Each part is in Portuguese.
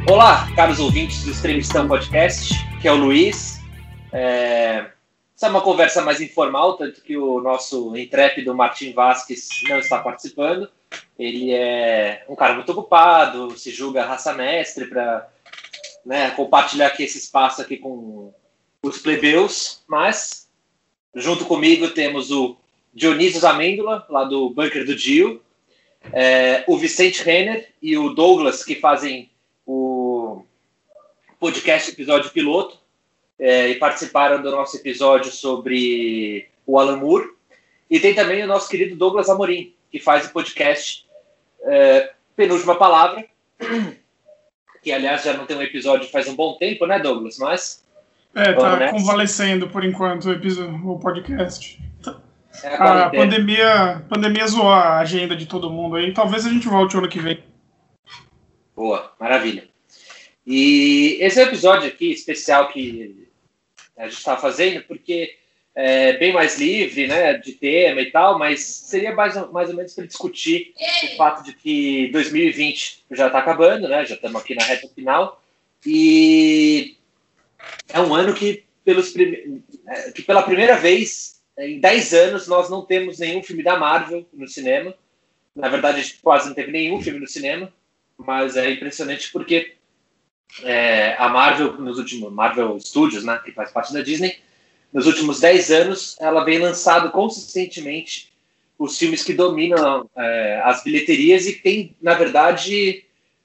Olá, caros ouvintes do Extremistão Podcast, que é o Luiz. Essa é uma conversa mais informal, tanto que o nosso intrépido Martim Vasquez não está participando. Ele é um cara muito ocupado, se julga raça mestre para compartilhar aqui esse espaço aqui com os plebeus, mas junto comigo temos o Dionísio Amêndola, lá do Bunker do Dio, o Vicente Renner e o Douglas, que fazem o podcast episódio piloto, e participaram do nosso episódio sobre o Alan Moore. E tem também o nosso querido Douglas Amorim, que faz o podcast Penúltima Palavra, que aliás já não tem um episódio faz um bom tempo, né, Douglas? Mas tá convalescendo por enquanto o podcast. A pandemia zoou a agenda de todo mundo aí. Talvez a gente volte o ano que vem. Boa, maravilha. E esse é o episódio aqui especial que a gente está fazendo, porque é bem mais livre, né, de tema e tal, mas seria mais ou menos para discutir o fato de que 2020 já está acabando, né, já estamos aqui na reta final, e é um ano que pela primeira vez em 10 anos nós não temos nenhum filme da Marvel no cinema. Na verdade, a gente quase não teve nenhum filme no cinema, mas é impressionante porque a Marvel, Marvel Studios, né, que faz parte da Disney, nos últimos 10 anos, ela vem lançando consistentemente os filmes que dominam as bilheterias e tem, na verdade,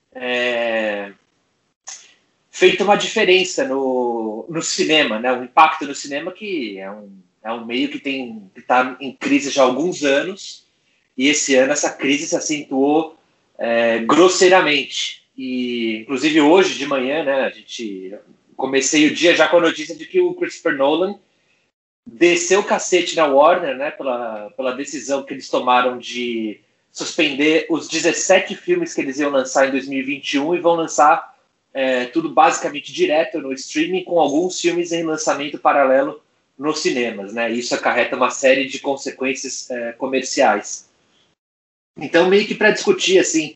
feito uma diferença no cinema, né, um impacto no cinema que é um meio que está em crise já há alguns anos, e esse ano essa crise se acentuou grosseiramente. E, inclusive, hoje de manhã, né, comecei o dia já com a notícia de que o Christopher Nolan desceu o cacete na Warner, né, pela decisão que eles tomaram de suspender os 17 filmes que eles iam lançar em 2021 e vão lançar tudo basicamente direto no streaming, com alguns filmes em lançamento paralelo nos cinemas, né? Isso acarreta uma série de consequências comerciais. Então, meio que para discutir assim,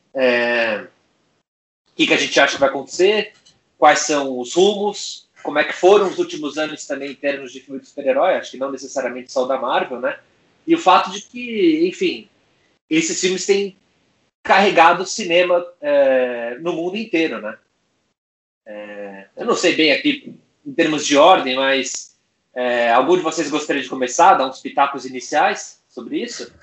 o que a gente acha que vai acontecer, quais são os rumos, como é que foram os últimos anos também em termos de filme de super-herói, acho que não necessariamente só da Marvel, né? E o fato de que, enfim, esses filmes têm carregado o cinema no mundo inteiro, né? Eu não sei bem aqui em termos de ordem, mas algum de vocês gostaria de começar, dar uns pitacos iniciais sobre isso?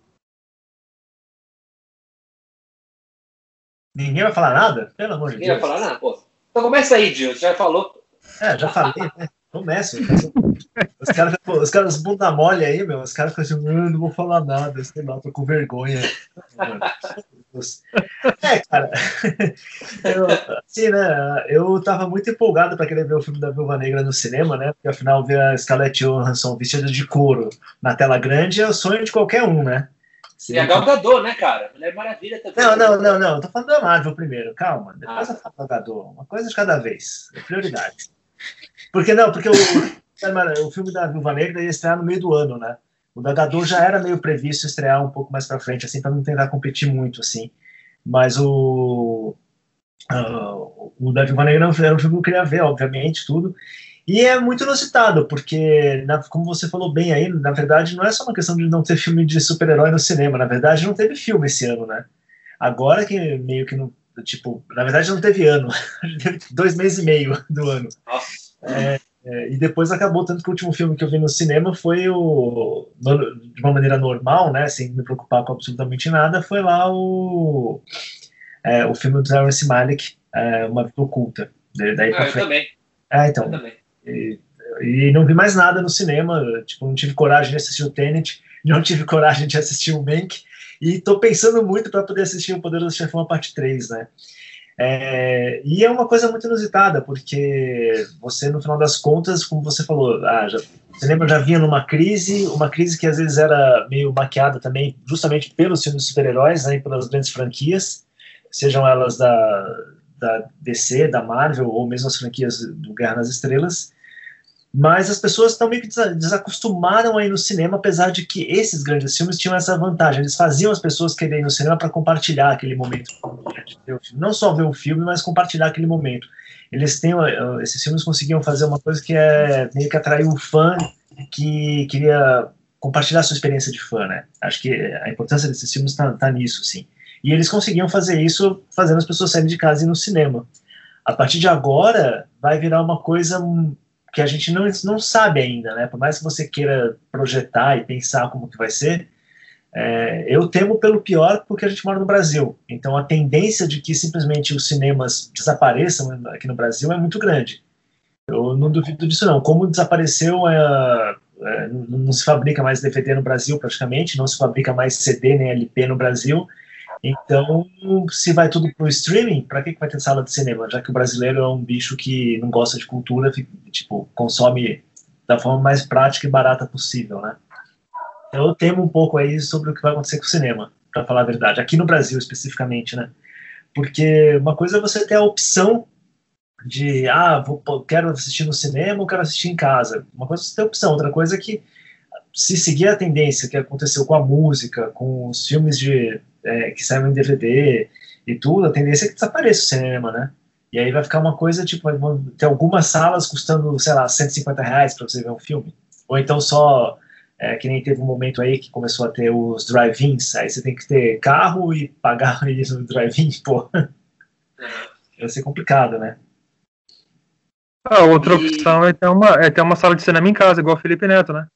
Ninguém vai falar nada? Pelo amor de Deus. Ninguém vai falar nada, pô. Então começa aí, Gil. Você já falou. Já falei, né? Começa. Os caras bunda mole aí, meu. Os caras ficam assim, não vou falar nada. Sei lá, tô com vergonha. Cara. Eu tava muito empolgado pra querer ver o filme da Viúva Negra no cinema, né? Porque afinal ver a Scarlett Johansson vestida de couro na tela grande é o sonho de qualquer um, né? Sim, e a Gal Gadot, né, cara? Mulher Maravilha também. Não. Tô falando da Marvel primeiro, calma. Depois eu falo da Gadot. Uma coisa de cada vez. É prioridade. Porque o filme da Viúva Negra ia estrear no meio do ano, né? O da Gadot já era meio previsto estrear um pouco mais pra frente, assim, pra não tentar competir muito, assim. Mas o da Viúva Negra era um filme que eu queria ver, obviamente, tudo. E é muito inusitado, porque, como você falou bem aí, na verdade, não é só uma questão de não ter filme de super-herói no cinema. Na verdade, não teve filme esse ano, né? Agora que meio que não... Tipo, na verdade, não teve ano. Teve 2 meses e meio do ano. E depois acabou, tanto que o último filme que eu vi no cinema foi de uma maneira normal, né? Sem me preocupar com absolutamente nada, foi lá o filme do Terrence Malick, Uma Vida Oculta. Daí pra frente. Também. Então. Eu também. E não vi mais nada no cinema, tipo, não tive coragem de assistir o Tenet, não tive coragem de assistir o Mank, e tô pensando muito para poder assistir o Poderoso Chefão a parte 3, né? E é uma coisa muito inusitada, porque você, no final das contas, como você falou, o cinema já vinha numa crise, uma crise que às vezes era meio maquiada também, justamente pelos filmes de super-heróis, né, e pelas grandes franquias, sejam elas da DC, da Marvel, ou mesmo as franquias do Guerra nas Estrelas. Mas as pessoas estão meio que desacostumaram a ir no cinema, apesar de que esses grandes filmes tinham essa vantagem. Eles faziam as pessoas quererem ir no cinema para compartilhar aquele momento. Não só ver o filme, mas compartilhar aquele momento. Esses filmes conseguiam fazer uma coisa que é meio que atrair o fã que queria compartilhar sua experiência de fã, né? Acho que a importância desses filmes tá nisso, sim. E eles conseguiam fazer isso fazendo as pessoas saírem de casa e ir no cinema. A partir de agora, vai virar uma coisa que a gente não sabe ainda, né? Por mais que você queira projetar e pensar como que vai ser, eu temo pelo pior porque a gente mora no Brasil. Então a tendência de que simplesmente os cinemas desapareçam aqui no Brasil é muito grande. Eu não duvido disso não. Como desapareceu, não se fabrica mais DVD no Brasil praticamente, não se fabrica mais CD nem LP no Brasil. Então, se vai tudo pro streaming, para que vai ter sala de cinema? Já que o brasileiro é um bicho que não gosta de cultura, tipo, consome da forma mais prática e barata possível, né? Então, eu temo um pouco aí sobre o que vai acontecer com o cinema, para falar a verdade. Aqui no Brasil, especificamente, né? Porque uma coisa é você ter a opção de, quero assistir no cinema ou quero assistir em casa. Uma coisa é você ter a opção, outra coisa é que, se seguir a tendência que aconteceu com a música, com os filmes que saem em DVD e tudo, a tendência é que desapareça o cinema, né? E aí vai ficar uma coisa, tipo, vão ter algumas salas custando, sei lá, R$150 para você ver um filme. Ou então só, que nem teve um momento aí que começou a ter os drive-ins, aí você tem que ter carro e pagar isso no drive-in, pô. Vai ser complicado, né? Outra opção é ter uma sala de cinema em casa, igual o Felipe Neto, né?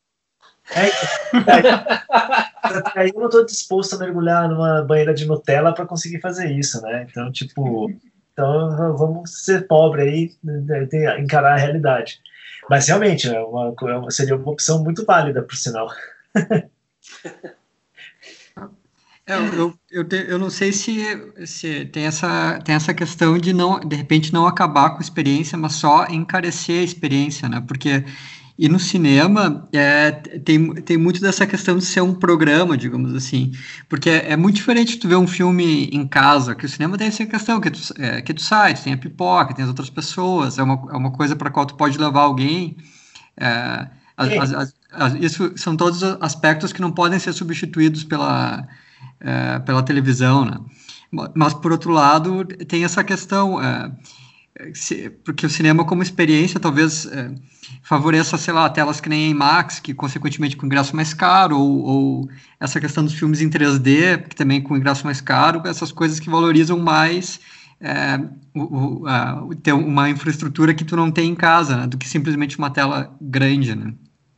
Aí eu não estou disposto a mergulhar numa banheira de Nutella para conseguir fazer isso, né? Então, vamos ser pobre aí, encarar a realidade. Mas realmente, seria uma opção muito válida, por sinal. Eu não sei se tem essa questão de repente não acabar com a experiência, mas só encarecer a experiência, né? Porque e no cinema tem muito dessa questão de ser um programa, digamos assim, porque é muito diferente tu ver um filme em casa, que o cinema tem essa questão que tu sai, tu tem a pipoca, tem as outras pessoas, é uma coisa para a qual tu pode levar alguém. Isso são todos aspectos que não podem ser substituídos pela televisão, né? Mas, por outro lado, tem essa questão, porque o cinema como experiência talvez favoreça, sei lá, telas que nem a IMAX, que consequentemente com ingresso mais caro, ou essa questão dos filmes em 3D, que também com ingresso mais caro, essas coisas que valorizam mais ter uma infraestrutura que tu não tem em casa, né, do que simplesmente uma tela grande, né?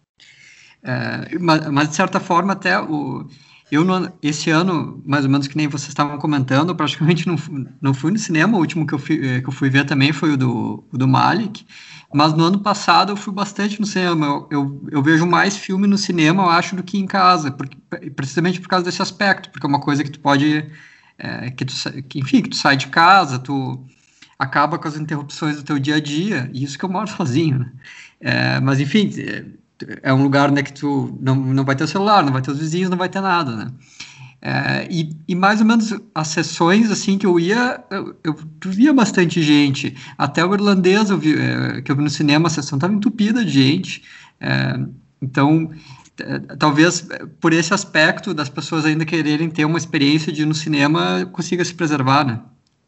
Mas de certa forma até esse ano, mais ou menos que nem vocês estavam comentando, eu praticamente não fui no cinema. O último que eu fui ver também foi o do Malik, mas no ano passado eu fui bastante no cinema. Eu vejo mais filme no cinema, eu acho, do que em casa, precisamente por causa desse aspecto, porque é uma coisa que tu pode, que tu sai de casa, tu acaba com as interrupções do teu dia a dia, e isso que eu moro sozinho, né? Mas enfim, é um lugar, né, que tu não vai ter o celular, não vai ter os vizinhos, não vai ter nada, né? E mais ou menos as sessões assim que eu ia, eu via bastante gente. Até o Irlandês que eu vi no cinema, a sessão estava entupida de gente. Então, talvez por esse aspecto das pessoas ainda quererem ter uma experiência de ir no cinema, consiga se preservar, né?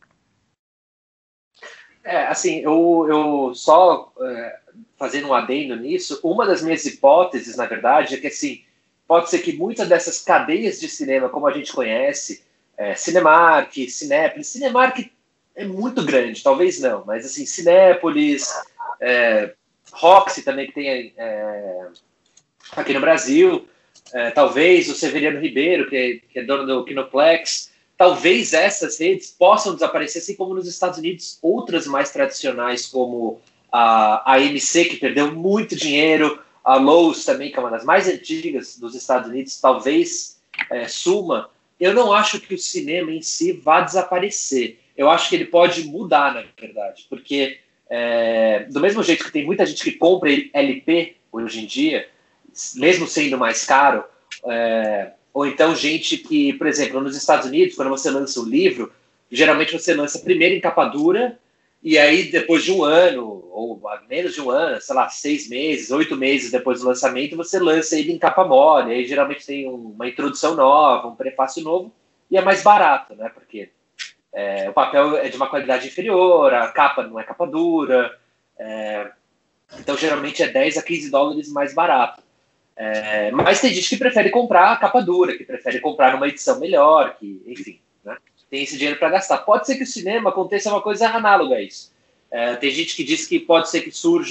Assim, eu só fazendo um adendo nisso, uma das minhas hipóteses, na verdade, é que assim, pode ser que muitas dessas cadeias de cinema, como a gente conhece, Cinemark, Cinépolis, Cinemark é muito grande, talvez não, mas assim, Cinépolis, Roxy também, que tem aqui no Brasil, talvez o Severiano Ribeiro, que é dono do Kinoplex, talvez essas redes possam desaparecer, assim como nos Estados Unidos, outras mais tradicionais, como a AMC, que perdeu muito dinheiro, a Lowe's também, que é uma das mais antigas dos Estados Unidos, talvez suma. Eu não acho que o cinema em si vá desaparecer. Eu acho que ele pode mudar, na verdade, porque do mesmo jeito que tem muita gente que compra LP hoje em dia, mesmo sendo mais caro, ou então gente que, por exemplo, nos Estados Unidos, quando você lança um livro, geralmente você lança primeiro em capa dura E aí, depois de um ano, ou menos de um ano, sei lá, 6 meses, 8 meses depois do lançamento, você lança ele em capa mole. Aí geralmente tem uma introdução nova, um prefácio novo, e é mais barato, né? Porque o papel é de uma qualidade inferior, a capa não é capa dura, então geralmente é 10 a 15 dólares mais barato. Mas tem gente que prefere comprar a capa dura, que prefere comprar numa edição melhor, que, enfim, né? Tem esse dinheiro para gastar. Pode ser que o cinema aconteça uma coisa análoga a isso. Tem gente que diz que pode ser que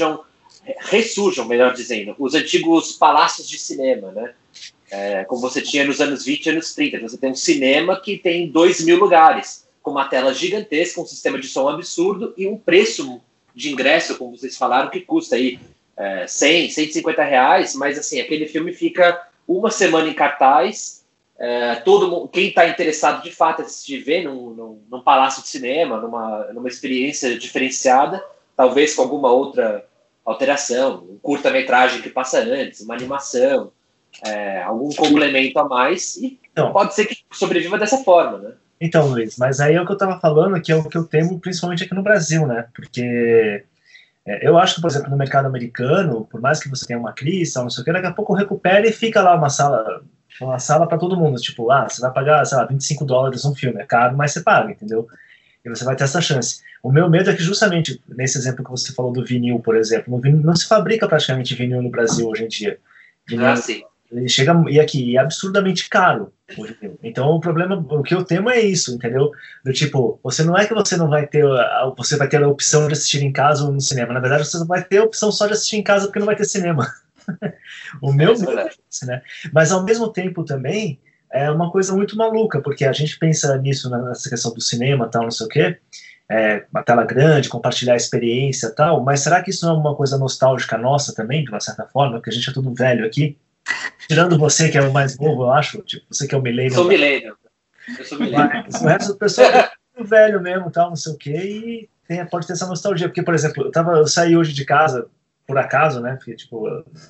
ressurjam, melhor dizendo, os antigos palácios de cinema, né? Como você tinha nos anos 20 e anos 30. Você tem um cinema que tem 2.000 lugares, com uma tela gigantesca, um sistema de som absurdo e um preço de ingresso, como vocês falaram, que custa aí 100, 150 reais, mas assim, aquele filme fica uma semana em cartaz, todo mundo, quem está interessado de fato em assistir, ver num palácio de cinema, numa experiência diferenciada, talvez com alguma outra alteração, um curta-metragem que passa antes, uma animação, algum complemento a mais, e então, pode ser que sobreviva dessa forma, né? Então, Luiz, mas aí é o que eu estava falando, que é o que eu temo principalmente aqui no Brasil, né? Porque eu acho que, por exemplo, no mercado americano, por mais que você tenha uma crise, não sei o que, daqui a pouco recupera e fica lá uma sala para todo mundo. Tipo, você vai pagar, sei lá, 25 dólares um filme. É caro, mas você paga, entendeu? E você vai ter essa chance. O meu medo é que justamente, nesse exemplo que você falou do vinil, por exemplo, não se fabrica praticamente vinil no Brasil hoje em dia. Vinil, sim. Ele chega e aqui é absurdamente caro. Então o problema, o que eu temo é isso, entendeu? Do tipo, você não é que você não vai ter, você vai ter a opção de assistir em casa ou no cinema. Na verdade, você vai ter a opção só de assistir em casa porque não vai ter cinema. O meu medo é isso, né? Mas ao mesmo tempo também é uma coisa muito maluca, porque a gente pensa nisso, nessa questão do cinema, tal, não sei o quê, uma tela grande, compartilhar a experiência, tal. Mas será que isso não é uma coisa nostálgica nossa também, de uma certa forma, porque a gente é tudo velho aqui? Tirando você, que é o mais novo, eu acho, tipo, você que é o millennial. Sou millennial. Eu sou millennial. Mas o resto do pessoal é velho mesmo, tal, não sei o quê, e pode ter essa nostalgia. Porque, por exemplo, eu saí hoje de casa, por acaso, né, porque, tipo,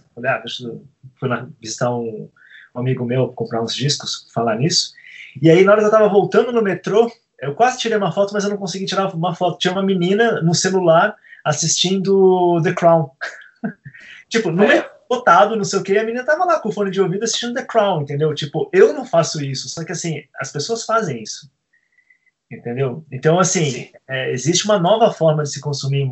fui visitar um amigo meu, comprar uns discos, falar nisso, e aí, na hora que eu tava voltando no metrô, eu quase tirei uma foto, mas eu não consegui tirar uma foto. Tinha uma menina no celular assistindo The Crown. Tipo, no metrô, botado, não sei o que, a menina tava lá com o fone de ouvido assistindo The Crown, entendeu? Tipo, eu não faço isso, só que assim, as pessoas fazem isso, entendeu? Então, assim, existe uma nova forma de se consumir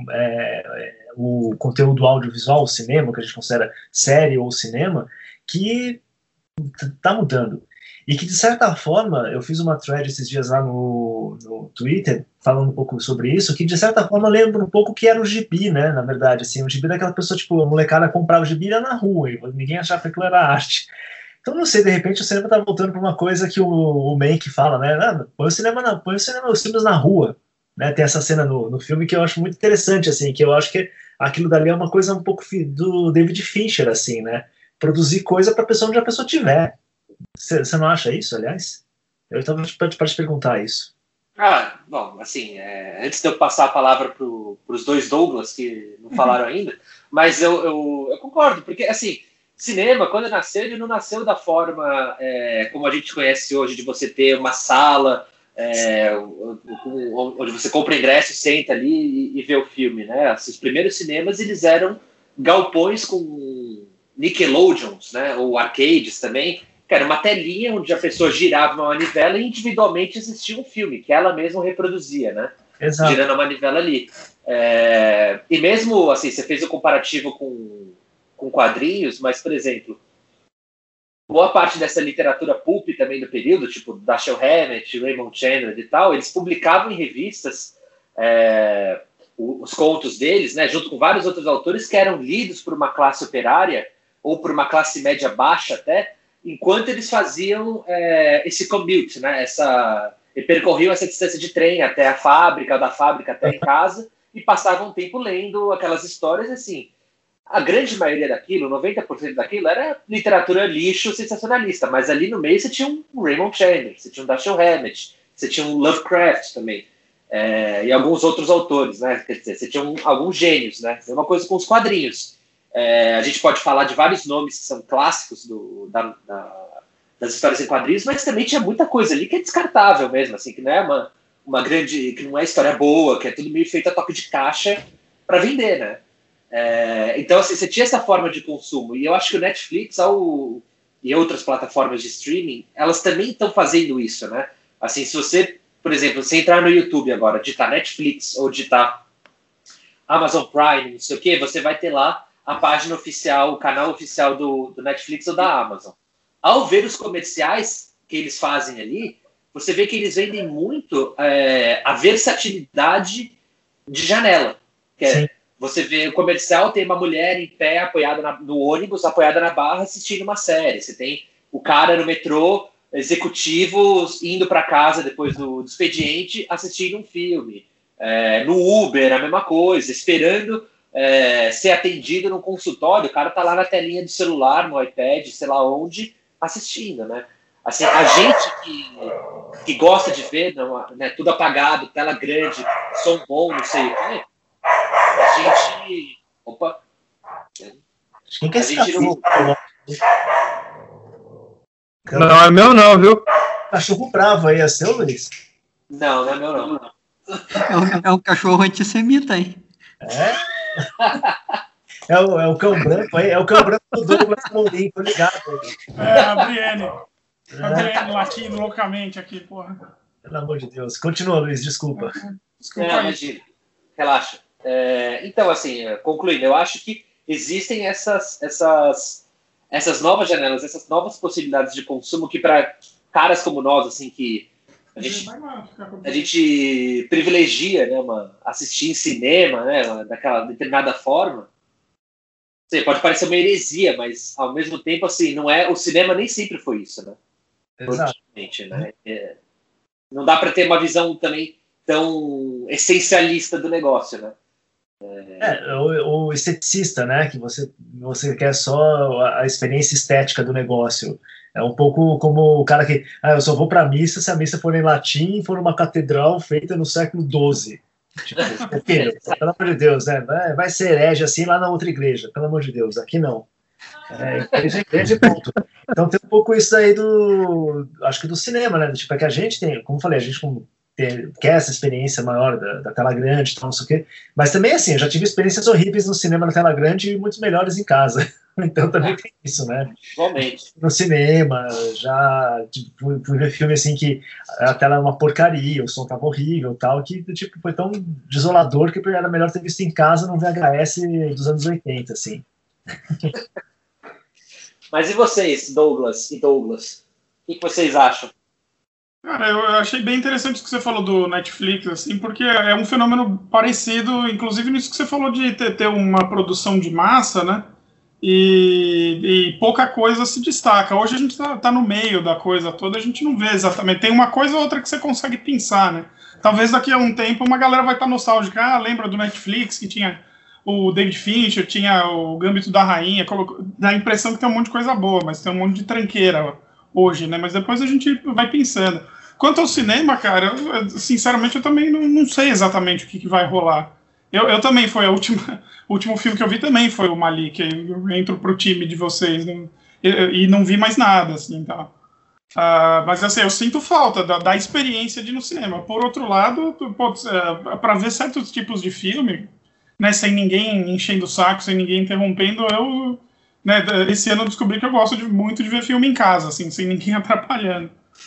o conteúdo audiovisual, o cinema, que a gente considera série ou cinema, que tá mudando. E que, de certa forma, eu fiz uma thread esses dias lá no Twitter, falando um pouco sobre isso, que, de certa forma, lembra um pouco o que era o gibi, né, na verdade, assim, o gibi daquela pessoa, tipo, a molecada comprava o gibi e ia na rua, e ninguém achava que aquilo era arte. Então, não sei, de repente, o cinema tá voltando para uma coisa que o Mank fala, né, põe os filmes na rua, né, tem essa cena no filme que eu acho muito interessante, assim, que eu acho que aquilo dali é uma coisa um pouco do David Fincher, assim, né, produzir coisa para a pessoa onde a pessoa estiver. Você não acha isso, aliás? Eu estava para te perguntar isso. Bom, assim, antes de eu passar a palavra para os dois Douglas, que não falaram ainda, mas eu concordo, porque, assim, cinema, quando nasceu, ele não nasceu da forma como a gente conhece hoje, de você ter uma sala onde você compra ingresso, senta ali e vê o filme, né? Os primeiros cinemas, eles eram galpões com Nickelodeons, né? Ou arcades também, que era uma telinha onde a pessoa girava uma manivela e individualmente existia um filme, que ela mesma reproduzia, né? Exato. Girando a manivela ali. E mesmo, assim, você fez o comparativo com quadrinhos, mas, por exemplo, boa parte dessa literatura pulp também do período, tipo Dashiell Hammett, Raymond Chandler e tal, eles publicavam em revistas os contos deles, né, junto com vários outros autores que eram lidos por uma classe operária ou por uma classe média baixa até, enquanto eles faziam esse commute, né, e percorriam essa distância de trem até a fábrica, da fábrica até em casa, e passavam um tempo lendo aquelas histórias, assim. A grande maioria daquilo, 90% daquilo, era literatura lixo sensacionalista, mas ali no meio você tinha um Raymond Chandler, você tinha um Dashiell Hammett, você tinha um Lovecraft também, e alguns outros autores, né? Quer dizer, você tinha alguns gênios, né? É uma coisa com os quadrinhos. A gente pode falar de vários nomes que são clássicos das histórias em quadrinhos, mas também tinha muita coisa ali que é descartável mesmo, assim, que não é que não é história boa, que é tudo meio feito a toque de caixa para vender, né? Então, assim, você tinha essa forma de consumo. E eu acho que o Netflix e outras plataformas de streaming, elas também estão fazendo isso, né? Assim, se você, por exemplo, você entrar no YouTube agora, digitar Netflix ou digitar Amazon Prime, não sei o quê, você vai ter lá a página oficial, o canal oficial do Netflix ou da Amazon. Ao ver os comerciais que eles fazem ali, você vê que eles vendem muito a versatilidade de janela. Que é, você vê o comercial, tem uma mulher em pé, apoiada no ônibus, apoiada na barra, assistindo uma série. Você tem o cara no metrô, executivo, indo para casa depois do expediente, assistindo um filme. No Uber, a mesma coisa, esperando ser atendido no consultório, o cara tá lá na telinha do celular, no iPad, sei lá onde, assistindo, né? Assim, a gente que gosta de ver, né, tudo apagado, tela grande, som bom, não sei o quê, a gente... Opa! Quem quer esse cachorro? Não é meu não, viu? Cachorro bravo aí, é seu, Luiz? Não é meu não. É um cachorro antissemita, hein? É o cão branco aí, é o cão branco do Douglas Mourinho, tô ligado. A Brienne. A Brienne latindo loucamente aqui, porra. Pelo amor de Deus. Continua, Luiz, desculpa. Imagina. Relaxa. Então, assim, concluindo, eu acho que existem essas novas janelas, essas novas possibilidades de consumo que para caras como nós, assim, que a gente privilegia, né, assistir em cinema, né, daquela determinada forma. Pode parecer uma heresia, mas ao mesmo tempo, assim, não é. O cinema nem sempre foi isso, né? Exatamente, né? Não dá para ter uma visão também tão essencialista do negócio, né? O esteticista, né? Que você quer só a experiência estética do negócio. É um pouco como o cara que... eu só vou para a missa se a missa for em latim e for uma catedral feita no século XII. Tipo, filho, pelo amor de Deus, né? Vai ser herege assim lá na outra igreja, pelo amor de Deus, aqui não. Igreja ponto. Então tem um pouco isso aí acho que do cinema, né? Tipo, é que a gente tem, como eu falei, a gente quer essa experiência maior da tela grande, não sei o quê, mas também assim, eu já tive experiências horríveis no cinema na tela grande e muito melhores em casa. Então também tem isso, né? Igualmente. No cinema, já fui ver filme assim que a tela era uma porcaria, o som tava horrível, tal, que tipo, foi tão desolador que era melhor ter visto em casa no VHS dos anos 80, assim. Mas e vocês, Douglas e Douglas? O que vocês acham? Cara, eu achei bem interessante o que você falou do Netflix, assim, porque é um fenômeno parecido, inclusive nisso que você falou de ter uma produção de massa, né? E pouca coisa se destaca. Hoje a gente tá no meio da coisa toda, a gente não vê exatamente. Tem uma coisa ou outra que você consegue pensar, né? Talvez daqui a um tempo uma galera vai estar nostálgica. Lembra do Netflix que tinha o David Fincher, tinha o Gambito da Rainha. Dá a impressão que tem um monte de coisa boa, mas tem um monte de tranqueira hoje, né? Mas depois a gente vai pensando. Quanto ao cinema, cara, sinceramente eu também não sei exatamente o que vai rolar. Eu também, foi o último filme que eu vi também foi o Malik. Eu entro pro time de vocês, né? E não vi mais nada, assim, tá? Mas assim, eu sinto falta da experiência de ir no cinema. Por outro lado, para ver certos tipos de filme, né, sem ninguém enchendo o saco, sem ninguém interrompendo, né, esse ano eu descobri que eu gosto muito de ver filme em casa, assim, sem ninguém atrapalhando.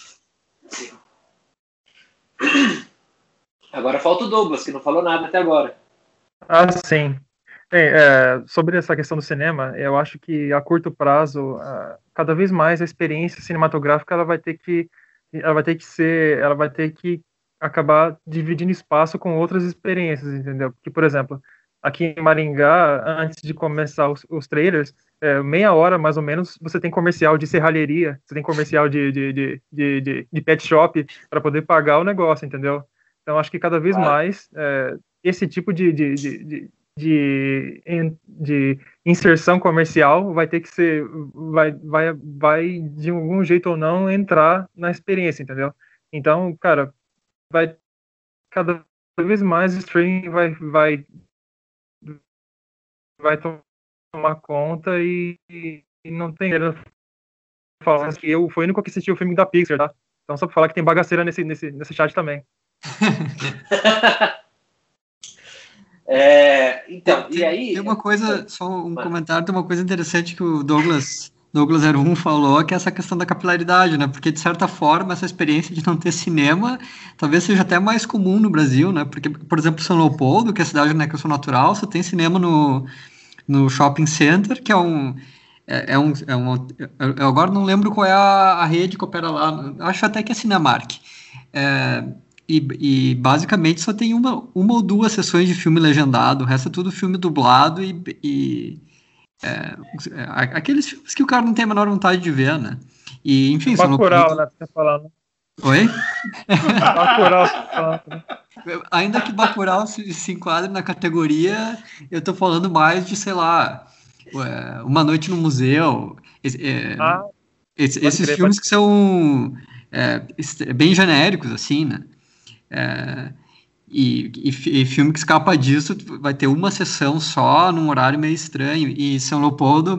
Agora falta o Douglas, que não falou nada até agora. Sim. Sobre essa questão do cinema, eu acho que a curto prazo, cada vez mais a experiência cinematográfica ela vai ter que acabar dividindo espaço com outras experiências, entendeu? Porque, por exemplo, aqui em Maringá, antes de começar os trailers, meia hora mais ou menos, você tem comercial de serralheria, você tem comercial de pet shop para poder pagar o negócio, entendeu? Então, acho que cada vez mais esse tipo de inserção comercial vai ter que ser, vai de algum jeito ou não entrar na experiência, entendeu? Então, cara, vai cada vez mais o streaming vai tomar conta e não tem falar que eu fui o único que assistiu o filme da Pixar, tá? Então só pra falar que tem bagaceira nesse chat também. Então, e aí... Tem uma coisa, só um comentário, tem uma coisa interessante que o Douglas 01 falou, que é essa questão da capilaridade, né? Porque, de certa forma, essa experiência de não ter cinema talvez seja até mais comum no Brasil, né? Porque, por exemplo, São Leopoldo, que é a cidade onde eu sou natural, só tem cinema no shopping center, que eu agora não lembro qual é a rede que opera lá, acho até que é Cinemark. E basicamente só tem uma ou duas sessões de filme legendado, o resto é tudo filme dublado aqueles filmes que o cara não tem a menor vontade de ver, né? E, enfim, Bacurau, né, que você tá falando. Oi? Bacurau, você tá falando, né? Ainda que Bacurau se enquadre na categoria, eu tô falando mais de, sei lá, Uma Noite no Museu, esses filmes que são bem genéricos, assim, né? E filme que escapa disso vai ter uma sessão só, num horário meio estranho. E São Leopoldo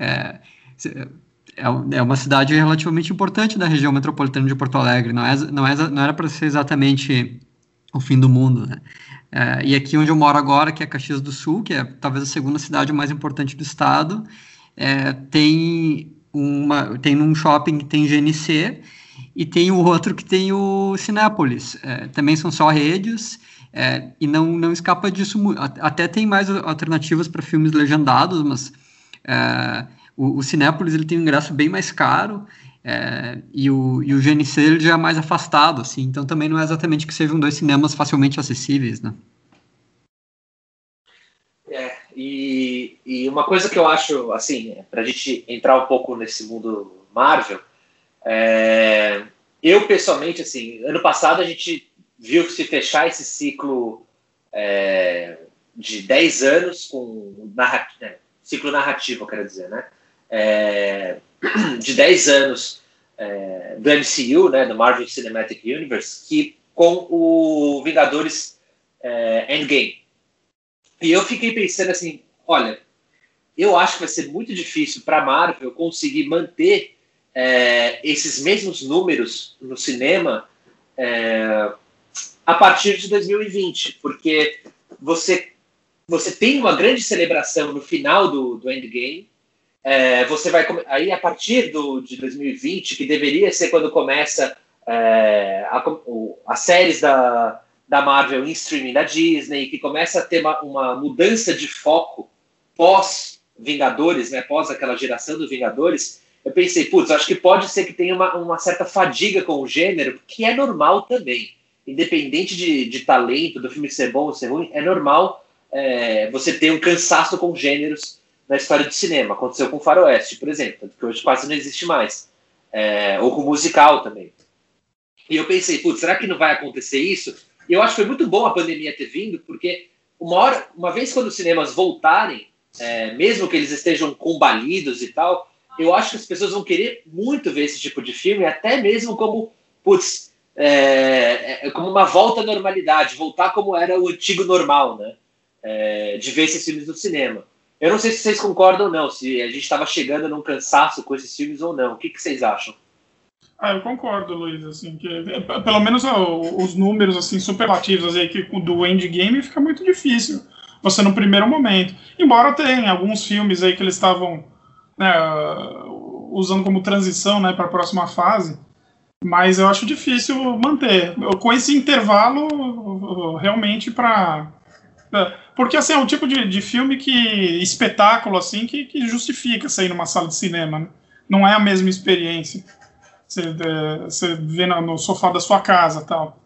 é uma cidade relativamente importante da região metropolitana de Porto Alegre. Não era para ser exatamente o fim do mundo, né? E aqui onde eu moro agora, que é Caxias do Sul, que é talvez a segunda cidade mais importante do estado, tem um shopping que tem GNC, e tem o outro que tem o Cinépolis. Também são só redes, e não escapa disso. Até tem mais alternativas para filmes legendados, mas o Cinépolis ele tem um ingresso bem mais caro, e o GNC ele já é mais afastado, assim, então também não é exatamente que sejam dois cinemas facilmente acessíveis, né? E uma coisa que eu acho, assim, para a gente entrar um pouco nesse mundo Marvel, eu pessoalmente, assim, ano passado a gente viu que se fechar esse ciclo de 10 anos com ciclo narrativo, eu quero dizer, né? De 10 anos do MCU, né, do Marvel Cinematic Universe, que com o Vingadores Endgame. E eu fiquei pensando assim, olha, eu acho que vai ser muito difícil para a Marvel conseguir manter esses mesmos números no cinema a partir de 2020, porque você tem uma grande celebração no final do Endgame, você vai aí a partir de 2020, que deveria ser quando começa as séries da Marvel em streaming da Disney, que começa a ter uma mudança de foco pós-Vingadores, né, pós aquela geração do Vingadores. Eu pensei, putz, acho que pode ser que tenha uma certa fadiga com o gênero, que é normal também. Independente de talento, do filme ser bom ou ser ruim, é normal você ter um cansaço com gêneros na história do cinema. Aconteceu com o Faroeste, por exemplo, tanto que hoje quase não existe mais. Ou com o musical também. E eu pensei, putz, será que não vai acontecer isso? E eu acho que foi muito bom a pandemia ter vindo, porque uma vez quando os cinemas voltarem, mesmo que eles estejam combalidos e tal, eu acho que as pessoas vão querer muito ver esse tipo de filme, até mesmo como, putz, como uma volta à normalidade, voltar como era o antigo normal, né? De ver esses filmes no cinema. Eu não sei se vocês concordam ou não, se a gente estava chegando num cansaço com esses filmes ou não. O que vocês acham? Eu concordo, Luiz, assim, que pelo menos os números assim, superlativos aí, que do Endgame fica muito difícil, você no primeiro momento. Embora tenha alguns filmes aí que eles estavam usando como transição, né, para a próxima fase, mas eu acho difícil manter. Com esse intervalo, realmente, porque assim, é um tipo de filme espetáculo, assim, que justifica sair numa sala de cinema, né? Não é a mesma experiência. Você vê no sofá da sua casa, tal.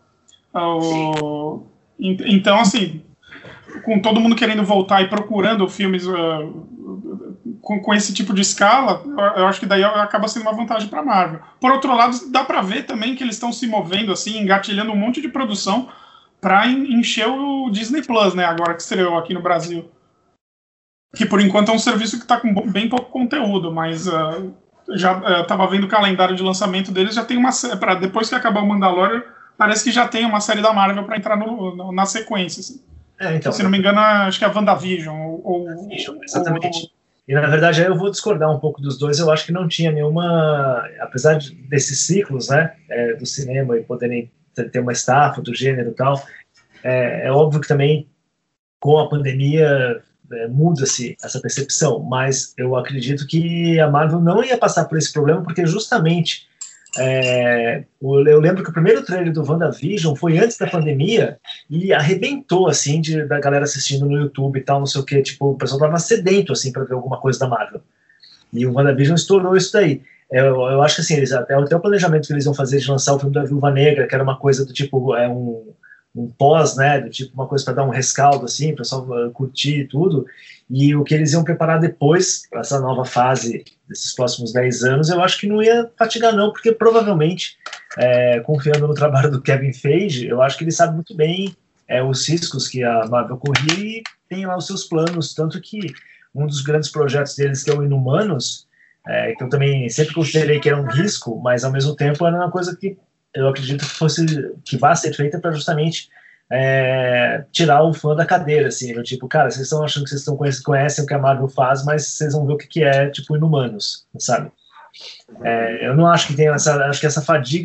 Então, assim, com todo mundo querendo voltar e procurando filmes com esse tipo de escala, eu acho que daí acaba sendo uma vantagem para a Marvel. Por outro lado, dá para ver também que eles estão se movendo, assim, engatilhando um monte de produção para encher o Disney Plus, né, agora que estreou aqui no Brasil. Que por enquanto é um serviço que está com bem pouco conteúdo, mas já estava vendo o calendário de lançamento deles, já tem depois que acabar o Mandalorian, parece que já tem uma série da Marvel para entrar na sequência. Assim. Então, se não me engano, acho que é a WandaVision. Exatamente. E, na verdade, eu vou discordar um pouco dos dois. Eu acho que não tinha nenhuma... Apesar desses ciclos, né, do cinema e poderem ter uma estafa do gênero e tal. É óbvio que também, com a pandemia, muda-se essa percepção, mas eu acredito que a Marvel não ia passar por esse problema, porque justamente eu lembro que o primeiro trailer do WandaVision foi antes da pandemia e arrebentou, assim, da galera assistindo no YouTube e tal, não sei o que, tipo, o pessoal tava sedento, assim, para ver alguma coisa da Marvel. E o WandaVision estourou isso daí. Eu acho que, assim, até o planejamento que eles iam fazer de lançar o filme da Viúva Negra, que era uma coisa do tipo, um pós, né, do tipo, uma coisa para dar um rescaldo, assim, o pessoal curtir e tudo, e o que eles iam preparar depois, para essa nova fase desses próximos 10 anos, eu acho que não ia fatigar não, porque provavelmente, confiando no trabalho do Kevin Feige, eu acho que ele sabe muito bem os riscos que a Marvel corria e tem lá os seus planos, tanto que um dos grandes projetos deles, que é o Inumanos, que eu também sempre considerei que era um risco, mas ao mesmo tempo era uma coisa que eu acredito que vai ser feita para justamente tirar o fã da cadeira, assim, do tipo, cara, vocês estão achando que vocês conhecem o que a Marvel faz, mas vocês vão ver o que é, tipo, Inumanos, sabe? Eu não acho que tem acho que essa fadiga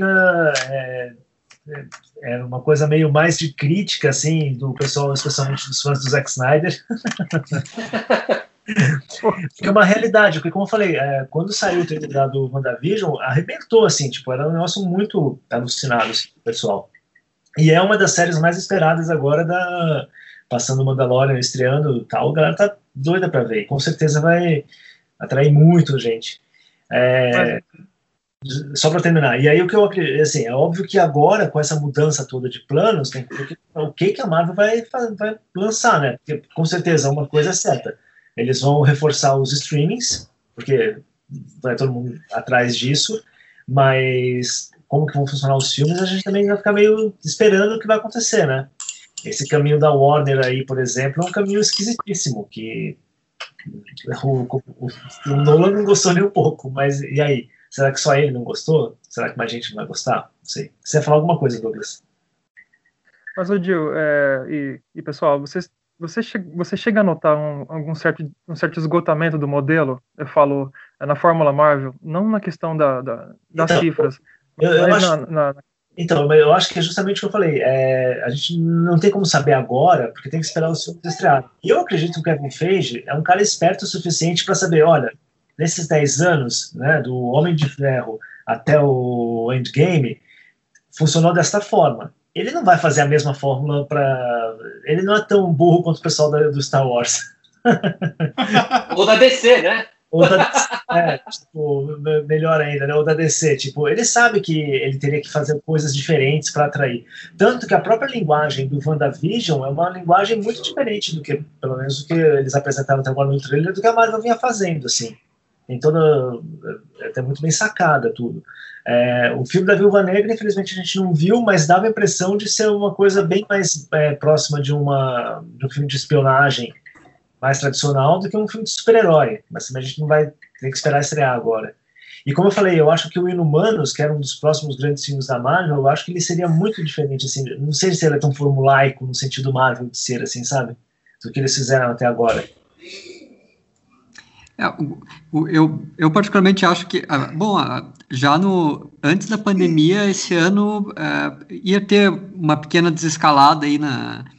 é uma coisa meio mais de crítica, assim, do pessoal, especialmente dos fãs do Zack Snyder. Porque é uma realidade, porque como eu falei, quando saiu o trailer do WandaVision, arrebentou, assim, tipo, era um negócio muito alucinado, assim, pessoal. E é uma das séries mais esperadas agora, passando o Mandalorian, estreando e tal, a galera tá doida pra ver, com certeza vai atrair muito gente. Só para terminar, e aí o que eu acredito, assim, é óbvio que agora, com essa mudança toda de planos, tem que ver o que a Marvel vai lançar, né? Porque, com certeza, uma coisa é certa, eles vão reforçar os streamings, porque vai todo mundo atrás disso, mas como que vão funcionar os filmes, a gente também vai ficar meio esperando o que vai acontecer, né? Esse caminho da Warner aí, por exemplo, é um caminho esquisitíssimo, que o Nolan não gostou nem um pouco, mas e aí? Será que só ele não gostou? Será que mais gente não vai gostar? Não sei. Você ia falar alguma coisa, Douglas? Mas, Gil, e pessoal, você chega a notar um certo esgotamento do modelo? Eu falo na Fórmula Marvel, não na questão das cifras. Então, eu acho que é justamente o que eu falei. A gente não tem como saber agora, porque tem que esperar os filmes estrearem. E eu acredito que o Kevin Feige é um cara esperto o suficiente para saber, olha, nesses 10 anos, né, do Homem de Ferro até o Endgame, funcionou desta forma. Ele não vai fazer a mesma fórmula para... Ele não é tão burro quanto o pessoal do Star Wars. Ou da DC, né? Ou da DC, tipo, melhor ainda, né? Ou da DC. Tipo, ele sabe que ele teria que fazer coisas diferentes para atrair. Tanto que a própria linguagem do WandaVision é uma linguagem muito diferente do que, pelo menos, o que eles apresentaram até agora no trailer, do que a Marvel vinha fazendo, assim. Tem toda... até muito bem sacada tudo. O filme da Viúva Negra, infelizmente, a gente não viu, mas dava a impressão de ser uma coisa bem mais próxima de um filme de espionagem mais tradicional do que um filme de super-herói. Mas a gente não vai ter que esperar estrear agora. E como eu falei, eu acho que o Inumanos, que era um dos próximos grandes filmes da Marvel, eu acho que ele seria muito diferente, assim, não sei se ele é tão formulaico no sentido Marvel de ser, assim, sabe? Do que eles fizeram até agora. Eu particularmente acho que, já antes da pandemia, esse ano ia ter uma pequena desescalada aí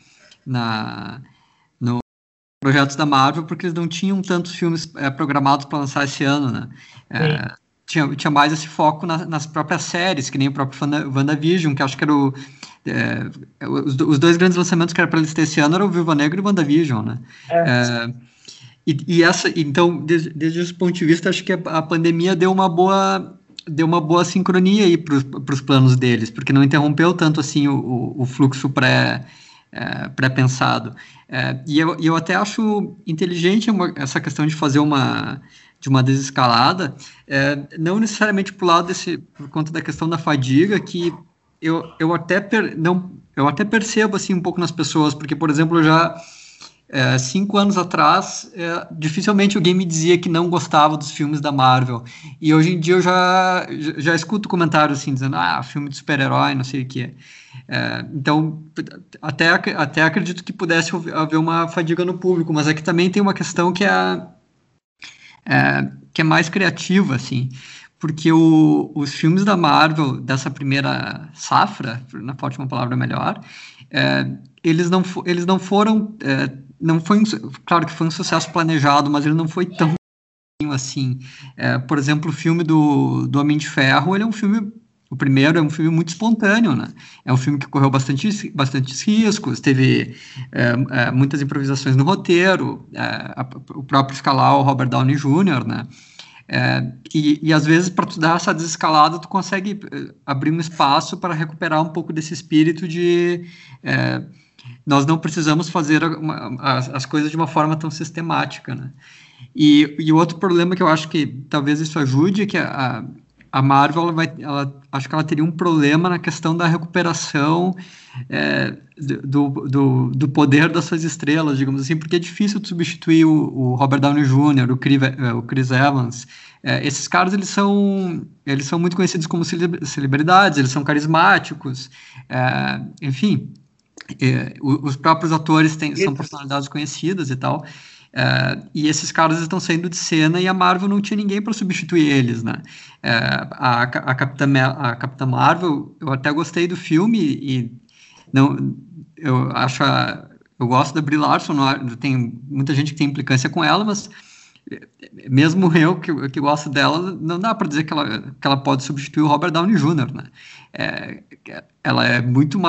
no projetos da Marvel, porque eles não tinham tantos filmes programados para lançar esse ano, né? Tinha mais esse foco nas próprias séries, que nem o próprio WandaVision, que acho que era os dois grandes lançamentos que era para eles ter esse ano eram o Viúva Negra e o WandaVision, né? Então, desde esse ponto de vista, acho que a pandemia deu uma boa sincronia aí para os planos deles, porque não interrompeu tanto assim o fluxo pré-pensado. E eu até acho inteligente essa questão de fazer uma desescalada, não necessariamente por conta da questão da fadiga, que eu até percebo assim um pouco nas pessoas, porque, por exemplo, eu já 5 anos atrás, dificilmente alguém me dizia que não gostava dos filmes da Marvel. E hoje em dia eu já escuto comentários assim, dizendo, filme de super-herói, não sei o que. Então, até acredito que pudesse haver uma fadiga no público, mas aqui também tem uma questão que é mais criativa, assim, porque os filmes da Marvel, dessa primeira safra, na falta de uma palavra melhor, eles não foram... não foi claro que foi um sucesso planejado, mas ele não foi tão assim. Por exemplo, o filme do Homem de Ferro, ele é um filme... O primeiro é um filme muito espontâneo, né? É um filme que correu bastantes riscos, teve muitas improvisações no roteiro, o próprio escalar o Robert Downey Jr., né? E às vezes, para tu dar essa desescalada, tu consegue abrir um espaço para recuperar um pouco desse espírito de... nós não precisamos fazer as coisas de uma forma tão sistemática, né? E o outro problema que eu acho que talvez isso ajude é que a Marvel, acho que ela teria um problema na questão da recuperação do poder das suas estrelas, digamos assim, porque é difícil de substituir o Robert Downey Jr., o Chris Evans. Esses caras, eles são muito conhecidos como celebridades, eles são carismáticos, enfim, os próprios atores são personalidades conhecidas e tal. E esses caras estão saindo de cena e a Marvel não tinha ninguém para substituir eles, né? A Capitã Marvel, eu até gostei do filme e não, eu gosto da Brie Larson, tem muita gente que tem implicância com ela, mas mesmo eu que gosto dela, não dá para dizer que ela pode substituir o Robert Downey Jr., né? Ela é muito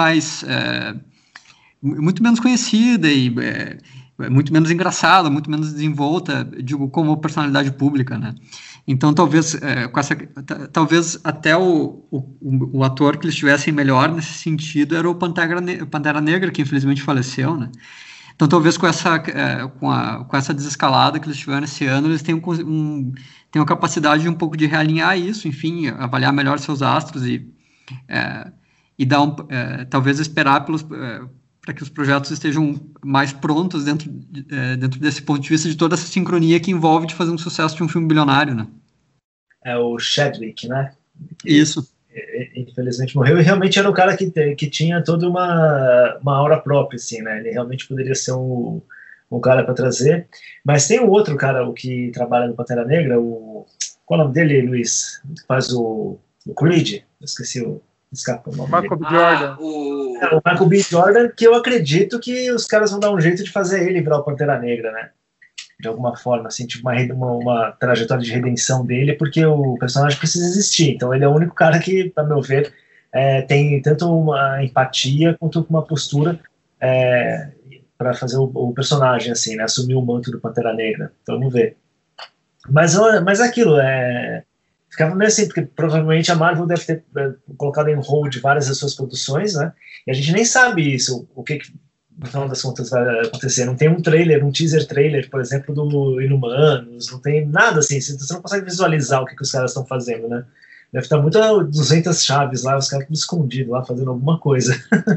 menos conhecida e muito menos engraçada, muito menos desenvolta, digo, como personalidade pública, né? Então, talvez até o ator que eles tivessem melhor nesse sentido era o Pantera Negra, que infelizmente faleceu, né? Então, talvez com essa desescalada que eles tiveram esse ano, eles tenham a capacidade de um pouco de realinhar isso, enfim, avaliar melhor seus astros e dar talvez esperar para que os projetos estejam mais prontos dentro desse ponto de vista de toda essa sincronia que envolve de fazer um sucesso de um filme bilionário, né? É o Chadwick, né? Isso. Infelizmente morreu, e realmente era um cara que tinha toda uma aura própria, assim, né? Ele realmente poderia ser um cara para trazer. Mas tem um outro cara, o que trabalha no Pantera Negra, qual é o nome dele, Luiz? Que faz o Creed, eu esqueci escapa o nome Michael B. Jordan. O Michael B. Jordan, que eu acredito que os caras vão dar um jeito de fazer ele virar o Pantera Negra, né? De alguma forma, assim, tipo uma trajetória de redenção dele, porque o personagem precisa existir. Então ele é o único cara que, para meu ver, tem tanto uma empatia quanto uma postura para fazer o personagem, assim, né? Assumir o manto do Pantera Negra. Então vamos ver. Mas aquilo ficava meio assim, porque provavelmente a Marvel deve ter colocado em hold várias das suas produções, né? E a gente nem sabe isso, o que no final das contas vai acontecer. Não tem um teaser trailer, por exemplo, do Inumanos, não tem nada assim, você não consegue visualizar o que os caras estão fazendo, né? Deve estar muito a 200 chaves lá, os caras tudo escondidos lá, fazendo alguma coisa.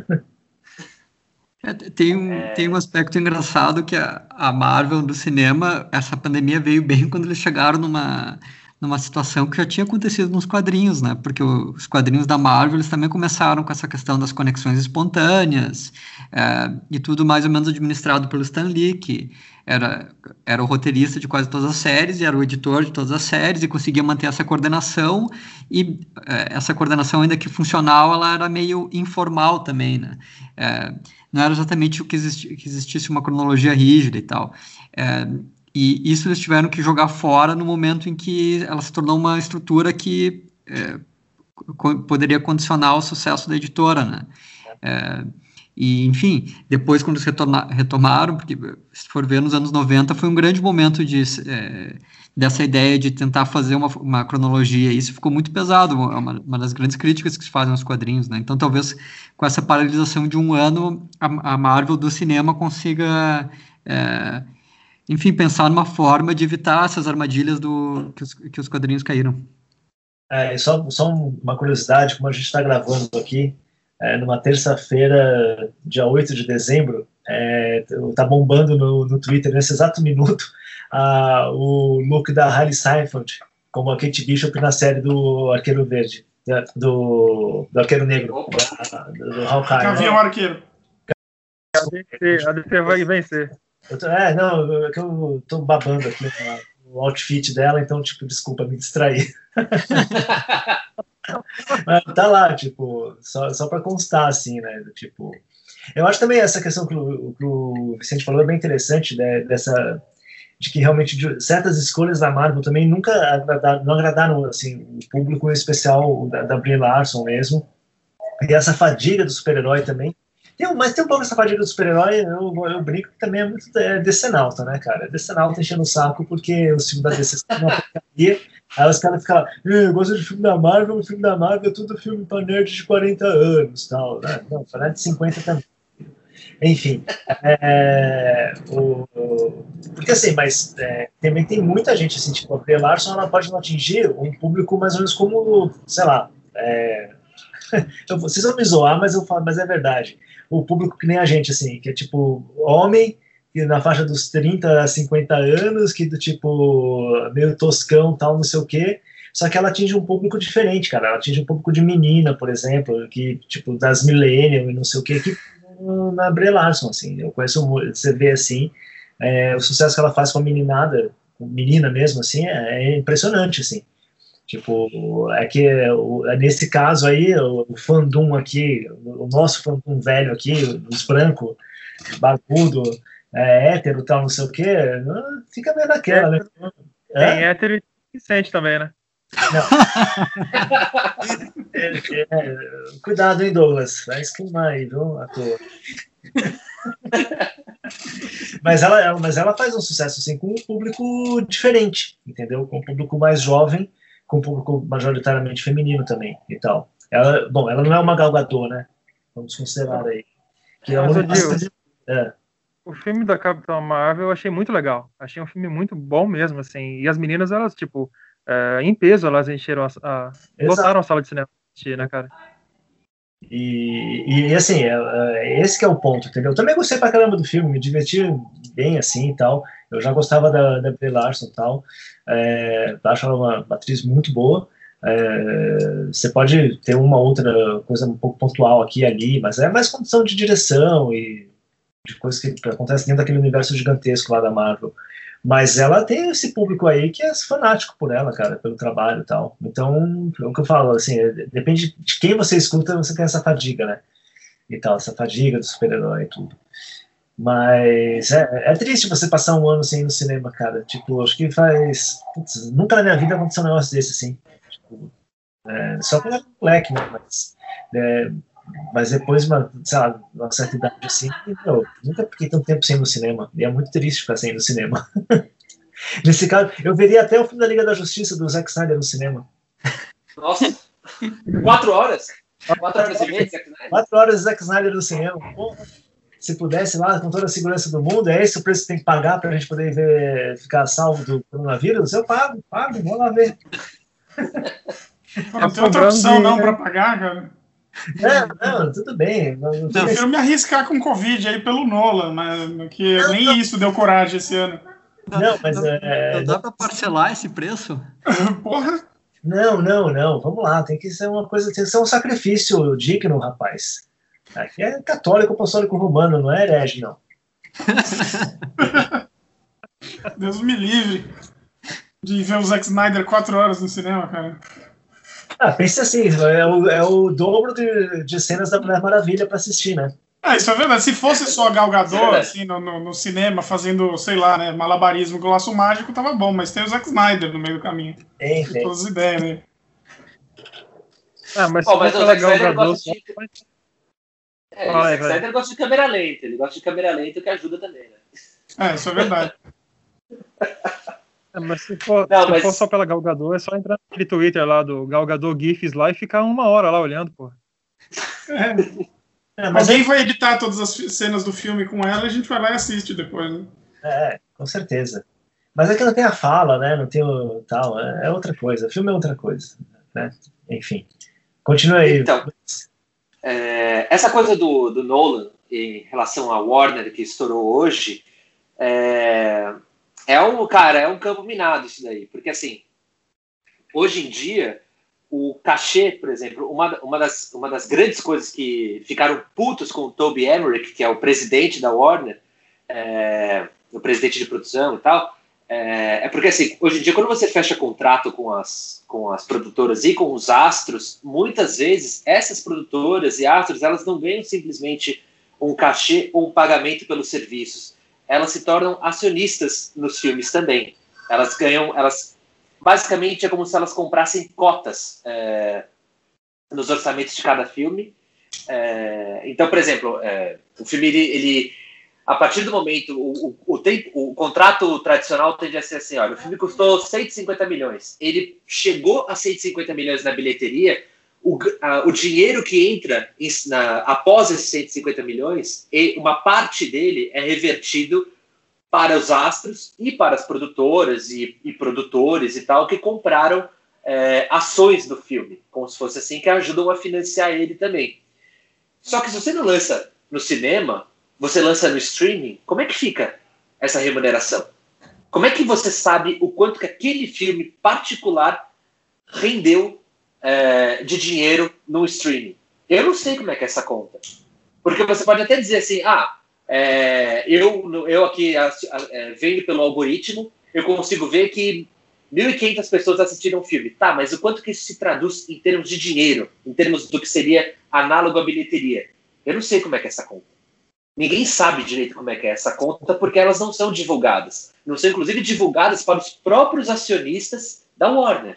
Tem um aspecto engraçado que a Marvel do cinema, essa pandemia veio bem quando eles chegaram numa situação que já tinha acontecido nos quadrinhos, né? Porque os quadrinhos da Marvel, eles também começaram com essa questão das conexões espontâneas, e tudo mais ou menos administrado pelo Stan Lee, que era o roteirista de quase todas as séries e era o editor de todas as séries e conseguia manter essa coordenação, e essa coordenação, ainda que funcional, ela era meio informal também, né? Não era exatamente o que existisse uma cronologia rígida e tal. E isso eles tiveram que jogar fora no momento em que ela se tornou uma estrutura que poderia condicionar o sucesso da editora, né? E, enfim, depois quando eles retomaram, porque se for ver nos anos 90 foi um grande momento dessa ideia de tentar fazer uma cronologia, e isso ficou muito pesado, uma das grandes críticas que se fazem aos quadrinhos, né? Então talvez com essa paralisação de um ano a Marvel do cinema consiga enfim, pensar numa forma de evitar essas armadilhas que os quadrinhos caíram. Só uma curiosidade, como a gente está gravando aqui, numa terça-feira, dia 8 de dezembro, tá bombando no Twitter, nesse exato minuto, o look da Hailey Steinfeld como a Kate Bishop na série do Arqueiro Verde, do Arqueiro Negro, do Hawkeye. Gavião Arqueiro. A DC vai vencer. Eu tô babando aqui o outfit dela, então, tipo, desculpa, me distrair. Mas tá lá, tipo, só para constar, assim, né? Tipo, eu acho também essa questão que o Vicente falou é bem interessante, né, de que realmente certas escolhas da Marvel também não agradaram assim, o público, em especial da Brie Larson mesmo, e essa fadiga do super-herói também. Mas tem um pouco essa fadiga do super-herói, eu brinco que também é muito decenalta, né, cara? Decenalta enchendo o saco porque o filme da DC é uma porcaria. Aí os caras ficam lá, eu gosto de filme da Marvel, o filme da Marvel é tudo filme pra nerd de 40 anos, tal, né? Não, pra nerd de 50 também. Enfim, porque assim, mas também tem muita gente assim, tipo, a Brie Larson, ela pode não atingir um público mais ou menos como, sei lá, vocês vão me zoar, mas eu falo, mas é verdade, o público que nem a gente, assim, que é tipo, homem, que na faixa dos 30 a 50 anos, que do tipo, meio toscão, tal, não sei o quê, só que ela atinge um público diferente, cara, ela atinge um público de menina, por exemplo, que, tipo, das millennials e não sei o quê, que na Brie Larson, assim, eu conheço, você vê assim, o sucesso que ela faz com a menina mesmo, assim, é impressionante, assim, tipo, nesse caso aí, o fandom aqui, o nosso fandom velho aqui, os brancos, barbudo, hétero, tal, não sei o quê, fica meio naquela, né? Tem hétero e Vicente também, né? Não. Cuidado, hein, Douglas, vai esquemar aí, viu, ator. mas ela faz um sucesso assim com um público diferente, entendeu? Com um público mais jovem, com um público majoritariamente feminino também e tal. Ela não é uma Gal Gadot, né? Vamos considerar aí. Que o filme da Capitã Marvel eu achei muito legal. Achei um filme muito bom mesmo, assim. E as meninas, elas, tipo, em peso, elas encheram lotaram a sala de cinema, né, cara? E assim, esse que é o ponto, entendeu? Eu também gostei pra caramba do filme, me diverti bem assim e tal. Eu já gostava da Brie Larson e tal. Acho ela uma atriz muito boa. Você pode ter uma outra coisa um pouco pontual aqui e ali, mas é mais condição de direção e de coisas que acontecem dentro daquele universo gigantesco lá da Marvel. Mas ela tem esse público aí que é fanático por ela, cara, pelo trabalho e tal. Então, é o que eu falo, assim, depende de quem você escuta, você tem essa fadiga, né? E tal, essa fadiga do super-herói e tudo. Mas é triste você passar um ano sem ir no cinema, cara. Tipo, acho que nunca na minha vida aconteceu um negócio desse, assim. Tipo, só quando era moleque, né? Mas depois, sei lá, uma certa idade assim, eu nunca fiquei tanto tempo sem ir no cinema. E é muito triste ficar sem ir no cinema. Nesse caso, eu veria até o filme da Liga da Justiça do Zack Snyder no cinema. Nossa, 4 horas? 4 horas e meia, Zack Snyder? 4 horas de Zack Snyder no cinema. Porra, se pudesse lá, com toda a segurança do mundo, é esse o preço que tem que pagar pra gente poder ficar salvo do coronavírus? Eu pago, vamos lá ver. Não tem outra opção não pra pagar, cara. Não, tudo bem. Eu prefiro me arriscar com Covid aí pelo Nolan, mas que nem isso deu coragem esse ano. Não, mas não dá pra parcelar esse preço? Porra. Não. Vamos lá, tem que ser uma coisa, tem que ser um sacrifício digno, rapaz. Aqui é católico, apostólico romano, não é herege, não. Deus me livre de ver o Zack Snyder 4 horas no cinema, cara. Pensa assim, é o dobro de cenas da Mulher Maravilha pra assistir, né? Isso é verdade. Se fosse só a Gal Gadot, assim, no cinema, fazendo, sei lá, né, malabarismo com o laço mágico, tava bom, mas tem o Zack Snyder no meio do caminho. Tem. Todas as ideias, né? Mas o Zack Snyder gosta de... o Zack Snyder gosta de câmera lenta, ele gosta de câmera lenta, o que ajuda também, né? Isso é verdade. Mas se for só pela Gal Gadot, é só entrar naquele Twitter lá do Gal Gadot GIFs lá e ficar 1 hora lá olhando, pô. Mas alguém vai editar todas as cenas do filme com ela e a gente vai lá e assiste depois, né? Com certeza. Mas é que não tem a fala, né? Não tem o tal, é outra coisa. O filme é outra coisa, né? Enfim. Continua aí. Então, essa coisa do Nolan em relação à Warner que estourou hoje é um campo minado isso daí, porque assim, hoje em dia o cachê, por exemplo, uma das grandes coisas que ficaram putos com o Toby Emmerich, que é o presidente da Warner, o presidente de produção e tal, É porque, assim, hoje em dia, quando você fecha contrato com as produtoras e com os astros, muitas vezes essas produtoras e astros, elas não ganham simplesmente um cachê ou um pagamento pelos serviços. Elas se tornam acionistas nos filmes também. Basicamente, é como se elas comprassem cotas nos orçamentos de cada filme. Então, por exemplo, o filme, ele a partir do momento, o contrato tradicional tende a ser assim, olha, o filme custou 150 milhões, ele chegou a 150 milhões na bilheteria, o dinheiro que entra após esses 150 milhões, uma parte dele é revertido para os astros e para as produtoras e produtores e tal, que compraram ações do filme, como se fosse assim, que ajudam a financiar ele também. Só que se você não lança no cinema, você lança no streaming, como é que fica essa remuneração? Como é que você sabe o quanto que aquele filme particular rendeu de dinheiro no streaming? Eu não sei como é que é essa conta. Porque você pode até dizer assim, eu aqui vendo pelo algoritmo, eu consigo ver que 1.500 pessoas assistiram o filme. Tá, mas o quanto que isso se traduz em termos de dinheiro, em termos do que seria análogo à bilheteria? Eu não sei como é que é essa conta. Ninguém sabe direito como é que é essa conta, porque elas não são divulgadas. Não são, inclusive, divulgadas para os próprios acionistas da Warner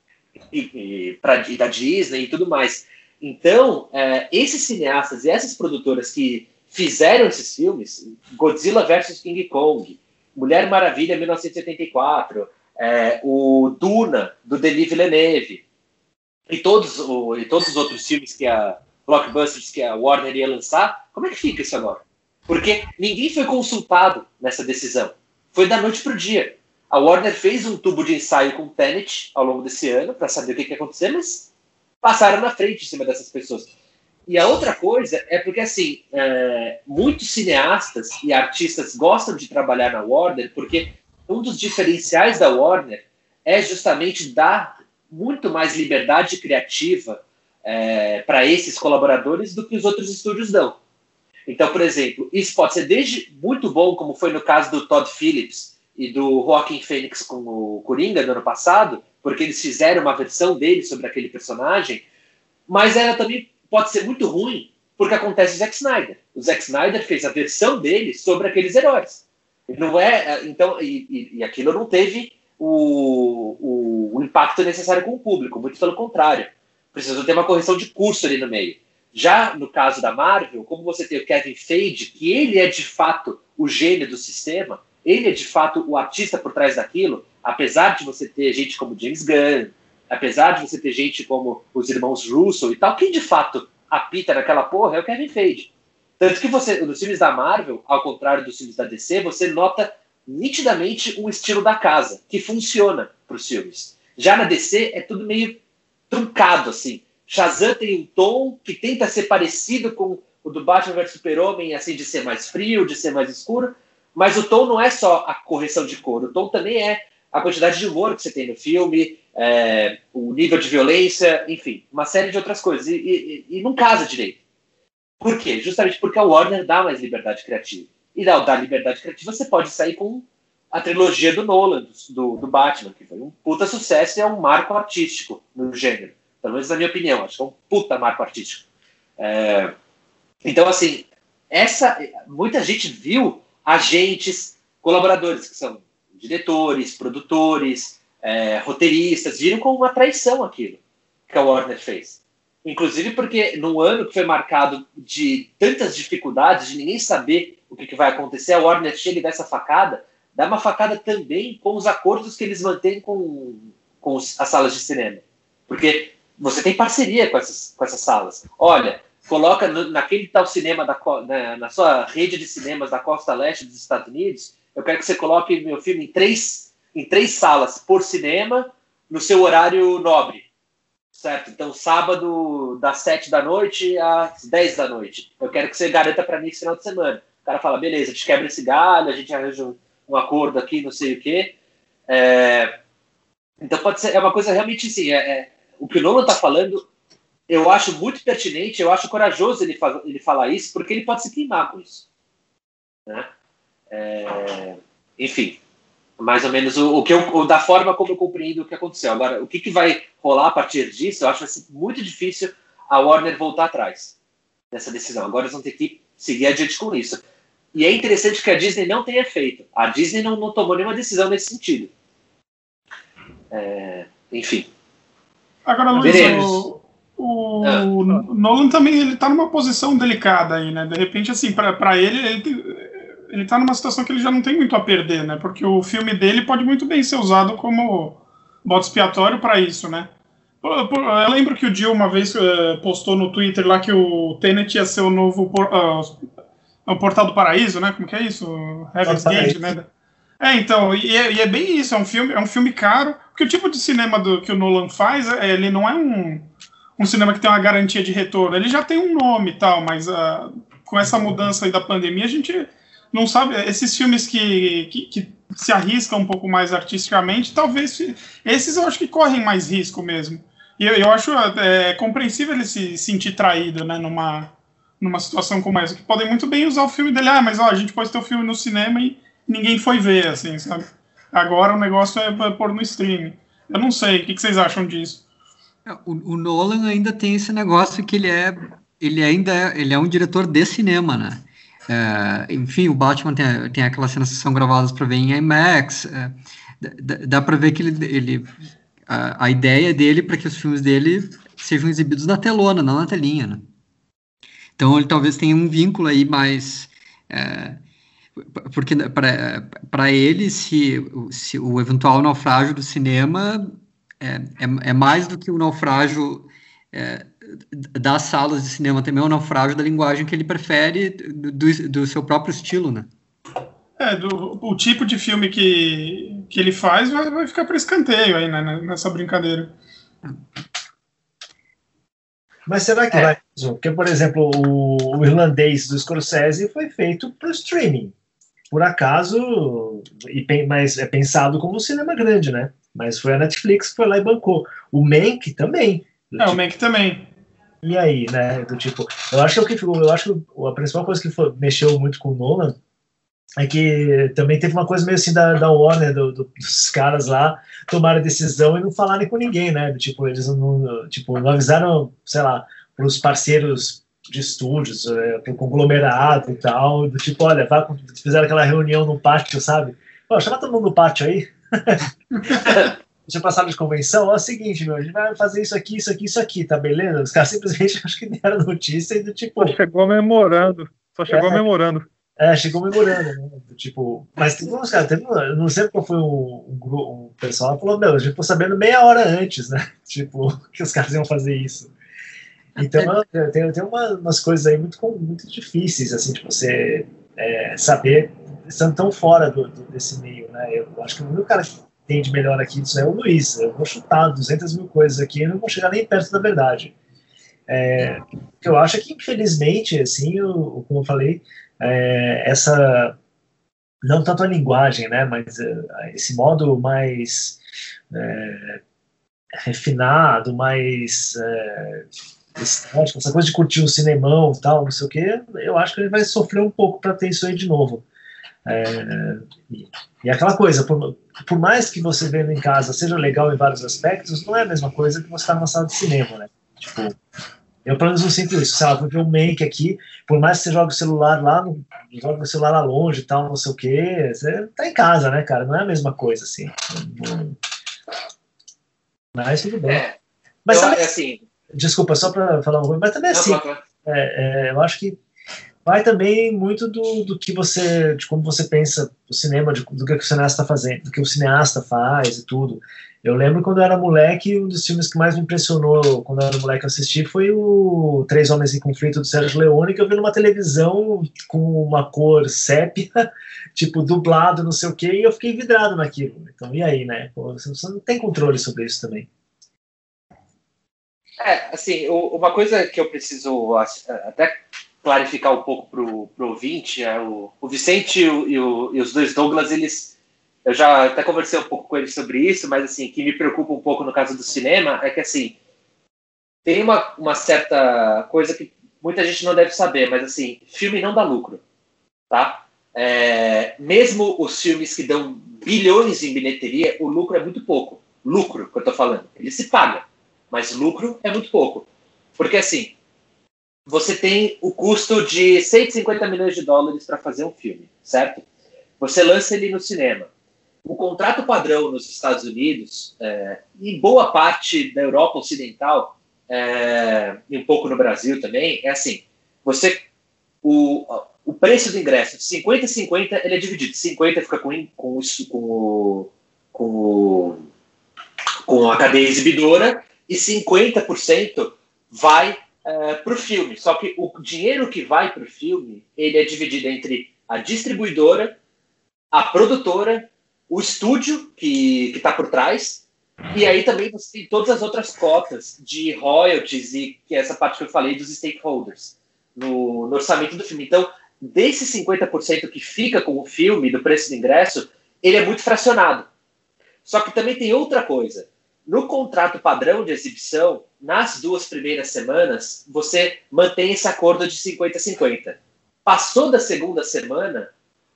e da Disney e tudo mais. Então, esses cineastas e essas produtoras que fizeram esses filmes, Godzilla vs King Kong, Mulher Maravilha 1984, o Duna, do Denis Villeneuve, e todos os outros filmes blockbusters que a Warner ia lançar, como é que fica isso agora? Porque ninguém foi consultado nessa decisão. Foi da noite para o dia. A Warner fez um tubo de ensaio com o Tenet ao longo desse ano para saber o que ia acontecer, mas passaram na frente em cima dessas pessoas. E a outra coisa é porque, assim, muitos cineastas e artistas gostam de trabalhar na Warner porque um dos diferenciais da Warner é justamente dar muito mais liberdade criativa para esses colaboradores do que os outros estúdios dão. Então, por exemplo, isso pode ser desde muito bom, como foi no caso do Todd Phillips e do Joaquin Phoenix com o Coringa do ano passado, porque eles fizeram uma versão dele sobre aquele personagem, mas ela também pode ser muito ruim, porque acontece o Zack Snyder. O Zack Snyder fez a versão dele sobre aqueles heróis. Não então, e aquilo não teve o impacto necessário com o público, muito pelo contrário. Precisou ter uma correção de curso ali no meio. Já no caso da Marvel, como você tem o Kevin Feige, que ele é de fato o gênio do sistema, ele é de fato o artista por trás daquilo, apesar de você ter gente como James Gunn, apesar de você ter gente como os irmãos Russo e tal, quem de fato apita naquela porra é o Kevin Feige. Tanto que nos filmes da Marvel, ao contrário dos filmes da DC, você nota nitidamente um estilo da casa, que funciona para os filmes. Já na DC é tudo meio truncado, assim. Shazam tem um tom que tenta ser parecido com o do Batman vs Super-Homem, assim, de ser mais frio, de ser mais escuro, mas o tom não é só a correção de cor, o tom também é a quantidade de humor que você tem no filme, o nível de violência, enfim, uma série de outras coisas, e não casa direito. Por quê? Justamente porque a Warner dá mais liberdade criativa. E ao dar liberdade criativa, você pode sair com a trilogia do Nolan, do Batman, que foi um puta sucesso e é um marco artístico no gênero. Pelo menos na minha opinião, acho que é um puta marco artístico. Então, assim, muita gente viu agentes, colaboradores, que são diretores, produtores, roteiristas, viram como uma traição aquilo que a Warner fez. Inclusive porque num ano que foi marcado de tantas dificuldades, de ninguém saber o que vai acontecer, a Warner chega e dá essa facada, dá uma facada também com os acordos que eles mantêm com as salas de cinema. Porque você tem parceria com essas salas. Olha, coloca naquele tal cinema, na sua rede de cinemas da costa leste dos Estados Unidos, eu quero que você coloque meu filme em três salas por cinema, no seu horário nobre. Certo? Então, sábado, das 7 da noite às 10 da noite. Eu quero que você garanta para mim esse final de semana. O cara fala, beleza, a gente quebra esse galho, a gente arranja um acordo aqui, não sei o quê. Então, pode ser, é uma coisa realmente assim, o que o Nolan está falando, eu acho muito pertinente, eu acho corajoso ele falar isso, porque ele pode se queimar com isso. Né? Enfim, mais ou menos da forma como eu compreendo o que aconteceu. Agora, o que vai rolar a partir disso, eu acho que vai ser muito difícil a Warner voltar atrás dessa decisão. Agora eles vão ter que seguir adiante com isso. E é interessante que a Disney não tenha feito. A Disney não tomou nenhuma decisão nesse sentido. Enfim. Agora, Luiz, o Nolan também ele tá numa posição delicada aí, né? De repente, assim, para ele tá numa situação que ele já não tem muito a perder, né? Porque o filme dele pode muito bem ser usado como bode expiatório para isso, né? Eu lembro que o Dio uma vez postou no Twitter lá que o Tenet ia ser o novo o Portal do Paraíso, né? Como que é isso? Heaven's Gate, né? Então, e é bem isso, é um filme caro, porque o tipo de cinema que o Nolan faz, ele não é um cinema que tem uma garantia de retorno, ele já tem um nome e tal, mas com essa mudança aí da pandemia, a gente não sabe, esses filmes que se arriscam um pouco mais artisticamente, talvez, esses eu acho que correm mais risco mesmo, e eu acho compreensível ele se sentir traído, né, numa situação como essa, que podem muito bem usar o filme dele, mas a gente pode ter o filme no cinema e ninguém foi ver, assim, sabe? Agora o negócio é pôr no streaming. Eu não sei, o que vocês acham disso? O Nolan ainda tem esse negócio que ele é um diretor de cinema, né? Enfim, o Batman tem aquelas cenas que são gravadas para ver em IMAX. Dá para ver que a ideia dele para que os filmes dele sejam exibidos na telona, não na telinha, né? Então ele talvez tenha um vínculo aí mais... porque para ele, se o eventual naufrágio do cinema é mais do que o naufrágio das salas de cinema, também é o naufrágio da linguagem que ele prefere do seu próprio estilo, né? O tipo de filme que ele faz vai ficar para escanteio aí, né, nessa brincadeira. Mas será que vai? Porque, por exemplo, o Irlandês do Scorsese foi feito para o streaming. Por acaso, mas é pensado como um cinema grande, né? Mas foi a Netflix que foi lá e bancou. O Mank também. O Mank também. E aí, né? Eu acho que a principal coisa que mexeu muito com o Nolan é que também teve uma coisa meio assim da Warner, dos caras lá tomaram a decisão e não falarem com ninguém, né? Eles não avisaram, sei lá, para os parceiros de estúdios, pro conglomerado e tal, olha, fizeram aquela reunião no pátio, sabe? Chama todo mundo no pátio aí. Deixa eu passar de convenção, é o seguinte, a gente vai fazer isso aqui, tá beleza? Os caras simplesmente acho que deram notícia e Só chegou memorando. Chegou memorando, né? Mas tem uns caras, eu não sei qual foi um pessoal que falou, a gente ficou sabendo meia hora antes, né? Que os caras iam fazer isso. Então, tem umas coisas aí muito difíceis, assim, de você saber, estando tão fora desse meio, né? Eu acho que o único cara que entende melhor aqui disso é o Luiz. Eu vou chutar 200 mil coisas aqui e não vou chegar nem perto da verdade. O que eu acho é que, infelizmente, assim, como eu falei, essa... Não tanto a linguagem, né? Mas esse modo mais refinado, mais... estética, essa coisa de curtir um cinemão e tal, não sei o que, eu acho que ele vai sofrer um pouco para ter isso aí de novo. E aquela coisa, por mais que você vendo em casa seja legal em vários aspectos, não é a mesma coisa que você estar numa sala de cinema, né? Eu pelo menos não sinto isso, sabe? Vou ver um Mank aqui, por mais que você jogue o celular joga o celular lá longe e tal, não sei o que, você tá em casa, né, cara? Não é a mesma coisa, assim. Mas tudo bem. Mas sabe, assim... Desculpa, só para falar uma coisa, mas também assim, eu acho que vai também muito de como você pensa o cinema, do que o cineasta está fazendo, do que o cineasta faz e tudo. Eu lembro quando eu era moleque, um dos filmes que mais me impressionou quando eu era moleque assistir foi o Três Homens em Conflito do Sérgio Leone, que eu vi numa televisão com uma cor sépia, dublado, não sei o quê, e eu fiquei vidrado naquilo. Então, e aí, né? Você não tem controle sobre isso também. Assim, uma coisa que eu preciso até clarificar um pouco pro ouvinte, o Vicente e os dois Douglas, eu já até conversei um pouco com eles sobre isso, mas assim, que me preocupa um pouco no caso do cinema é que assim, tem uma certa coisa que muita gente não deve saber, mas assim, filme não dá lucro, tá? mesmo os filmes que dão bilhões em bilheteria, o lucro é muito pouco. Lucro, que eu estou falando. Ele se paga, mas lucro é muito pouco. Porque, assim, você tem o custo de 150 milhões de dólares para fazer um filme, certo? Você lança ele no cinema. O contrato padrão nos Estados Unidos, e boa parte da Europa Ocidental, e um pouco no Brasil também, é assim, o preço do ingresso, 50-50, ele é dividido. 50 fica com a cadeia exibidora e 50% vai para o filme. Só que o dinheiro que vai para o filme, ele é dividido entre a distribuidora, a produtora, o estúdio que está por trás, e aí também você tem todas as outras cotas de royalties e que é essa parte que eu falei dos stakeholders no orçamento do filme. Então, desse 50% que fica com o filme, do preço do ingresso, ele é muito fracionado. Só que também tem outra coisa. No contrato padrão de exibição, nas 2 primeiras semanas, você mantém esse acordo de 50-50. Passou da segunda semana,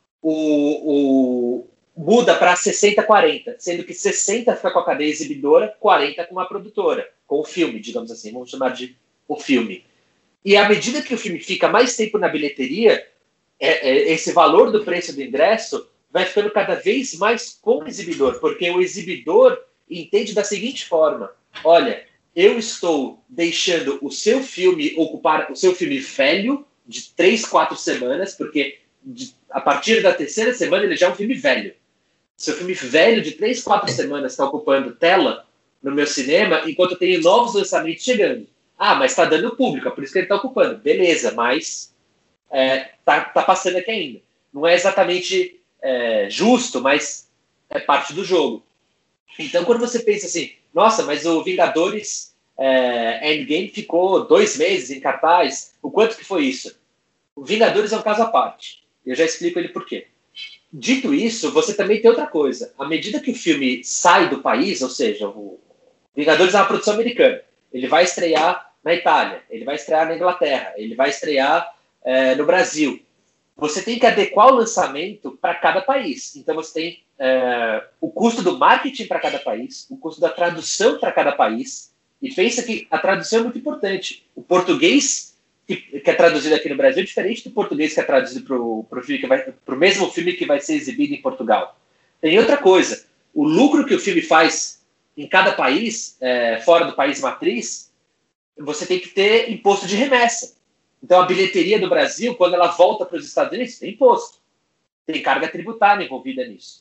muda para 60-40, sendo que 60 fica com a cadeia exibidora, 40 com a produtora, com o filme, digamos assim, vamos chamar de o filme. E à medida que o filme fica mais tempo na bilheteria, esse valor do preço do ingresso vai ficando cada vez mais com o exibidor, porque o exibidor entende da seguinte forma: olha, eu estou deixando o seu filme ocupar o seu filme velho de 3-4 semanas, porque a partir da 3ª semana ele já é um filme velho. Seu filme velho de 3-4 semanas está ocupando tela no meu cinema, enquanto eu tenho novos lançamentos chegando. Ah, mas está dando público, é por isso que ele está ocupando. Beleza, mas tá passando aqui ainda. Não é exatamente justo, mas é parte do jogo. Então, quando você pensa assim, nossa, mas o Vingadores Endgame ficou 2 meses em cartaz, o quanto que foi isso? O Vingadores é um caso à parte. Eu já explico ele por quê. Dito isso, você também tem outra coisa. À medida que o filme sai do país, ou seja, o Vingadores é uma produção americana, ele vai estrear na Itália, ele vai estrear na Inglaterra, ele vai estrear no Brasil. Você tem que adequar o lançamento para cada país. Então você tem o custo do marketing para cada país, o custo da tradução para cada país. E pensa que a tradução é muito importante. O português que é traduzido aqui no Brasil é diferente do português que é traduzido para o mesmo filme que vai ser exibido em Portugal. Tem outra coisa. O lucro que o filme faz em cada país, fora do país matriz, você tem que ter imposto de remessa. Então, a bilheteria do Brasil, quando ela volta para os Estados Unidos, tem imposto. Tem carga tributária envolvida nisso.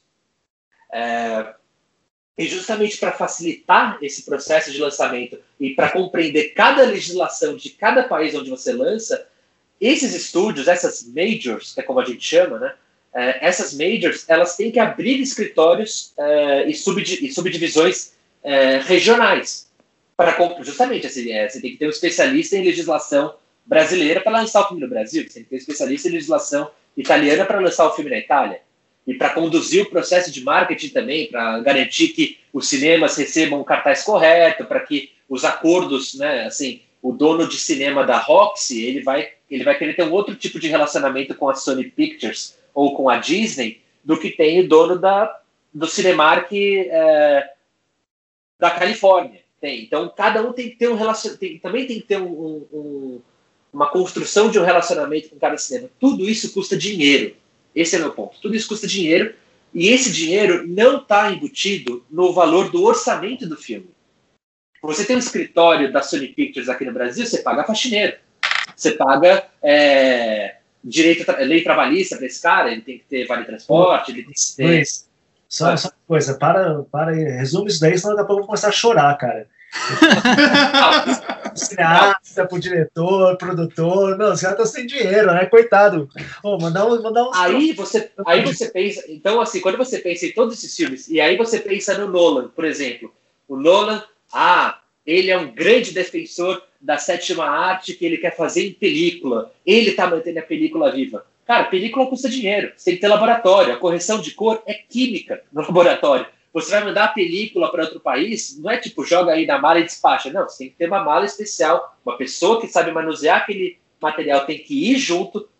E justamente para facilitar esse processo de lançamento e para compreender cada legislação de cada país onde você lança, esses estúdios, essas majors, que é como a gente chama, né? Essas majors, elas têm que abrir escritórios e subdivisões regionais. Justamente, assim, você tem que ter um especialista em legislação brasileira para lançar o filme no Brasil, você tem que ter um especialista em legislação italiana para lançar o filme na Itália, e para conduzir o processo de marketing também, para garantir que os cinemas recebam o cartaz correto, para que os acordos, né, assim, o dono de cinema da Roxy, ele vai querer ter um outro tipo de relacionamento com a Sony Pictures ou com a Disney do que tem o dono do Cinemark da Califórnia. Então, cada um tem que ter também tem que ter uma construção de um relacionamento com cada cinema. Tudo isso custa dinheiro. Esse é o meu ponto. Tudo isso custa dinheiro, e esse dinheiro não está embutido no valor do orçamento do filme. Você tem um escritório da Sony Pictures aqui no Brasil, você paga faxineiro. Você paga lei trabalhista para esse cara, ele tem que ter vale transporte, ele tem que ter... Só uma coisa, para resume isso daí, senão daqui a pouco eu vou começar a chorar, cara. Cineasta, pro diretor, produtor, não, os caras estão sem dinheiro, né? Coitado. Mandar uns... Aí você pensa, então assim, quando você pensa em todos esses filmes, e aí você pensa no Nolan, por exemplo. O Nolan, ele é um grande defensor da sétima arte que ele quer fazer em película. Ele tá mantendo a película viva. Cara, película custa dinheiro, você tem que ter laboratório, a correção de cor é química no laboratório. Você vai mandar a película para outro país, não é tipo, joga aí na mala e despacha. Não, você tem que ter uma mala especial, uma pessoa que sabe manusear aquele material tem que ir junto,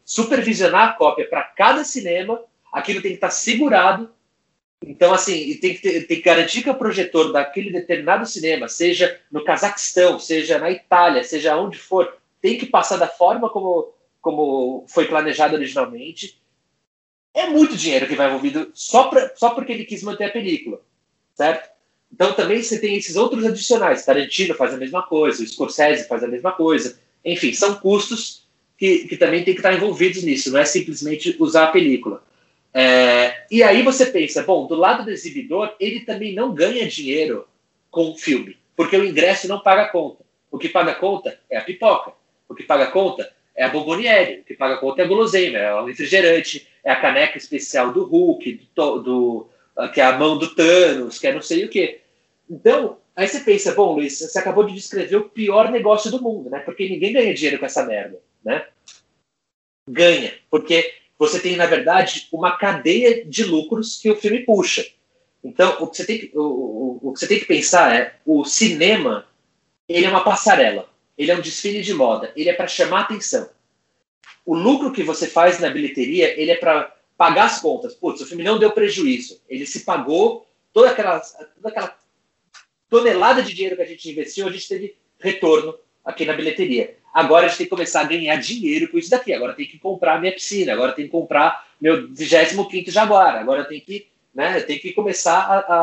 supervisionar a cópia para cada cinema, aquilo tem que estar segurado. Então, assim, tem que garantir que o projetor daquele determinado cinema, seja no Cazaquistão, seja na Itália, seja onde for, tem que passar da forma como foi planejado originalmente. É muito dinheiro que vai envolvido só porque ele quis manter a película, certo? Então também você tem esses outros adicionais. Tarantino faz a mesma coisa, o Scorsese faz a mesma coisa. Enfim, são custos que também tem que estar envolvidos nisso, não é simplesmente usar a película. E aí você pensa, bom, do lado do exibidor, ele também não ganha dinheiro com o filme, porque o ingresso não paga a conta. O que paga a conta é a pipoca. O que paga a conta é a bomboniere. O que paga a conta é a guloseima, é o refrigerante, é a caneca especial do Hulk, que é a mão do Thanos, que é não sei o quê. Então, aí você pensa, bom, Luiz, você acabou de descrever o pior negócio do mundo, né? Porque ninguém ganha dinheiro com essa merda, né? Ganha, porque você tem, na verdade, uma cadeia de lucros que o filme puxa. Então, o que você tem que pensar é, o cinema, ele é uma passarela, ele é um desfile de moda, ele é para chamar atenção. O lucro que você faz na bilheteria, ele é para pagar as contas. Putz, o filme não deu prejuízo, ele se pagou, toda aquela tonelada de dinheiro que a gente investiu, a gente teve retorno aqui na bilheteria. Agora a gente tem que começar a ganhar dinheiro com isso daqui. Agora tem que comprar minha piscina, agora tem que comprar meu 25º Jaguar, agora tem que começar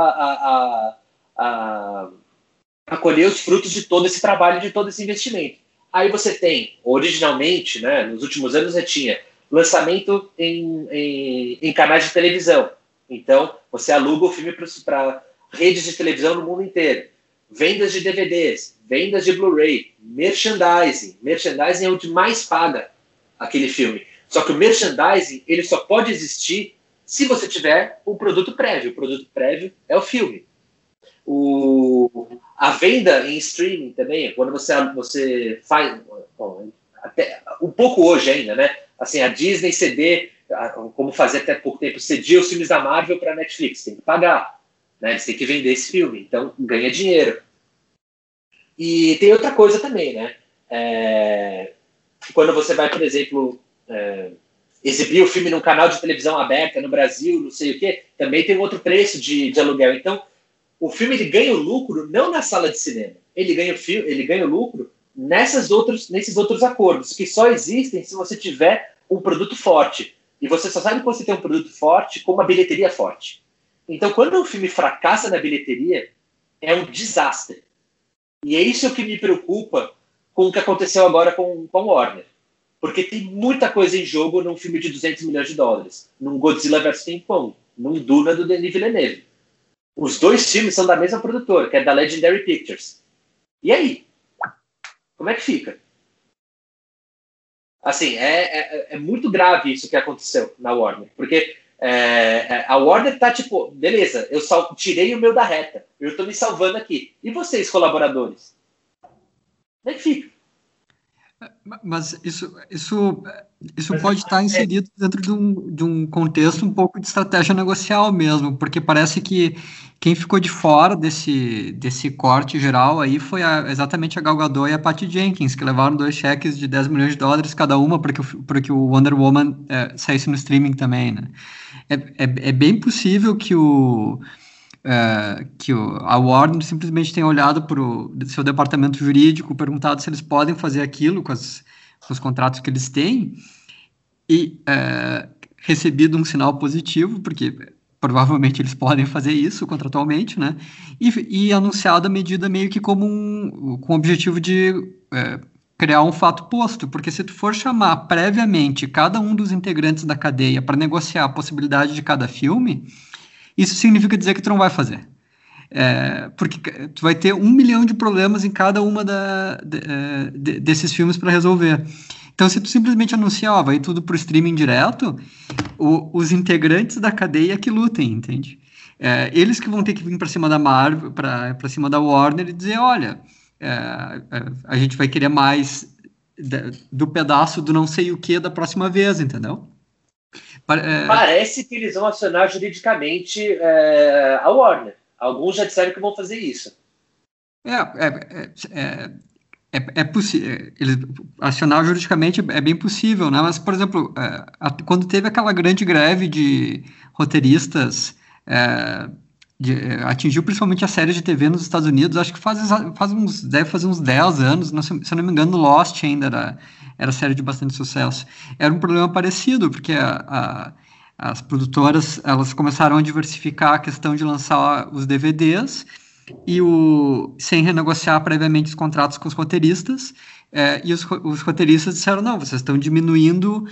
a colher os frutos de todo esse trabalho, de todo esse investimento. Aí você tem, originalmente, né, nos últimos anos você tinha lançamento em canais de televisão. Então, você aluga o filme para redes de televisão no mundo inteiro. Vendas de DVDs, vendas de Blu-ray, merchandising. Merchandising é onde mais paga aquele filme. Só que o merchandising, ele só pode existir se você tiver um produto prévio. O produto prévio é o filme. A venda em streaming também, quando você faz... Bom, até, um pouco hoje ainda, né? Assim, a Disney ceder, como fazia até pouco tempo, cedia os filmes da Marvel para a Netflix. Tem que pagar. Né? Eles têm que vender esse filme, então ganha dinheiro. E tem outra coisa também, né? Quando você vai, por exemplo, exibir o filme num canal de televisão aberta no Brasil, não sei o quê, também tem outro preço de aluguel. Então, o filme ele ganha o lucro não na sala de cinema, ele ganha o lucro nesses outros acordos, que só existem se você tiver um produto forte. E você só sabe que você tem um produto forte com uma bilheteria forte. Então, quando um filme fracassa na bilheteria, é um desastre. E é isso que me preocupa com o que aconteceu agora com Warner. Porque tem muita coisa em jogo num filme de $200 milhões, num Godzilla vs King Kong, num Duna do Denis Villeneuve. Os dois filmes são da mesma produtora, que é da Legendary Pictures. E aí? Como é que fica? Assim, é muito grave isso que aconteceu na Warner. Porque a Warner tá tipo, beleza, eu tirei o meu da reta, eu tô me salvando aqui. E vocês, colaboradores? Como é que fica? Mas isso pode estar inserido dentro de um contexto um pouco de estratégia negocial mesmo, porque parece que quem ficou de fora desse corte geral aí foi exatamente a Gal Gadot e a Patty Jenkins, que levaram 2 cheques de $10 milhões cada uma para que o Wonder Woman saísse no streaming também, né? É bem possível que a Warner simplesmente tenha olhado para o seu departamento jurídico, perguntado se eles podem fazer aquilo com os contratos que eles têm e recebido um sinal positivo, porque provavelmente eles podem fazer isso contratualmente, né? E anunciado a medida meio que com o objetivo de criar um fato posto, porque se tu for chamar previamente cada um dos integrantes da cadeia para negociar a possibilidade de cada filme, isso significa dizer que tu não vai fazer. Porque tu vai ter 1 milhão de problemas em cada uma desses filmes para resolver. Então, se tu simplesmente anunciar, vai tudo pro streaming direto, os integrantes da cadeia que lutem, entende? Eles que vão ter que vir para cima da Marvel, para cima da Warner e dizer, olha, a gente vai querer mais do pedaço do não sei o que da próxima vez, entendeu? Parece que eles vão acionar juridicamente a Warner. Alguns já disseram que vão fazer isso. É possível, acionar juridicamente é bem possível, né? Mas, por exemplo, quando teve aquela grande greve de roteiristas, atingiu principalmente a série de TV nos Estados Unidos, acho que deve fazer uns 10 anos, se eu não me engano, Lost ainda era série de bastante sucesso. Era um problema parecido, porque as produtoras, elas começaram a diversificar a questão de lançar os DVDs, sem renegociar previamente os contratos com os roteiristas, e os roteiristas disseram, não, vocês estão diminuindo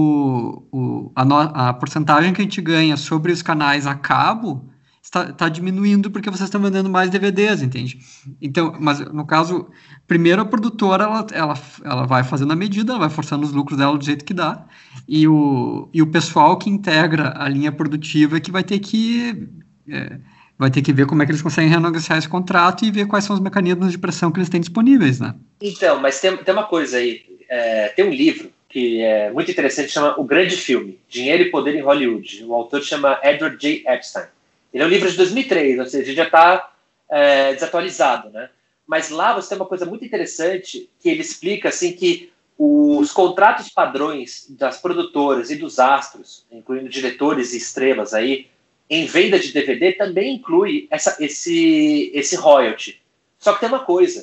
a porcentagem que a gente ganha sobre os canais a cabo, está diminuindo porque vocês estão vendendo mais DVDs, entende? Então, mas no caso, primeiro a produtora, ela vai fazendo a medida, ela vai forçando os lucros dela do jeito que dá, e o pessoal que integra a linha produtiva que vai ter que ver como é que eles conseguem renegociar esse contrato e ver quais são os mecanismos de pressão que eles têm disponíveis, né? Então, mas tem uma coisa aí. Tem um livro que é muito interessante, chama O Grande Filme, Dinheiro e Poder em Hollywood. O autor chama Edward J. Epstein. Ele é um livro de 2003, ou seja, já está desatualizado, né? Mas lá você tem uma coisa muito interessante que ele explica assim, que os contratos padrões das produtoras e dos astros, incluindo diretores e estrelas aí, em venda de DVD também inclui esse royalty. Só que tem uma coisa.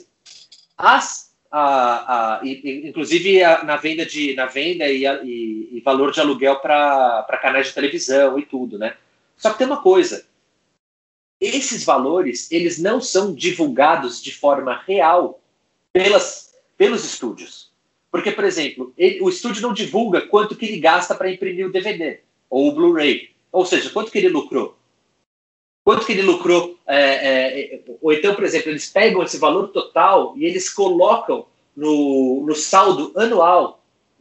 Inclusive na venda e valor de aluguel para canais de televisão e tudo, né? Só que tem uma coisa. Esses valores, eles não são divulgados de forma real pelos estúdios. Porque, por exemplo, o estúdio não divulga quanto que ele gasta para imprimir o DVD ou o Blu-ray. Ou seja, quanto que ele lucrou? Quanto que ele lucrou? Ou então, por exemplo, eles pegam esse valor total e eles colocam no saldo anual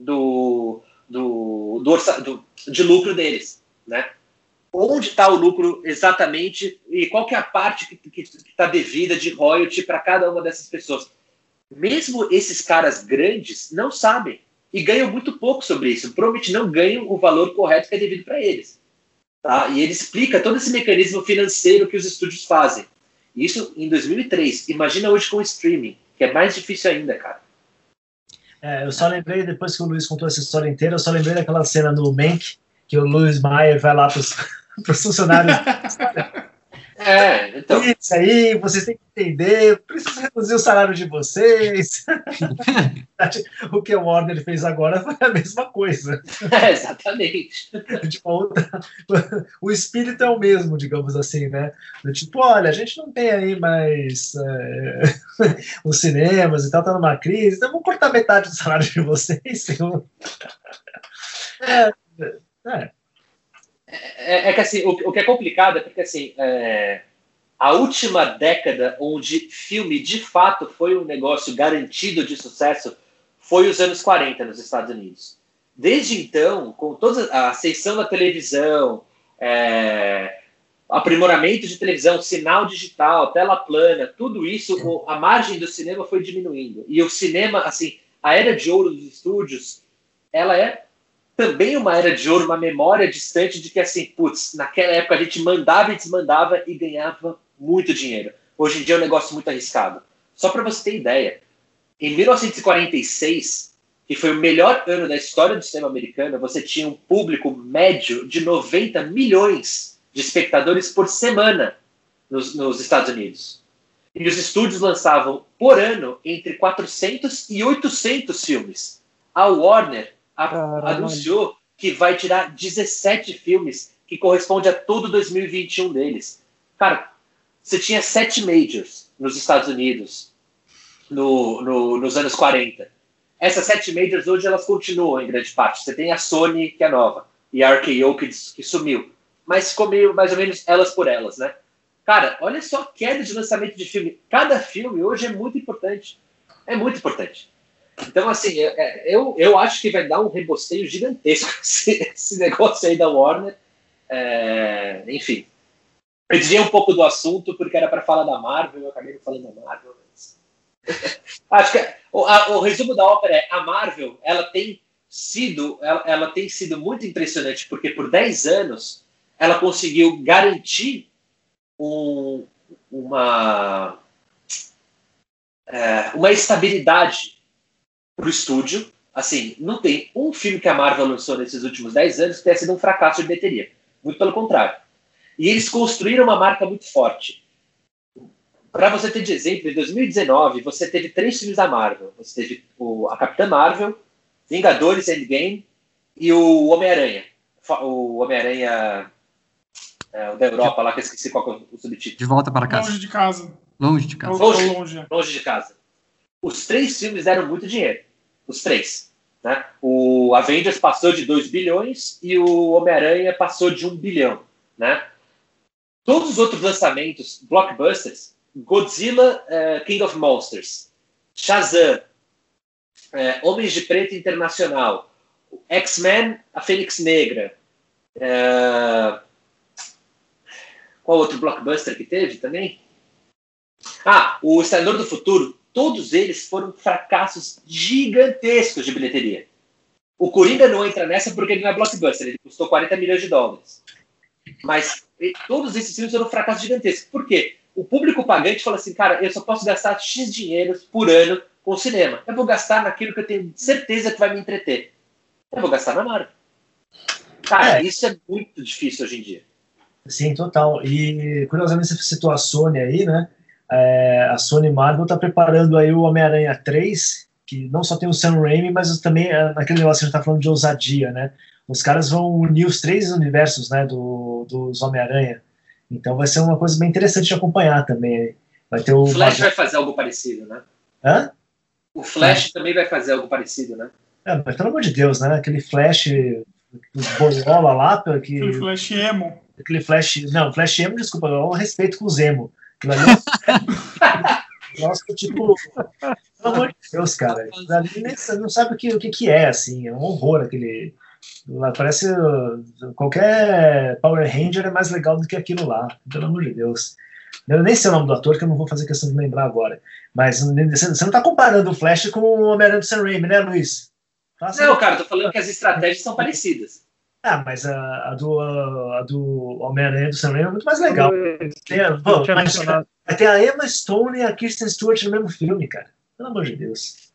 de lucro deles, né? Onde está o lucro exatamente e qual que é a parte que está devida de royalty para cada uma dessas pessoas. Mesmo esses caras grandes não sabem e ganham muito pouco sobre isso. Provavelmente não ganham o valor correto que é devido para eles. Tá? E ele explica todo esse mecanismo financeiro que os estúdios fazem. Isso em 2003. Imagina hoje com o streaming, que é mais difícil ainda, cara. Eu só lembrei, depois que o Luiz contou essa história inteira, eu só lembrei daquela cena no Mank, que o Louis Mayer vai lá para os funcionários. Então. Isso aí, vocês têm que entender, preciso reduzir o salário de vocês. O que o Warner fez agora foi a mesma coisa. Exatamente. Tipo, o espírito é o mesmo, digamos assim, né? Tipo, olha, a gente não tem aí mais os cinemas e tal, tá numa crise, então vamos cortar metade do salário de vocês. É que assim, o que é complicado é porque assim, a última década onde filme de fato foi um negócio garantido de sucesso foi os anos 40 nos Estados Unidos. Desde então, com toda a ascensão da televisão, aprimoramento de televisão, sinal digital, tela plana, tudo isso, a margem do cinema foi diminuindo. E o cinema, assim, a era de ouro dos estúdios, ela é também uma era de ouro, uma memória distante de que, assim, putz, naquela época a gente mandava e desmandava e ganhava muito dinheiro. Hoje em dia é um negócio muito arriscado. Só para você ter ideia, em 1946, que foi o melhor ano da história do cinema americano, você tinha um público médio de 90 milhões de espectadores por semana nos Estados Unidos. E os estúdios lançavam, por ano, entre 400 e 800 filmes. A Warner anunciou que vai tirar 17 filmes, que corresponde a todo 2021 deles. Cara, você tinha 7 majors nos Estados Unidos nos anos 40. Essas 7 majors hoje elas continuam em grande parte. Você tem a Sony, que é nova, e a RKO, que sumiu. Mas ficou meio, mais ou menos, elas por elas, né? Cara, olha só a queda de lançamento de filme. Cada filme hoje é muito importante. É muito importante. Então, assim, eu acho que vai dar um rebosteio gigantesco esse negócio aí da Warner. Enfim. Eu desviei um pouco do assunto, porque era para falar da Marvel, eu acabei falando da Marvel. Mas... acho que o resumo da ópera é: a Marvel, ela tem sido muito impressionante, porque por 10 anos ela conseguiu garantir uma uma estabilidade para o estúdio. Assim, não tem um filme que a Marvel lançou nesses últimos 10 anos que tenha sido um fracasso de bilheteria. Muito pelo contrário. E eles construíram uma marca muito forte. Para você ter de exemplo, em 2019, você teve 3 filmes da Marvel. Você teve a Capitã Marvel, Vingadores Endgame e o Homem-Aranha. O Homem-Aranha o da Europa, lá que eu esqueci qual é o subtítulo. De volta para casa. Longe de casa. Longe de casa. Longe de casa. Os 3 filmes deram muito dinheiro. Os 3. Né? O Avengers passou de 2 bilhões e o Homem-Aranha passou de 1 bilhão. Né? Todos os outros lançamentos, blockbusters, Godzilla, King of Monsters, Shazam, Homens de Preto Internacional, X-Men, a Fênix Negra, qual outro blockbuster que teve também? O Exterminador do Futuro. Todos eles foram fracassos gigantescos de bilheteria. O Coringa não entra nessa porque ele não é blockbuster, ele custou 40 milhões de dólares. Mas todos esses filmes foram fracassos gigantescos. Por quê? O público pagante fala assim, cara, eu só posso gastar X dinheiros por ano com o cinema. Eu vou gastar naquilo que eu tenho certeza que vai me entreter. Eu vou gastar na Marvel. Cara, isso é muito difícil hoje em dia. Sim, total. E, curiosamente, você citou a Sony aí, né? A Sony Marvel está preparando aí o Homem-Aranha 3, que não só tem o Sam Raimi, mas também naquele negócio que a gente está falando de ousadia, né? Os caras vão unir os 3 universos, né, dos Homem-Aranha. Então vai ser uma coisa bem interessante de acompanhar também. Vai ter o Flash vai fazer algo parecido, né? Hã? O Flash também vai fazer algo parecido, né? Mas pelo amor de Deus, né? Aquele Flash boiola lá, aquele Flash emo. Aquele Flash... Não, Flash emo, desculpa, eu respeito com os emo. Aquilo ali nossa, tipo... Pelo amor de Deus, cara. Ali você não sabe o que é, assim. É um horror aquele... Parece qualquer Power Ranger é mais legal do que aquilo lá, pelo amor de Deus. Eu nem sei o nome do ator, que eu não vou fazer questão de lembrar agora. Mas você não está comparando o Flash com o Homem-Aranha do Sam Raimi, né, Luiz? Não, cara, eu tô falando que as estratégias são parecidas. Mas a do Homem-Aranha do Sam Raimi é muito mais legal. Vai ter a Emma Stone e a Kristen Stewart no mesmo filme, cara. Pelo amor de Deus.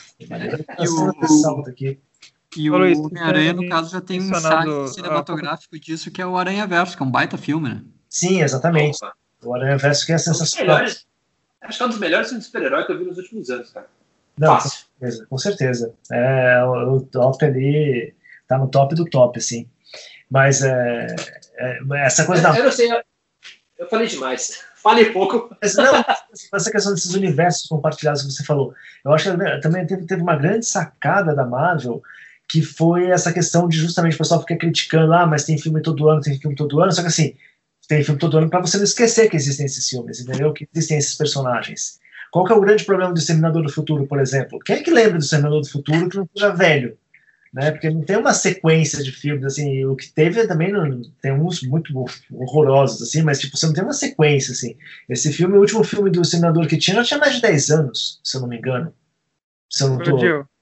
E o Homem-Aranha, no caso, já tem um ensaio cinematográfico disso, que é o Aranhaverso, que é um baita filme, né? Sim, exatamente. Opa. O Aranhaverso que é sensacional. Acho que é um dos melhores filmes de super-herói que eu vi nos últimos anos, cara. Não, fácil. Com certeza. O top ali tá no top do top, assim. Mas essa coisa da... Eu não sei, eu falei demais. Falei pouco. Mas não, essa questão desses universos compartilhados que você falou, eu acho que também teve uma grande sacada da Marvel, que foi essa questão de justamente o pessoal ficar criticando, mas tem filme todo ano, só que assim, tem filme todo ano para você não esquecer que existem esses filmes, entendeu? Que existem esses personagens. Qual que é o grande problema do Exterminador do Futuro, por exemplo? Quem é que lembra do Exterminador do Futuro que não seja velho? Né? Porque não tem uma sequência de filmes, assim, o que teve também, tem uns muito horrorosos, assim, mas tipo, você não tem uma sequência, assim. Esse filme, o último filme do Exterminador que tinha mais de 10 anos, se eu não me engano. Se eu não tô...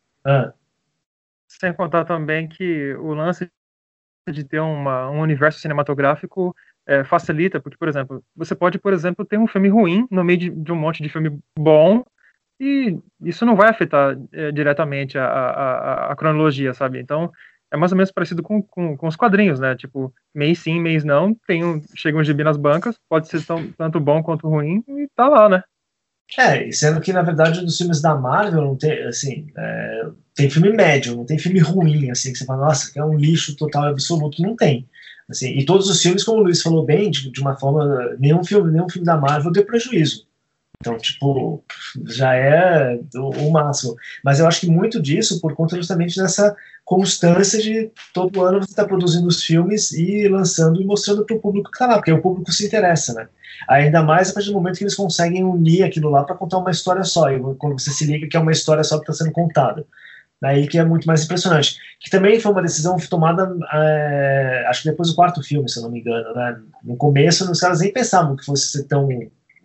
Sem contar também que o lance de ter um universo cinematográfico facilita, porque, por exemplo, você pode, por exemplo, ter um filme ruim no meio de um monte de filme bom, e isso não vai afetar diretamente a cronologia, sabe? Então, é mais ou menos parecido com os quadrinhos, né? Tipo, mês sim, mês não, chega um gibi nas bancas, pode ser tanto bom quanto ruim, e tá lá, né? E sendo que, na verdade, nos filmes da Marvel, não tem, assim, tem filme médio, não tem filme ruim, assim, que você fala, nossa, que é um lixo total e absoluto, não tem. Assim, e todos os filmes, como o Luiz falou bem, de uma forma, nenhum filme da Marvel deu prejuízo. Então, tipo, já é o máximo. Mas eu acho que muito disso por conta justamente dessa constância de todo ano você estar produzindo os filmes e lançando e mostrando para o público que está lá, porque o público se interessa, né? Ainda mais a partir do momento que eles conseguem unir aquilo lá para contar uma história só, e quando você se liga que é uma história só que está sendo contada. Daí que é muito mais impressionante. Que também foi uma decisão tomada, acho que depois do 4º filme, se eu não me engano, né? No começo, os caras nem pensavam que fosse ser tão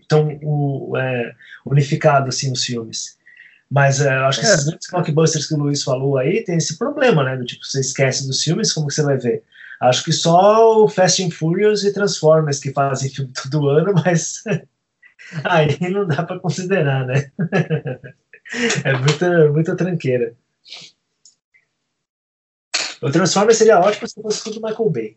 unificado assim os filmes. Mas eu acho que esses grandes blockbusters que o Luiz falou aí tem esse problema, né? Do tipo, você esquece dos filmes, como que você vai ver? Acho que só o Fast and Furious e Transformers que fazem filme todo ano, mas Aí não dá para considerar, né? É muita tranqueira. O Transformers seria ótimo se fosse tudo Michael Bay.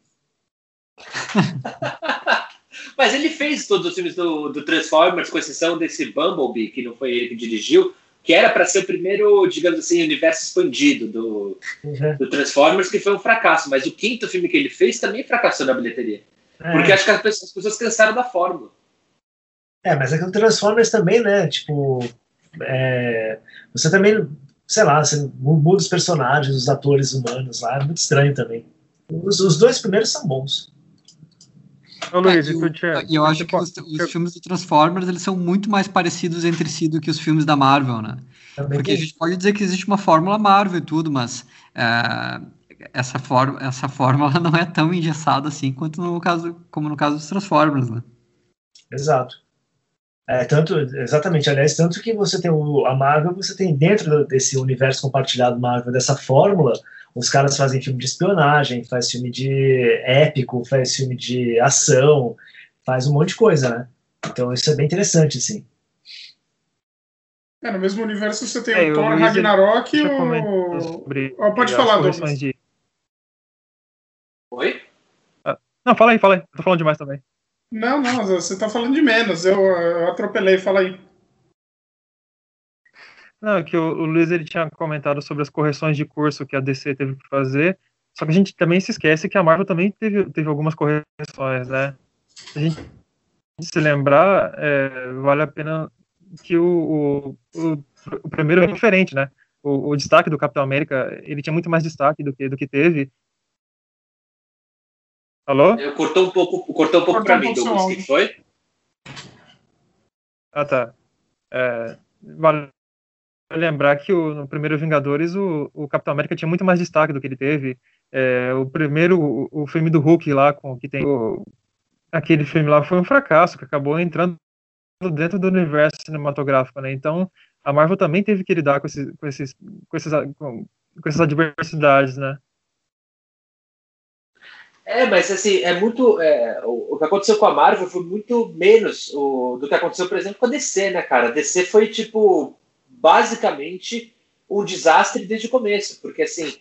Mas ele fez todos os filmes do Transformers, com exceção desse Bumblebee, que não foi ele que dirigiu, que era para ser o primeiro, digamos assim, universo expandido do Transformers, que foi um fracasso. Mas o quinto filme que ele fez também fracassou na bilheteria. Porque acho que as pessoas cansaram da fórmula. Mas é que o Transformers também, né? Tipo, você também, sei lá, você muda os personagens, os atores humanos lá, é muito estranho também. Os dois primeiros são bons. Ô, Luiz, eu acho que os filmes do Transformers, eles são muito mais parecidos entre si do que os filmes da Marvel, né? Também porque a gente pode dizer que existe uma fórmula Marvel e tudo, mas essa fórmula não é tão engessada assim como no caso dos Transformers, né? Exato. Exatamente, aliás, tanto que você tem a Marvel, você tem dentro desse universo compartilhado Marvel, dessa fórmula, os caras fazem filme de espionagem, faz filme de épico, faz filme de ação, faz um monte de coisa, né? Então isso é bem interessante, assim. No mesmo universo você tem o Thor, Ragnarok e o... Pode falar, Douglas. Oi? Não, fala aí, eu tô falando demais também. Não, você tá falando de menos, eu atropelei, fala aí. Não, é que o Luiz ele tinha comentado sobre as correções de curso que a DC teve que fazer, só que a gente também se esquece que a Marvel também teve algumas correções, né? Se a gente se lembrar, vale a pena que o primeiro é diferente, né? O destaque do Capitão América, ele tinha muito mais destaque do que teve. Alô? Cortou um pouco para mim, Douglas, o que foi? Ah, tá. Vale lembrar que no primeiro Vingadores o Capitão América tinha muito mais destaque do que ele teve. O filme do Hulk lá, que tem aquele filme lá foi um fracasso, que acabou entrando dentro do universo cinematográfico, né? Então a Marvel também teve que lidar com essas adversidades, né? Mas assim, o que aconteceu com a Marvel foi muito menos do que aconteceu, por exemplo, com a DC, né, cara? A DC foi, tipo, basicamente um desastre desde o começo, porque, assim,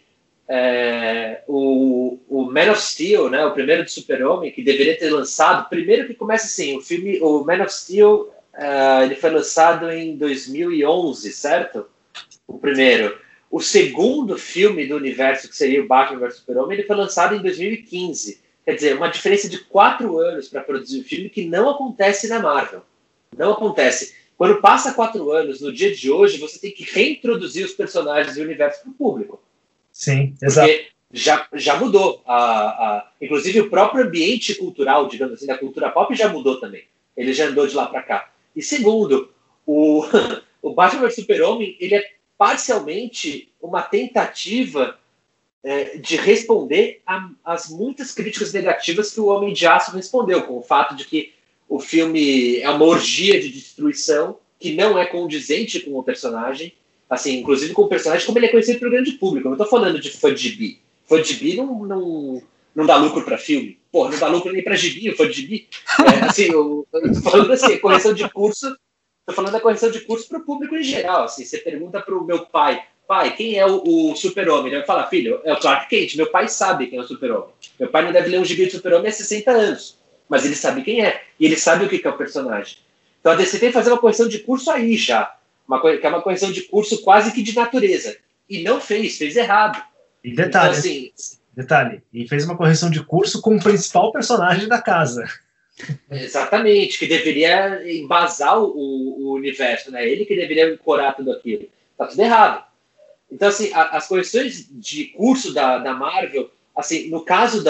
o Man of Steel, né, o primeiro de Super-Homem, que deveria ter lançado, primeiro que começa assim, o Man of Steel, ele foi lançado em 2011, certo? O primeiro. O segundo filme do universo, que seria o Batman vs Super-Homem, ele foi lançado em 2015. Quer dizer, uma diferença de 4 anos para produzir um filme que não acontece na Marvel. Não acontece. Quando passa 4 anos, no dia de hoje, você tem que reintroduzir os personagens e o universo para o público. Sim, exato. Porque já mudou. Inclusive, o próprio ambiente cultural, digamos assim, da cultura pop já mudou também. Ele já andou de lá para cá. E segundo, o Batman vs Super-Homem, ele é parcialmente uma tentativa de responder às muitas críticas negativas que o Homem de Aço respondeu, com o fato de que o filme é uma orgia de destruição que não é condizente com o personagem, assim, inclusive com o personagem como ele é conhecido pelo grande público. Eu não estou falando de fã de gibi. Fã de gibi não dá lucro para filme. Porra, não dá lucro nem para gibi, o fã de gibi. Eu tô falando assim, correção de curso. Estou falando da correção de curso para o público em geral. Assim, você pergunta para o meu pai, quem é o Super-Homem? Ele vai falar, filho, é o Clark Kent. Meu pai sabe quem é o Super-Homem. Meu pai não deve ler um gibi de Super-Homem há 60 anos, mas ele sabe quem é. E ele sabe o que é o personagem. Então a DC tem que fazer uma correção de curso aí já. Que é uma correção de curso quase que de natureza. E não fez errado. E detalhe, então, assim, e fez uma correção de curso com o principal personagem da casa. Exatamente, que deveria embasar o universo, né? Ele que deveria ancorar tudo aquilo. Tá tudo errado. Então, assim, as correções de curso da Marvel, assim, no caso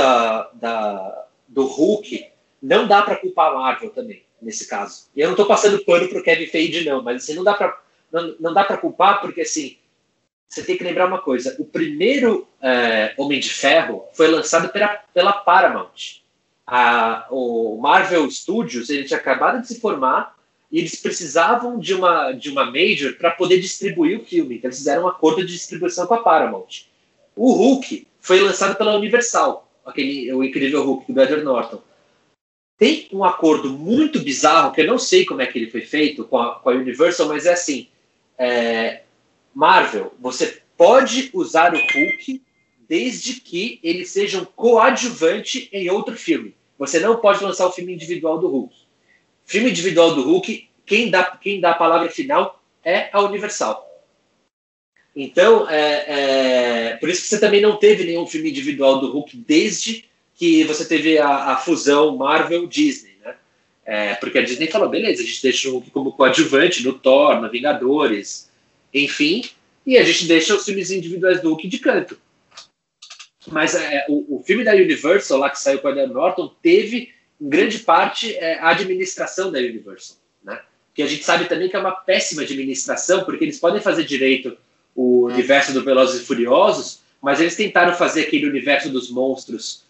do Hulk, não dá para culpar a Marvel também, nesse caso. E eu não tô passando pano pro Kevin Feige, não, mas assim, não dá para culpar, porque assim, você tem que lembrar uma coisa, o primeiro Homem de Ferro foi lançado pela Paramount. O Marvel Studios, ele tinha acabado de se formar e eles precisavam de uma major para poder distribuir o filme. Então eles fizeram um acordo de distribuição com a Paramount. O Hulk foi lançado pela Universal, o incrível Hulk do Edward Norton. tem um acordo muito bizarro, que eu não sei como é que ele foi feito com a Universal, mas é assim, Marvel, você pode usar o Hulk desde que ele seja um coadjuvante em outro filme. Você não pode lançar o filme individual do Hulk. Filme individual do Hulk, quem dá a palavra final é a Universal. Então, por isso que você também não teve nenhum filme individual do Hulk desde que você teve a fusão Marvel-Disney, né? Porque a Disney falou, beleza, a gente deixa o Hulk como coadjuvante no Thor, no Vingadores, enfim, e a gente deixa os filmes individuais do Hulk de canto. Mas o filme da Universal, lá que saiu com a Edward Norton, teve, em grande parte, a administração da Universal, né? Que a gente sabe também que é uma péssima administração, porque eles podem fazer direito o universo do Velozes e Furiosos, mas eles tentaram fazer aquele universo dos monstros.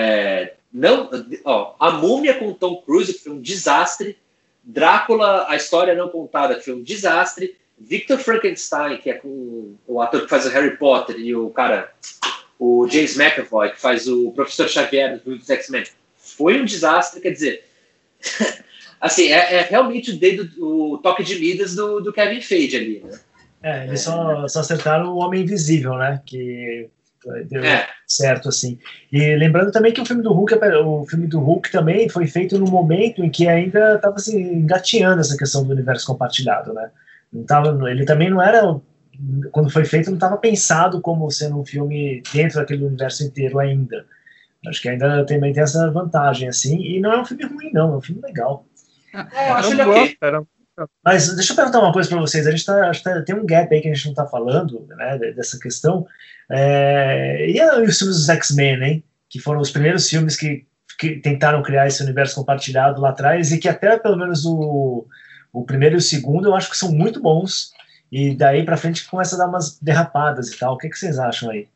A Múmia com Tom Cruise, que foi um desastre. Drácula, a história não contada, que foi um desastre. Victor Frankenstein, que é com o ator que faz o Harry Potter, e o James McAvoy, que faz o Professor Xavier dos X-Men, foi um desastre. Quer dizer, assim, realmente o toque de Midas do Kevin Feige ali, né? Eles só acertaram o Homem Invisível, né? Que deu certo, assim. E lembrando também que o filme do Hulk também foi feito num momento em que ainda estava assim, engateando essa questão do universo compartilhado, né? Ele também não era, quando foi feito, não estava pensado como sendo um filme dentro daquele universo inteiro ainda. Acho que ainda também tem essa vantagem, assim. E não é um filme ruim, não. É um filme legal. Eu acho ele ok. Mas deixa eu perguntar uma coisa para vocês. A gente tem um gap aí que a gente não está falando, né, dessa questão. E os filmes dos X-Men, hein? Que foram os primeiros filmes que tentaram criar esse universo compartilhado lá atrás e que até pelo menos o primeiro e o segundo eu acho que são muito bons. E daí para frente começa a dar umas derrapadas e tal. O que vocês acham aí?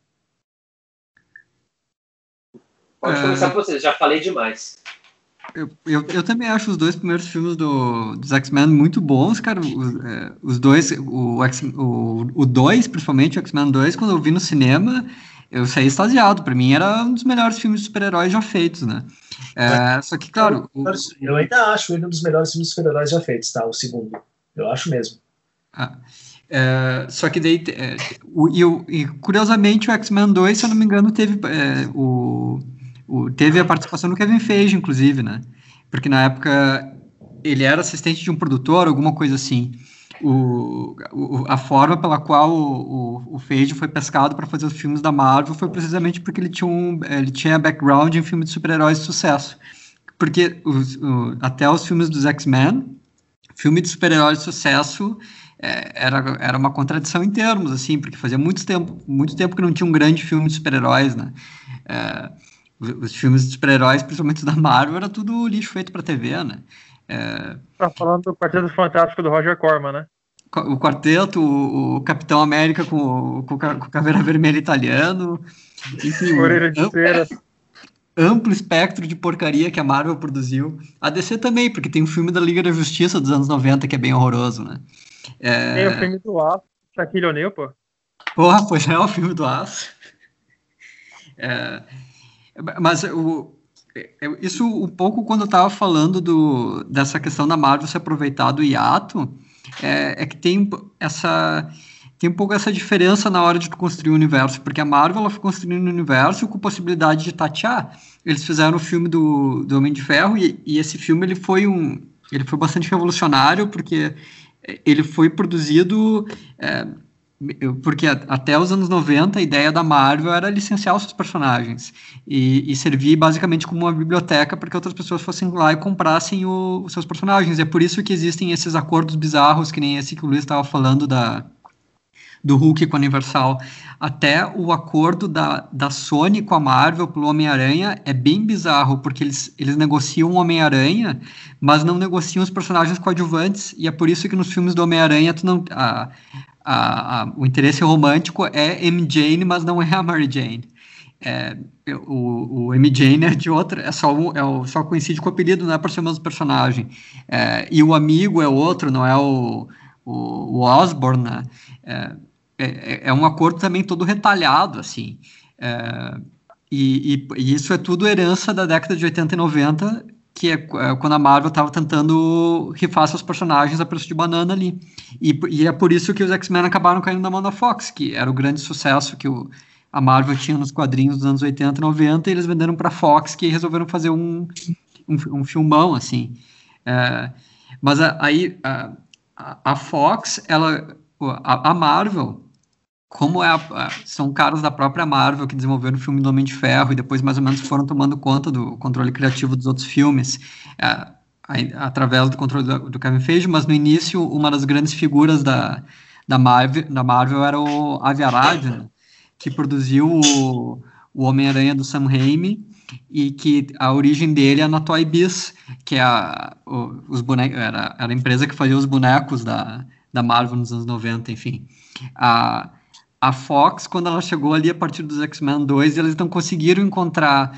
Pode começar com vocês. Já falei demais. Eu também acho os dois primeiros filmes dos X-Men muito bons, cara. Os dois, o 2, principalmente o X-Men 2, quando eu vi no cinema, eu saí extasiado. Pra mim era um dos melhores filmes de super-heróis já feitos, né? Só que, claro... Eu ainda acho ele um dos melhores filmes de super-heróis já feitos, tá? O segundo. Eu acho mesmo. Só que daí... curiosamente, o X-Men 2, se eu não me engano, teve teve a participação do Kevin Feige, inclusive, né? Porque na época ele era assistente de um produtor, alguma coisa assim. A forma pela qual o Feige foi pescado para fazer os filmes da Marvel foi precisamente porque ele tinha background em filme de super-heróis de sucesso. Porque até os filmes dos X-Men, filme de super-heróis de sucesso era uma contradição em termos, assim, porque fazia muito tempo que não tinha um grande filme de super-heróis, né? Os filmes de super-heróis, principalmente da Marvel, era tudo lixo feito pra TV, né? Tá falando do Quarteto Fantástico do Roger Corman, né? O Quarteto, o Capitão América com Caveira Vermelha italiano, enfim, amplo espectro de porcaria que a Marvel produziu. A DC também, porque tem um filme da Liga da Justiça dos anos 90 que é bem horroroso, né? Tem o filme do Aço, Shaquille O'Neal, pô. Porra, pois é o filme do Aço. Mas isso um pouco quando eu estava falando dessa questão da Marvel se aproveitar do hiato, que tem um pouco essa diferença na hora de construir o universo, porque a Marvel ela foi construindo o universo com possibilidade de tatear. Eles fizeram o filme do Homem de Ferro e esse filme ele foi bastante revolucionário porque ele foi produzido... porque até os anos 90 a ideia da Marvel era licenciar os seus personagens e servir basicamente como uma biblioteca para que outras pessoas fossem lá e comprassem os seus personagens. É por isso que existem esses acordos bizarros, que nem esse que o Luiz estava falando do Hulk com a Universal. Até o acordo da Sony com a Marvel pelo Homem-Aranha é bem bizarro, porque eles negociam o Homem-Aranha, mas não negociam os personagens coadjuvantes, e é por isso que nos filmes do Homem-Aranha o interesse romântico é MJ, mas não é a Mary Jane. O MJ é de outra, só coincide com o apelido, não é por ser o mesmo personagem. E o amigo é outro, não é o Osborn, né? É um acordo também todo retalhado, assim. E isso é tudo herança da década de 80 e 90, que é quando a Marvel estava tentando rifar seus personagens a preço de banana ali. E é por isso que os X-Men acabaram caindo na mão da Fox, que era o grande sucesso que a Marvel tinha nos quadrinhos dos anos 80 e 90, e eles venderam para a Fox, que resolveram fazer um filmão, assim. Mas aí a Fox, a Marvel, como são caras da própria Marvel que desenvolveram o filme do Homem de Ferro e depois mais ou menos foram tomando conta do controle criativo dos outros filmes, através do controle do Kevin Feige, mas no início uma das grandes figuras da Marvel era o Avi Arad, né, que produziu o Homem-Aranha do Sam Raimi, e que a origem dele é na Toy Biz, que é os bonecos, era a empresa que fazia os bonecos da Marvel nos anos 90, enfim. A Fox, quando ela chegou ali a partir dos X-Men 2, eles não conseguiram encontrar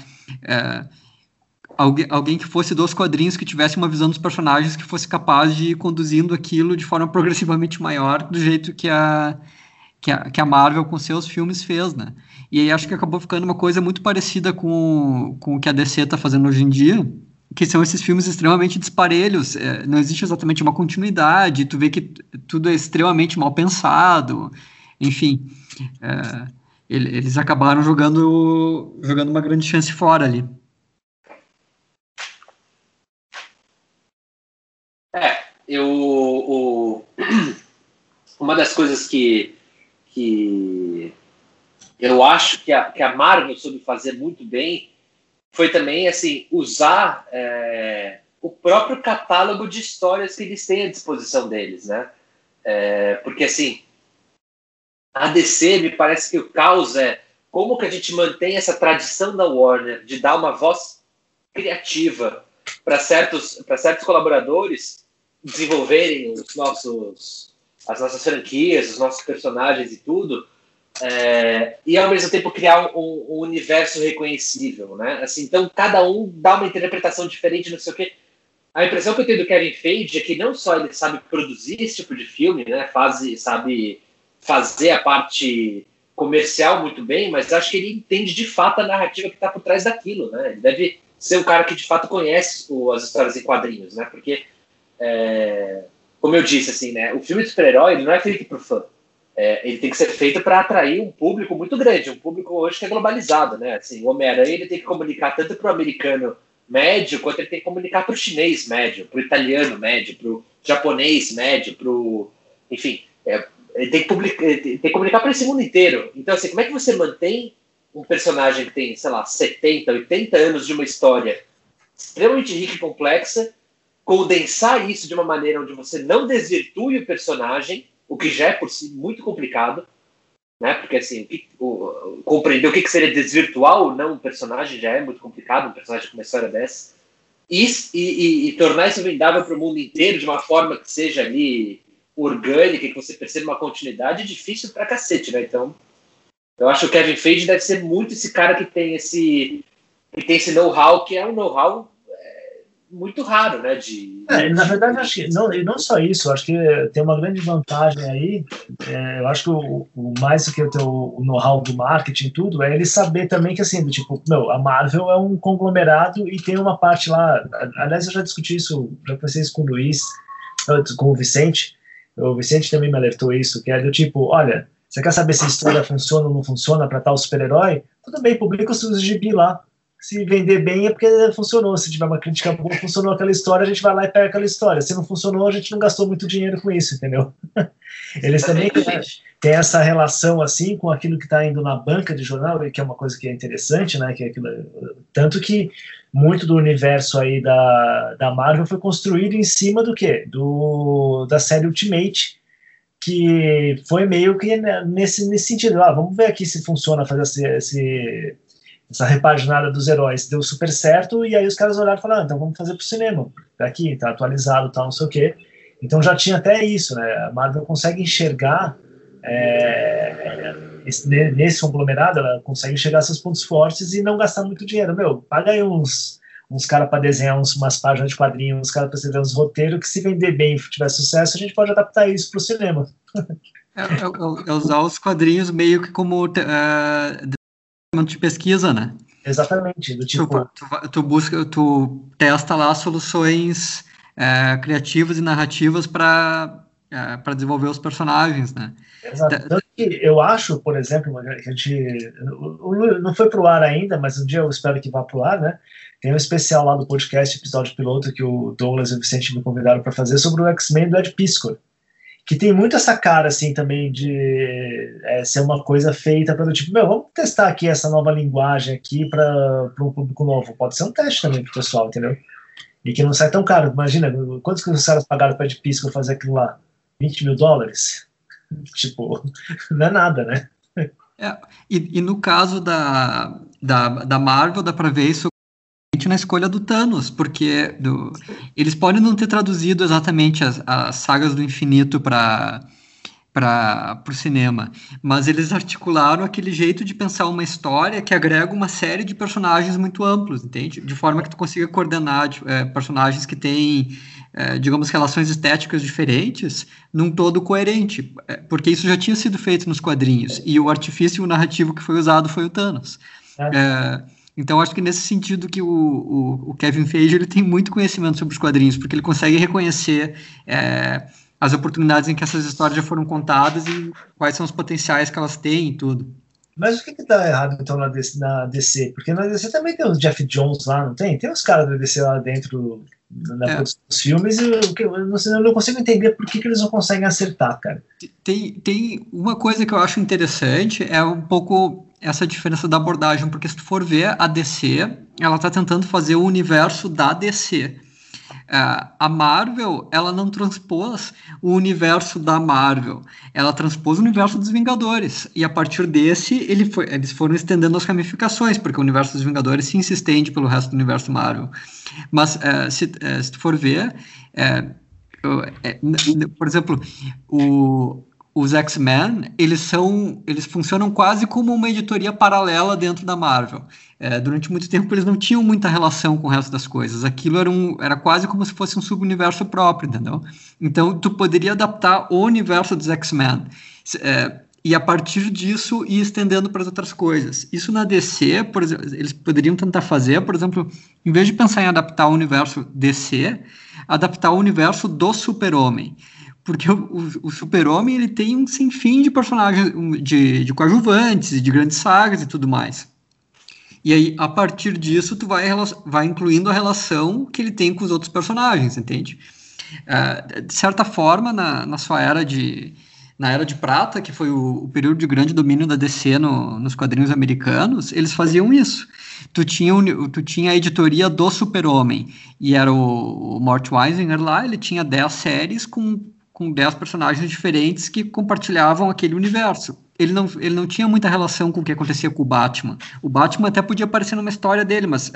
alguém que fosse dos quadrinhos, que tivesse uma visão dos personagens, que fosse capaz de ir conduzindo aquilo de forma progressivamente maior, do jeito que a Marvel com seus filmes fez, né? E aí acho que acabou ficando uma coisa muito parecida com o que a DC está fazendo hoje em dia, que são esses filmes extremamente disparelhos, não existe exatamente uma continuidade, tu vê que tudo é extremamente mal pensado, enfim, eles acabaram jogando uma grande chance fora ali. Uma das coisas que eu acho que a Marvel soube fazer muito bem foi também, assim, usar o próprio catálogo de histórias que eles têm à disposição deles, né? Porque, assim, a DC, me parece que o caos é como que a gente mantém essa tradição da Warner de dar uma voz criativa para certos colaboradores desenvolverem as nossas franquias, os nossos personagens e tudo, e ao mesmo tempo criar um universo reconhecível, né? Assim, então cada um dá uma interpretação diferente, não sei o quê. A impressão que eu tenho do Kevin Feige é que não só ele sabe produzir esse tipo de filme, né? Sabe fazer a parte comercial muito bem, mas acho que ele entende de fato a narrativa que está por trás daquilo, né? Ele deve ser um cara que de fato conhece as histórias em quadrinhos, né? Porque como eu disse, assim, né, o filme de super-herói ele não é feito para o fã. Ele tem que ser feito para atrair um público muito grande, um público hoje que é globalizado, né? Assim, o Homem-Aranha ele tem que comunicar tanto para o americano médio, quanto ele tem que comunicar para o chinês médio, para o italiano médio, para o japonês médio, enfim, ele tem que comunicar para esse mundo inteiro. Então, assim, como é que você mantém um personagem que tem, sei lá, 70, 80 anos de uma história extremamente rica e complexa, condensar isso de uma maneira onde você não desvirtue o personagem, o que já é por si muito complicado, né? Porque assim, compreender o que seria desvirtuar ou não um personagem já é muito complicado, um personagem com uma história dessa, e tornar isso vendável para o mundo inteiro de uma forma que seja ali orgânica, que você perceba uma continuidade, é difícil pra cacete, né? Então, eu acho que o Kevin Feige deve ser muito esse cara que tem esse know-how, que é um know-how muito raro, né? Na verdade, acho que não só isso, acho que tem uma grande vantagem aí. Eu acho que o mais do que o know-how do marketing e tudo é ele saber também que, assim, tipo, a Marvel é um conglomerado e tem uma parte lá. Aliás, eu já discuti isso, já conversei isso com o Luiz, com o Vicente. O Vicente também me alertou isso, que é do tipo, olha, você quer saber se a história funciona ou não funciona para tal super-herói? Tudo bem, publica os seus gibi lá. Se vender bem é porque funcionou. Se tiver uma crítica boa, funcionou aquela história, a gente vai lá e pega aquela história. Se não funcionou, a gente não gastou muito dinheiro com isso, entendeu? Eles também têm essa relação assim com aquilo que está indo na banca de jornal, que é uma coisa que é interessante, né? Que é aquilo, tanto que muito do universo aí da Marvel foi construído em cima do quê? Da série Ultimate, que foi meio que nesse sentido. Vamos ver aqui se funciona fazer essa repaginada dos heróis. Deu super certo, e aí os caras olharam e falaram, então vamos fazer pro cinema. Aqui, tá atualizado, tal, não sei o quê. Então já tinha até isso, né? A Marvel consegue enxergar nesse conglomerado, ela consegue enxergar seus pontos fortes e não gastar muito dinheiro. Paga aí uns caras para desenhar umas páginas de quadrinhos, uns caras para escrever uns roteiros, que se vender bem e tiver sucesso, a gente pode adaptar isso pro cinema. É usar os quadrinhos meio que como de pesquisa, né? Exatamente, do tipo... Tu testa lá soluções criativas e narrativas para desenvolver os personagens, né? Exato. Tanto que eu acho, por exemplo, que a gente não foi pro ar ainda, mas um dia eu espero que vá pro ar, né? Tem um especial lá do podcast, episódio piloto, que o Douglas e o Vicente me convidaram para fazer sobre o X-Men do Ed Piskor, que tem muito essa cara, assim, também de ser uma coisa feita para do tipo, vamos testar aqui essa nova linguagem aqui para um público novo. Pode ser um teste também pro pessoal, entendeu? E que não sai tão caro. Imagina, quantos que os caras pagaram para Ed Piskor fazer aquilo lá? $20 mil? Tipo, não é nada, né? E no caso da Marvel, dá para ver isso na escolha do Thanos, porque eles podem não ter traduzido exatamente as sagas do infinito para o cinema, mas eles articularam aquele jeito de pensar uma história que agrega uma série de personagens muito amplos, entende? De forma que tu consiga coordenar personagens que têm, digamos, relações estéticas diferentes num todo coerente, porque isso já tinha sido feito nos quadrinhos, e o artifício narrativo que foi usado foi o Thanos. Então, acho que nesse sentido que o Kevin Feige ele tem muito conhecimento sobre os quadrinhos, porque ele consegue reconhecer as oportunidades em que essas histórias já foram contadas e quais são os potenciais que elas têm e tudo. Mas o que está errado, então, na DC? Porque na DC também tem os Jeff Jones lá, não tem? Tem os caras da DC lá dentro na produção dos filmes, e eu não consigo entender por que eles não conseguem acertar, cara. Tem uma coisa que eu acho interessante, é um pouco essa diferença da abordagem, porque se tu for ver a DC, ela está tentando fazer o universo da DC. A Marvel, ela não transpôs o universo da Marvel, ela transpôs o universo dos Vingadores, e a partir desse eles foram estendendo as ramificações, porque o universo dos Vingadores sim se estende pelo resto do universo Marvel. Mas se tu for ver, por exemplo, os X-Men, eles funcionam quase como uma editoria paralela dentro da Marvel. Durante muito tempo eles não tinham muita relação com o resto das coisas. Aquilo era quase como se fosse um subuniverso próprio, entendeu? Então tu poderia adaptar o universo dos X-Men e a partir disso ir estendendo para as outras coisas. Isso na DC, por exemplo, eles poderiam tentar fazer, por exemplo, em vez de pensar em adaptar o universo DC, adaptar o universo do Super-Homem. Porque o Super-Homem ele tem um sinfim de personagens, de coadjuvantes, de grandes sagas e tudo mais. E aí, a partir disso, tu vai incluindo a relação que ele tem com os outros personagens, entende? De certa forma, na sua era na Era de Prata, que foi o período de grande domínio da DC nos quadrinhos americanos, eles faziam isso. Tu tinha a editoria do Super-Homem, e era o Mort Weisinger lá, ele tinha 10 séries com 10 personagens diferentes que compartilhavam aquele universo. Ele não tinha muita relação com o que acontecia com o Batman. O Batman até podia aparecer numa história dele, mas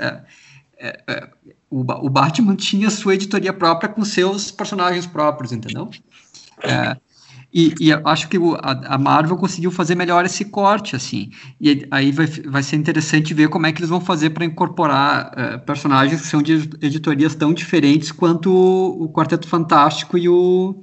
o Batman tinha sua editoria própria com seus personagens próprios, entendeu? E eu acho que a Marvel conseguiu fazer melhor esse corte, assim. E aí vai ser interessante ver como é que eles vão fazer para incorporar personagens que são de editorias tão diferentes quanto o Quarteto Fantástico e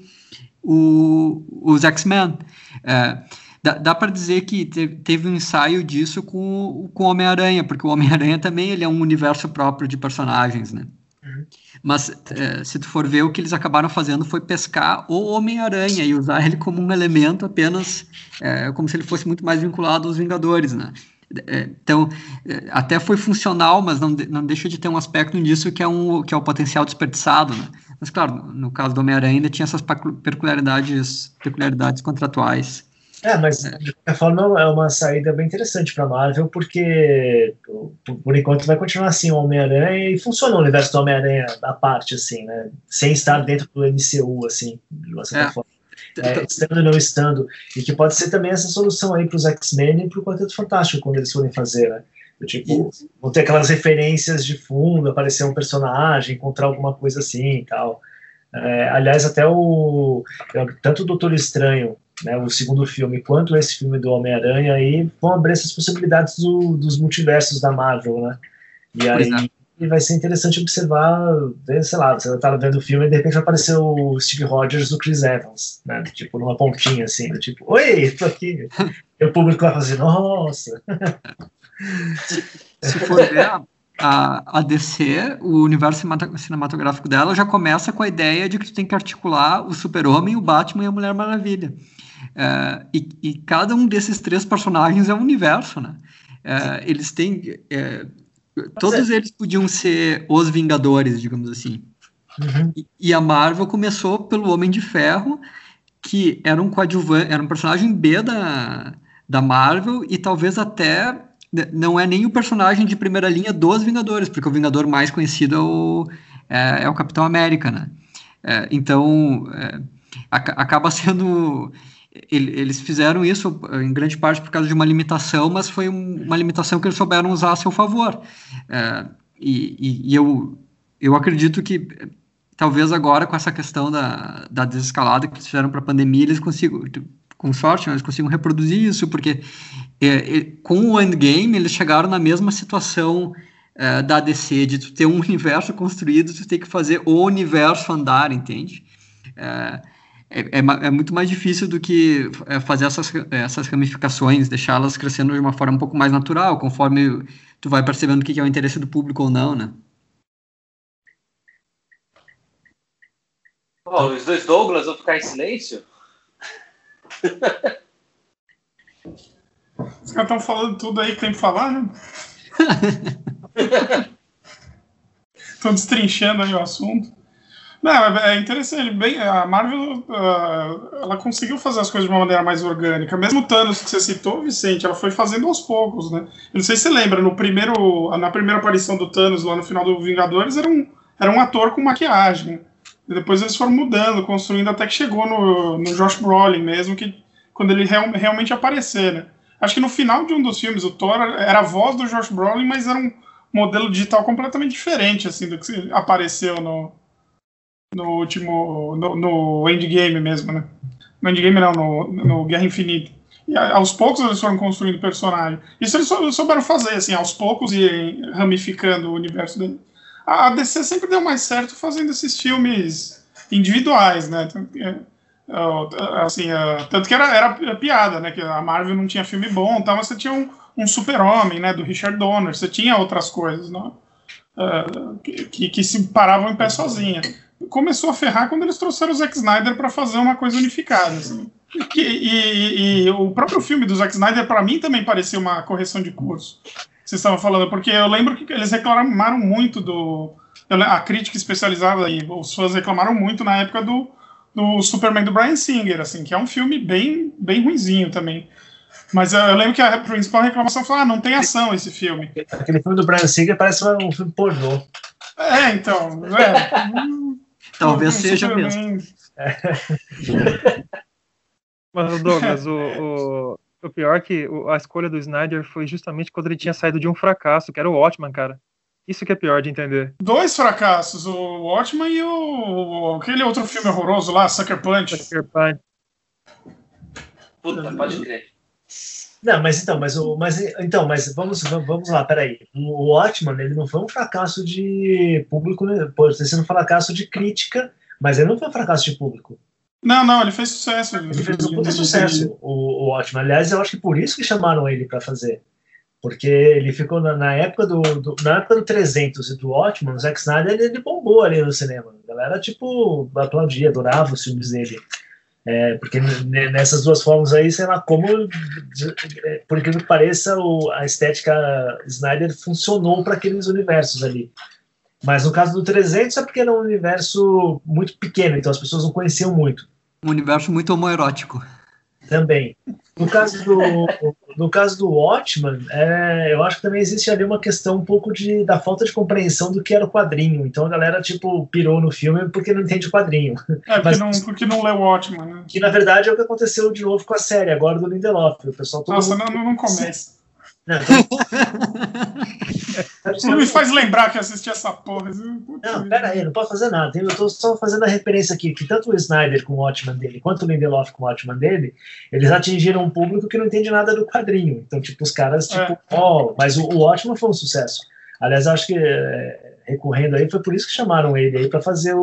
os X-Men. Dá para dizer que teve um ensaio disso com o Homem-Aranha, porque o Homem-Aranha também ele é um universo próprio de personagens, né? Mas se tu for ver, o que eles acabaram fazendo foi pescar o Homem-Aranha e usar ele como um elemento apenas, como se ele fosse muito mais vinculado aos Vingadores, né? Então, até foi funcional, mas não deixa de ter um aspecto disso que é o potencial desperdiçado, né? Mas, claro, no caso do Homem-Aranha ainda tinha essas peculiaridades contratuais. Mas de qualquer forma é uma saída bem interessante para a Marvel, porque por enquanto vai continuar assim o Homem-Aranha, e funciona o universo do Homem-Aranha à parte, assim, né? Sem estar dentro do MCU, assim, de uma certa forma. Estando ou não estando, e que pode ser também essa solução aí para os X-Men e para o Quarteto Fantástico quando eles forem fazer, né? Tipo, vão ter aquelas referências de fundo, aparecer um personagem, encontrar alguma coisa assim e tal. Aliás, até tanto o Doutor Estranho, né, o segundo filme, quanto esse filme do Homem-Aranha aí vão abrir essas possibilidades dos multiversos da Marvel, né? E aí vai ser interessante observar, sei lá, você tá vendo o filme e de repente vai aparecer o Steve Rogers do Chris Evans, né? Tipo, numa pontinha assim, tipo, oi, tô aqui. E o público vai fazer, nossa. se for ver a DC, o universo cinematográfico dela já começa com a ideia de que tu tem que articular o Super-Homem, o Batman e a Mulher Maravilha. E cada um desses 3 personagens é um universo, né? Eles têm... todos eles podiam ser os Vingadores, digamos assim. Uhum. E a Marvel começou pelo Homem de Ferro, que era um coadjuvante, era um personagem B da Marvel, e talvez até não é nem o personagem de primeira linha dos Vingadores, porque o Vingador mais conhecido é o Capitão América, né? Então, acaba sendo... Eles fizeram isso em grande parte por causa de uma limitação, mas foi uma limitação que eles souberam usar a seu favor. E eu acredito que talvez agora, com essa questão da desescalada que eles fizeram para a pandemia, eles consigam, com sorte, eles consigam reproduzir isso, porque com o Endgame eles chegaram na mesma situação da DC, de tu ter um universo construído, tu ter que fazer o universo andar, entende? É muito mais difícil do que fazer essas ramificações, deixá-las crescendo de uma forma um pouco mais natural, conforme tu vai percebendo o que é o interesse do público ou não, né? Os 2 Douglas vão ficar em silêncio? Os caras estão falando tudo aí que tem que falar, né? Estão destrinchando aí o assunto. Não, é interessante. A Marvel, ela conseguiu fazer as coisas de uma maneira mais orgânica. Mesmo o Thanos que você citou, Vicente, ela foi fazendo aos poucos, né? Eu não sei se você lembra, na primeira aparição do Thanos, lá no final do Vingadores, era um ator com maquiagem. E depois eles foram mudando, construindo, até que chegou no Josh Brolin mesmo, que quando ele realmente aparecer, né? Acho que no final de um dos filmes, o Thor era a voz do Josh Brolin, mas era um modelo digital completamente diferente, assim, do que apareceu no último, no Endgame mesmo, né? No Endgame não, no Guerra Infinita. E aos poucos eles foram construindo o personagem. Isso eles souberam fazer, assim, aos poucos e ramificando o universo dele. A DC sempre deu mais certo fazendo esses filmes individuais, né? Tanto que era piada, né? Que a Marvel não tinha filme bom, tá? Mas você tinha um Super-Homem, né? Do Richard Donner, você tinha outras coisas, né? Que se paravam em pé sozinha. Começou a ferrar quando eles trouxeram o Zack Snyder para fazer uma coisa unificada, assim. E o próprio filme do Zack Snyder, para mim, também parecia uma correção de curso. Vocês estavam falando, porque eu lembro que eles reclamaram muito a crítica especializada aí, os fãs reclamaram muito na época do Superman do Bryan Singer, assim, que é um filme bem, bem ruinzinho também. Mas eu lembro que a principal reclamação foi, não tem ação esse filme. Aquele filme do Bryan Singer parece um filme pornô. Então. Talvez seja mesmo. Mas, Douglas, o pior é que a escolha do Snyder foi justamente quando ele tinha saído de um fracasso, que era o Watchmen, cara. Isso que é pior de entender. 2 fracassos, o Watchmen e aquele outro filme horroroso lá, Sucker Punch. Sucker Punch. Puta, pode crer. Não, mas vamos lá, peraí. O Watchmen, ele não foi um fracasso de público, né? Pode ter sido um fracasso de crítica, mas ele não foi um fracasso de público. Não, ele fez sucesso. Ele fez um puta sucesso, o Watchmen. Aliás, eu acho que por isso que chamaram ele para fazer. Porque ele ficou na época na época do 300 e do Watchmen, o Zack Snyder, ele bombou ali no cinema. A galera, aplaudia, adorava os filmes dele. Porque nessas 2 formas aí, sei lá, como, por incrível que pareça, a estética Snyder funcionou para aqueles universos ali. Mas no caso do 300 é porque era um universo muito pequeno, então as pessoas não conheciam muito. Um universo muito homoerótico. Também. No caso do Watchmen, eu acho que também existe ali uma questão um pouco da falta de compreensão do que era o quadrinho. Então a galera, pirou no filme porque não entende o quadrinho. Porque não lê o Watchmen, né? Que na verdade é o que aconteceu de novo com a série, agora do Lindelof. O pessoal não começa. Não me faz lembrar que assisti essa porra. Não, pera aí, não pode fazer nada. Eu tô só fazendo a referência aqui, que tanto o Snyder com o Watchmen dele, quanto o Lindelof com o Watchmen dele, eles atingiram um público que não entende nada do quadrinho. Então, os caras, mas o Watchmen foi um sucesso. Aliás, acho que, recorrendo aí, foi por isso que chamaram ele aí, pra fazer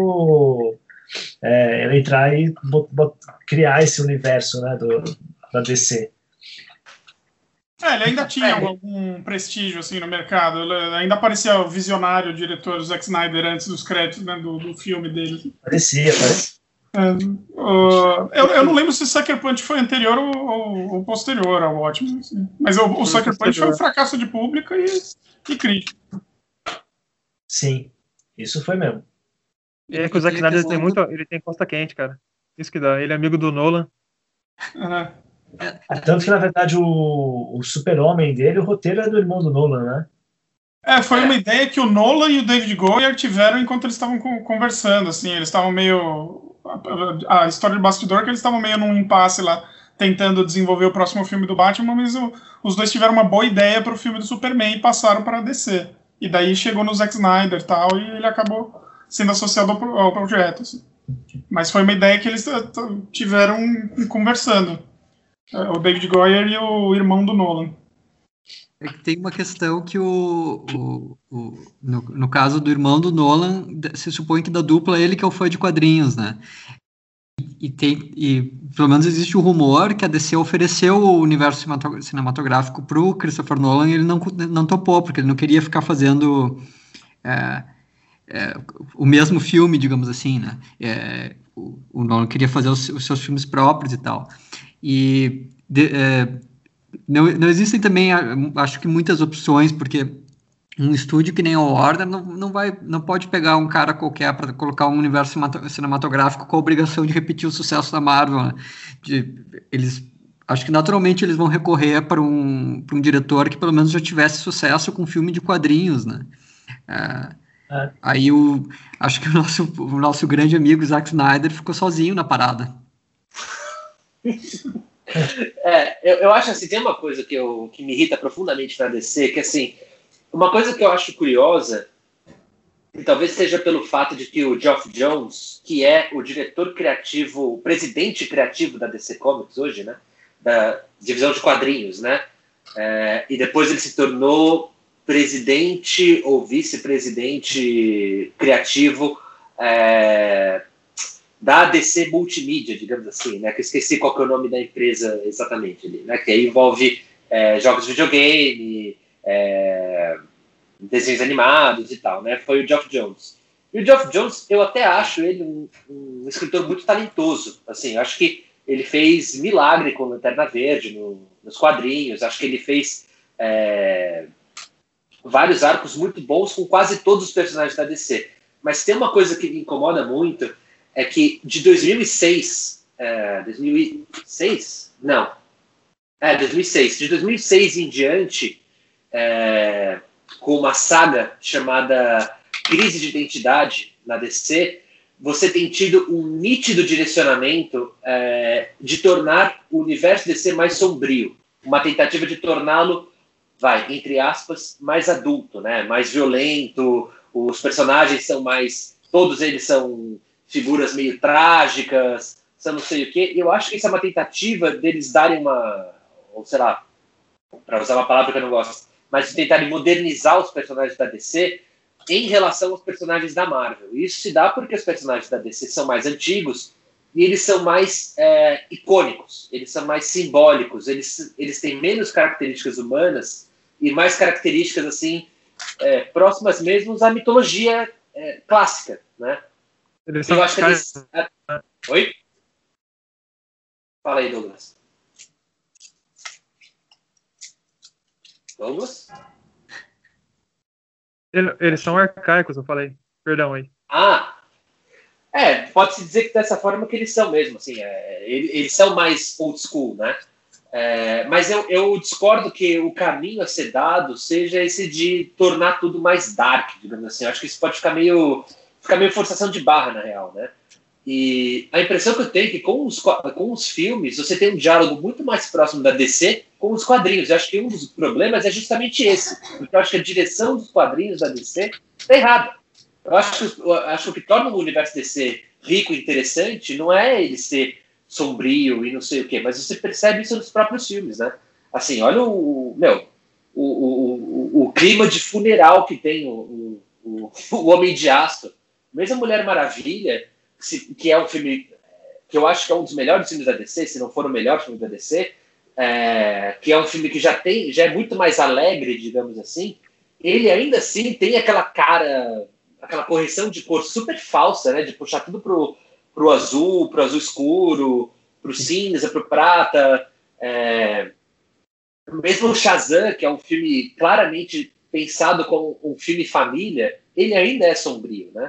ele entrar e criar esse universo, né, da DC. Ele ainda tinha algum prestígio assim no mercado. Ele ainda parecia o visionário, o diretor Zack Snyder antes dos créditos, né, do filme dele. Parecia. Eu não lembro se Sucker Punch foi anterior ou posterior ao Watchmen. Assim. Mas o Sucker Punch foi um fracasso de público e crítico. Sim, isso foi mesmo. É que o Zack Snyder ele tem costa quente, cara. Isso que dá. Ele é amigo do Nolan. Tanto que, na verdade, o Super-Homem dele, o roteiro é do irmão do Nolan, né? Foi uma ideia que o Nolan e o David Goyer tiveram enquanto eles estavam conversando, assim, eles estavam meio... A história de bastidor que eles estavam meio num impasse lá, tentando desenvolver o próximo filme do Batman, mas os dois tiveram uma boa ideia para o filme do Superman e passaram para a DC. E daí chegou no Zack Snyder e tal, e ele acabou sendo associado ao projeto, assim. Mas foi uma ideia que eles tiveram conversando. O David Goyer e o irmão do Nolan. É que tem uma questão que no caso do irmão do Nolan, se supõe que da dupla ele que é o fã de quadrinhos, né? E pelo menos existe o rumor que a DC ofereceu o universo cinematográfico pro Christopher Nolan e ele não topou, porque ele não queria ficar fazendo o mesmo filme, digamos assim, né? O Nolan queria fazer os seus filmes próprios e tal. E não existem também, acho que muitas opções, porque um estúdio que nem a Warner não pode pegar um cara qualquer para colocar um universo cinematográfico com a obrigação de repetir o sucesso da Marvel, né? Acho que naturalmente eles vão recorrer para um diretor que pelo menos já tivesse sucesso com filme de quadrinhos, né? Aí acho que o nosso grande amigo Zack Snyder ficou sozinho na parada. Eu acho assim, tem uma coisa que me irrita profundamente na DC, que assim, uma coisa que eu acho curiosa, e talvez seja pelo fato de que o Geoff Johns, que é o diretor criativo, o presidente criativo da DC Comics hoje, né, da divisão de quadrinhos, né, e depois ele se tornou presidente ou vice-presidente criativo da DC Multimídia, digamos assim, né, que eu esqueci qual que é o nome da empresa exatamente ali, né, que aí envolve jogos de videogame, desenhos animados e tal, né, foi o Geoff Johns. E o Geoff Johns, eu até acho ele um escritor muito talentoso, assim, eu acho que ele fez milagre com Lanterna Verde nos quadrinhos, acho que ele fez vários arcos muito bons com quase todos os personagens da DC. Mas tem uma coisa que me incomoda muito, é que de 2006... 2006? Não. 2006. De 2006 em diante, com uma saga chamada Crise de Identidade na DC, você tem tido um nítido direcionamento de tornar o universo DC mais sombrio. Uma tentativa de torná-lo, entre aspas, mais adulto, né? Mais violento, os personagens são mais... Todos eles são figuras meio trágicas, são não sei o quê. E eu acho que isso é uma tentativa deles darem ou sei lá, para usar uma palavra que eu não gosto, mas de tentarem modernizar os personagens da DC em relação aos personagens da Marvel. E isso se dá porque os personagens da DC são mais antigos e eles são mais icônicos, eles são mais simbólicos, eles têm menos características humanas e mais características assim próximas mesmo à mitologia clássica, né? Eu acho que eles... Oi? Fala aí, Douglas. Douglas? Eles são arcaicos, eu falei. Perdão aí. Pode-se dizer que dessa forma que eles são mesmo, assim, eles são mais old school, né? Mas eu discordo que o caminho a ser dado seja esse de tornar tudo mais dark, digamos assim. Eu acho que isso pode ficar meio forçação de barra, na real, né? E a impressão que eu tenho é que com os filmes você tem um diálogo muito mais próximo da DC com os quadrinhos. Eu acho que um dos problemas é justamente esse. Porque eu acho que a direção dos quadrinhos da DC está errada. Eu acho que o que torna o universo DC rico e interessante não é ele ser sombrio e não sei o quê, mas você percebe isso nos próprios filmes, né? Assim, olha o clima de funeral que tem o Homem de Aço. Mesmo a Mulher Maravilha, que é um filme que eu acho que é um dos melhores filmes da DC, se não for o melhor filme da DC, que é um filme que já é muito mais alegre, digamos assim, ele ainda assim tem aquela correção de cor super falsa, né, de puxar tudo pro azul escuro, pro cinza, pro prata. Mesmo o Shazam, que é um filme claramente pensado como um filme família, ele ainda é sombrio, né?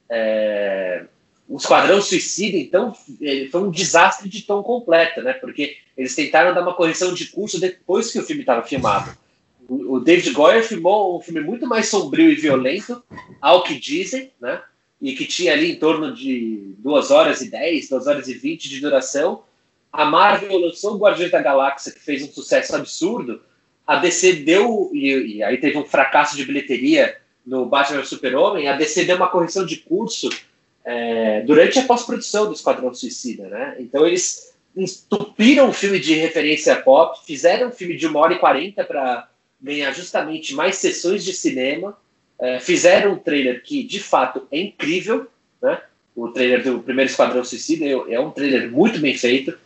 O Esquadrão Suicida, então, foi um desastre de tom completo, né? Porque eles tentaram dar uma correção de curso depois que o filme estava filmado. O David Goyer filmou um filme muito mais sombrio e violento, ao que dizem, né? E que tinha ali em torno de 2 horas e 10, 2 horas e 20 de duração. A Marvel lançou o Guardiões da Galáxia, que fez um sucesso absurdo. A DC deu, e aí teve um fracasso de bilheteria no Batman vs Super-Homem. A DC deu uma correção de curso durante a pós-produção do Esquadrão Suicida, né? Então eles entupiram o filme de referência pop, fizeram um filme de 1h40 para ganhar justamente mais sessões de cinema, fizeram um trailer que, de fato, é incrível, né? O trailer do primeiro Esquadrão Suicida é um trailer muito bem feito,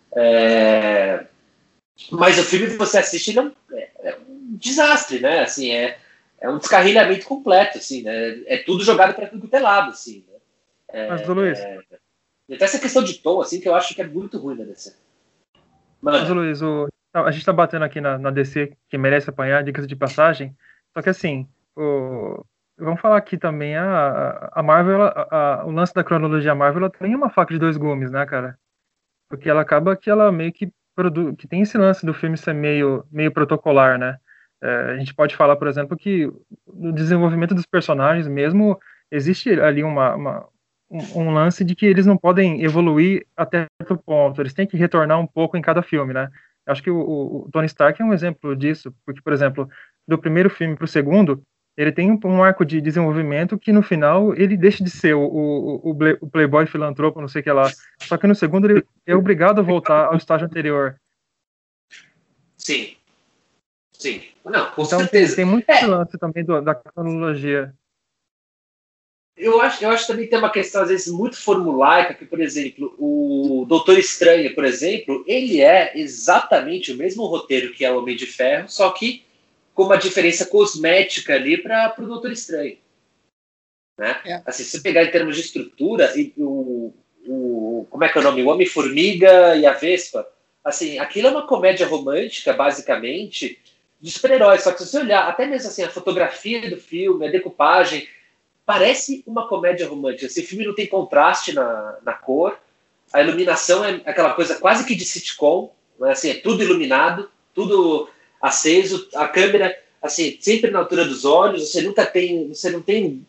mas o filme que você assiste ele é um desastre, né? Assim, é um descarrilhamento completo, assim, né? É tudo jogado para tudo que é lado, assim, né? Mas, Luiz, até essa questão de tom, assim, que eu acho que é muito ruim na DC. Mas, Luiz, a gente tá batendo aqui na DC, que merece apanhar, dicas de passagem, só que assim, vamos falar aqui também, a Marvel, o lance da cronologia Marvel, ela tem uma faca de 2 gumes, né, cara? Porque ela acaba que ela meio que que tem esse lance do filme ser meio protocolar, né? A gente pode falar, por exemplo, que no desenvolvimento dos personagens mesmo, existe ali um lance de que eles não podem evoluir até certo ponto, eles têm que retornar um pouco em cada filme, né? Acho que o Tony Stark é um exemplo disso, porque, por exemplo, do primeiro filme para o segundo, ele tem um arco de desenvolvimento que no final ele deixa de ser o playboy filantropo, não sei o que lá, só que no segundo ele é obrigado a voltar ao estágio anterior. Sim. Não, com então certeza. Tem muito esse lance também da cronologia. Eu acho também que tem uma questão, às vezes, muito formulaica, que, por exemplo, o Doutor Estranho, por exemplo, ele é exatamente o mesmo roteiro que é o Homem de Ferro, só que com uma diferença cosmética ali para o Doutor Estranho. Né? Assim, se você pegar em termos de estrutura, e como é que é o nome? O Homem-Formiga e a Vespa, assim, aquilo é uma comédia romântica, basicamente, de super-heróis, só que se você olhar, até mesmo assim, a fotografia do filme, a decupagem, parece uma comédia romântica. Esse filme não tem contraste na cor, a iluminação é aquela coisa quase que de sitcom, né? Assim, é tudo iluminado, tudo aceso, a câmera assim, sempre na altura dos olhos, você não tem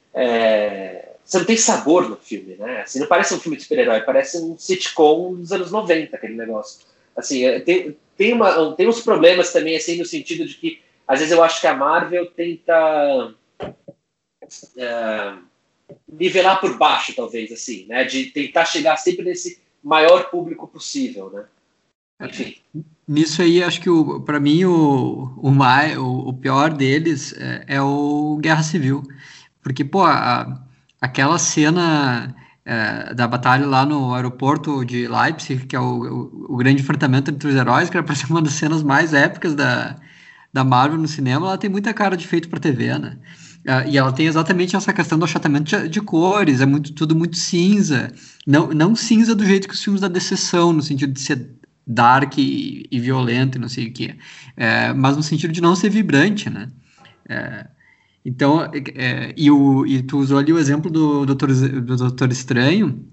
sabor no filme, né? Assim, não parece um filme de super-herói, parece um sitcom dos anos 90, aquele negócio. Assim, tem uns problemas também, assim, no sentido de que, às vezes eu acho que a Marvel tenta nivelar por baixo, talvez, assim, né? De tentar chegar sempre nesse maior público possível, né? Enfim. Nisso aí, acho que para mim o pior deles é o Guerra Civil. Porque, pô, aquela cena da batalha lá no aeroporto de Leipzig, que é o grande enfrentamento entre os heróis, que era para ser uma das cenas mais épicas da Marvel no cinema, ela tem muita cara de feito para TV, né? E ela tem exatamente essa questão do achatamento de cores, tudo muito cinza. Não cinza do jeito que os filmes da DC são, no sentido de ser dark e violento, não sei o que, mas no sentido de não ser vibrante, né? Então, e tu usou ali o exemplo do Doutor Estranho,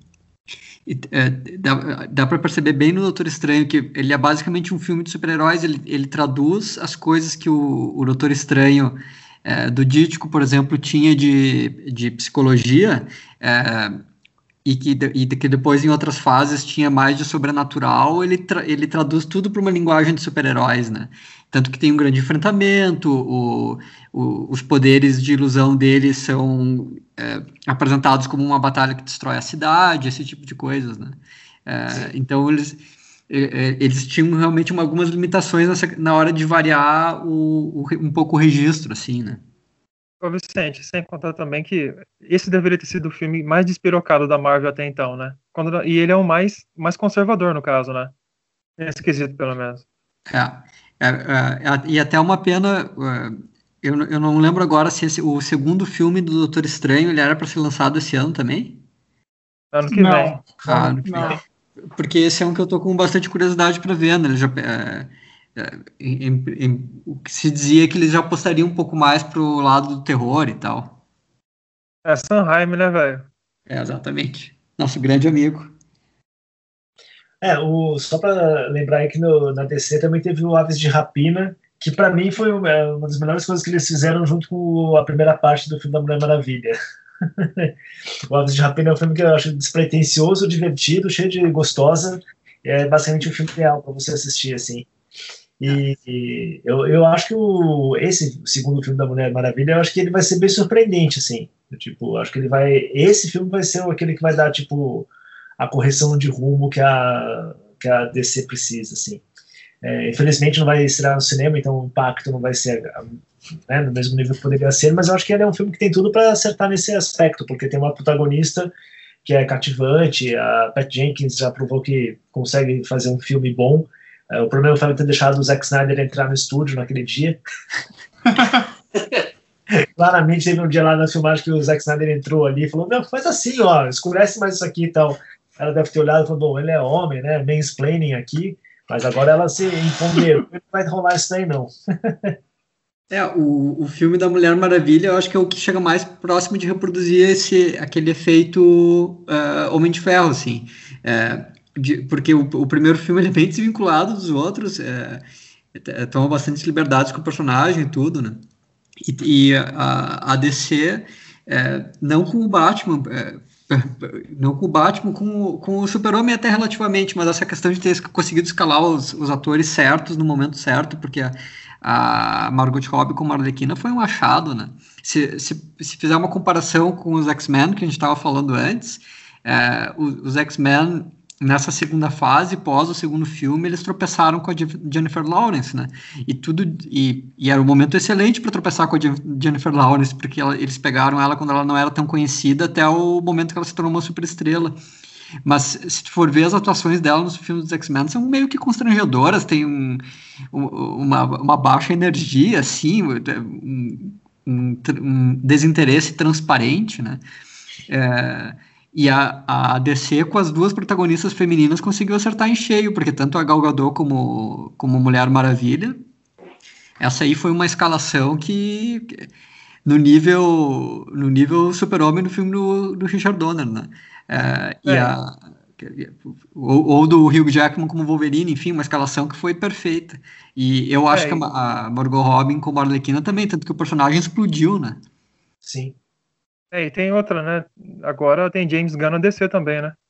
dá para perceber bem no Doutor Estranho que ele é basicamente um filme de super-heróis, ele traduz as coisas que o Doutor Estranho do Dítico, por exemplo, tinha de psicologia, e que depois em outras fases tinha mais de sobrenatural, ele traduz tudo para uma linguagem de super-heróis, né? Tanto que tem um grande enfrentamento, os poderes de ilusão dele são apresentados como uma batalha que destrói a cidade, esse tipo de coisas, né? Então eles tinham realmente algumas limitações na hora de variar um pouco o registro, assim, né? Ô Vicente, sem contar também que esse deveria ter sido o filme mais despirocado da Marvel até então, né? E ele é o mais conservador, no caso, né? Nesse quesito, pelo menos. E até uma pena, eu não lembro agora se o segundo filme do Doutor Estranho ele era para ser lançado esse ano também. Ano que vem. Ano que vem. Porque esse é um que eu tô com bastante curiosidade para ver, né? Ele já, o que se dizia é que eles já apostariam um pouco mais pro lado do terror e tal. É Sanheim, né, velho? Exatamente. Nosso grande amigo. Só para lembrar aí que na DC também teve o Aves de Rapina, que para mim foi uma das melhores coisas que eles fizeram junto com a primeira parte do filme da Mulher Maravilha. O Aves de Rapina é um filme que eu acho despretensioso, divertido, cheio de gostosa. É basicamente um filme ideal para você assistir, assim. E eu acho que esse segundo filme da Mulher Maravilha, eu acho que ele vai ser bem surpreendente, assim. Tipo, acho que esse filme vai ser aquele que vai dar, tipo, a correção de rumo que a DC precisa, assim. Infelizmente não vai estrear no cinema, então o impacto não vai ser, né, no mesmo nível que poderia ser, mas eu acho que ele é um filme que tem tudo para acertar nesse aspecto, porque tem uma protagonista que é cativante, a Pat Jenkins já provou que consegue fazer um filme bom. O problema foi ter deixado o Zack Snyder entrar no estúdio naquele dia. Claramente teve um dia lá na filmagem que o Zack Snyder entrou ali e falou, não, faz assim, ó, escurece mais isso aqui e tal. Ela deve ter olhado e falou, bom, ele é homem, né, mansplaining aqui, mas agora ela se empoderou, não vai rolar isso daí não. O filme da Mulher Maravilha, eu acho que é o que chega mais próximo de reproduzir aquele efeito Homem de Ferro, assim, porque o primeiro filme ele é bem desvinculado dos outros, toma bastante liberdades com o personagem e tudo, né? E a DC, não com o Batman, com o Super-Homem até relativamente, mas essa questão de ter conseguido escalar os atores certos no momento certo, porque a Margot Robbie com a Arlequina foi um achado, né? Se fizer uma comparação com os X-Men que a gente estava falando antes, os X-Men nessa segunda fase, pós o segundo filme, eles tropeçaram com a Jennifer Lawrence, né? E era um momento excelente para tropeçar com a Jennifer Lawrence, porque eles pegaram ela quando ela não era tão conhecida, até o momento que ela se tornou uma superestrela. Mas se tu for ver as atuações dela nos filmes dos X-Men, são meio que constrangedoras, tem uma baixa energia, assim, um desinteresse transparente, né? E a DC, com as duas protagonistas femininas, conseguiu acertar em cheio, porque tanto a Gal Gadot como Mulher Maravilha, essa aí foi uma escalação que no nível Super-Homem no filme do Richard Donner, né? Ou do Hugh Jackman como Wolverine, enfim, uma escalação que foi perfeita. E eu acho que a Margot Robbie como Arlequina também, tanto que o personagem explodiu, né? Sim. E tem outra, né? Agora tem James Gunn no DC também, né?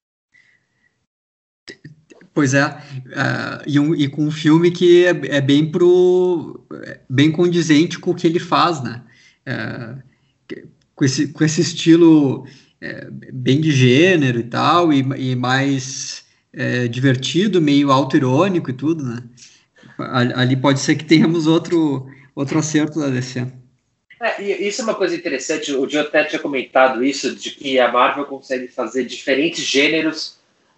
Pois e com um filme que é bem condizente com o que ele faz, né? Com esse estilo bem de gênero e tal, e mais divertido, meio auto-irônico e tudo, né? Ali pode ser que tenhamos outro acerto da DC. Isso é uma coisa interessante, o Joe até tinha comentado isso, de que a Marvel consegue fazer diferentes gêneros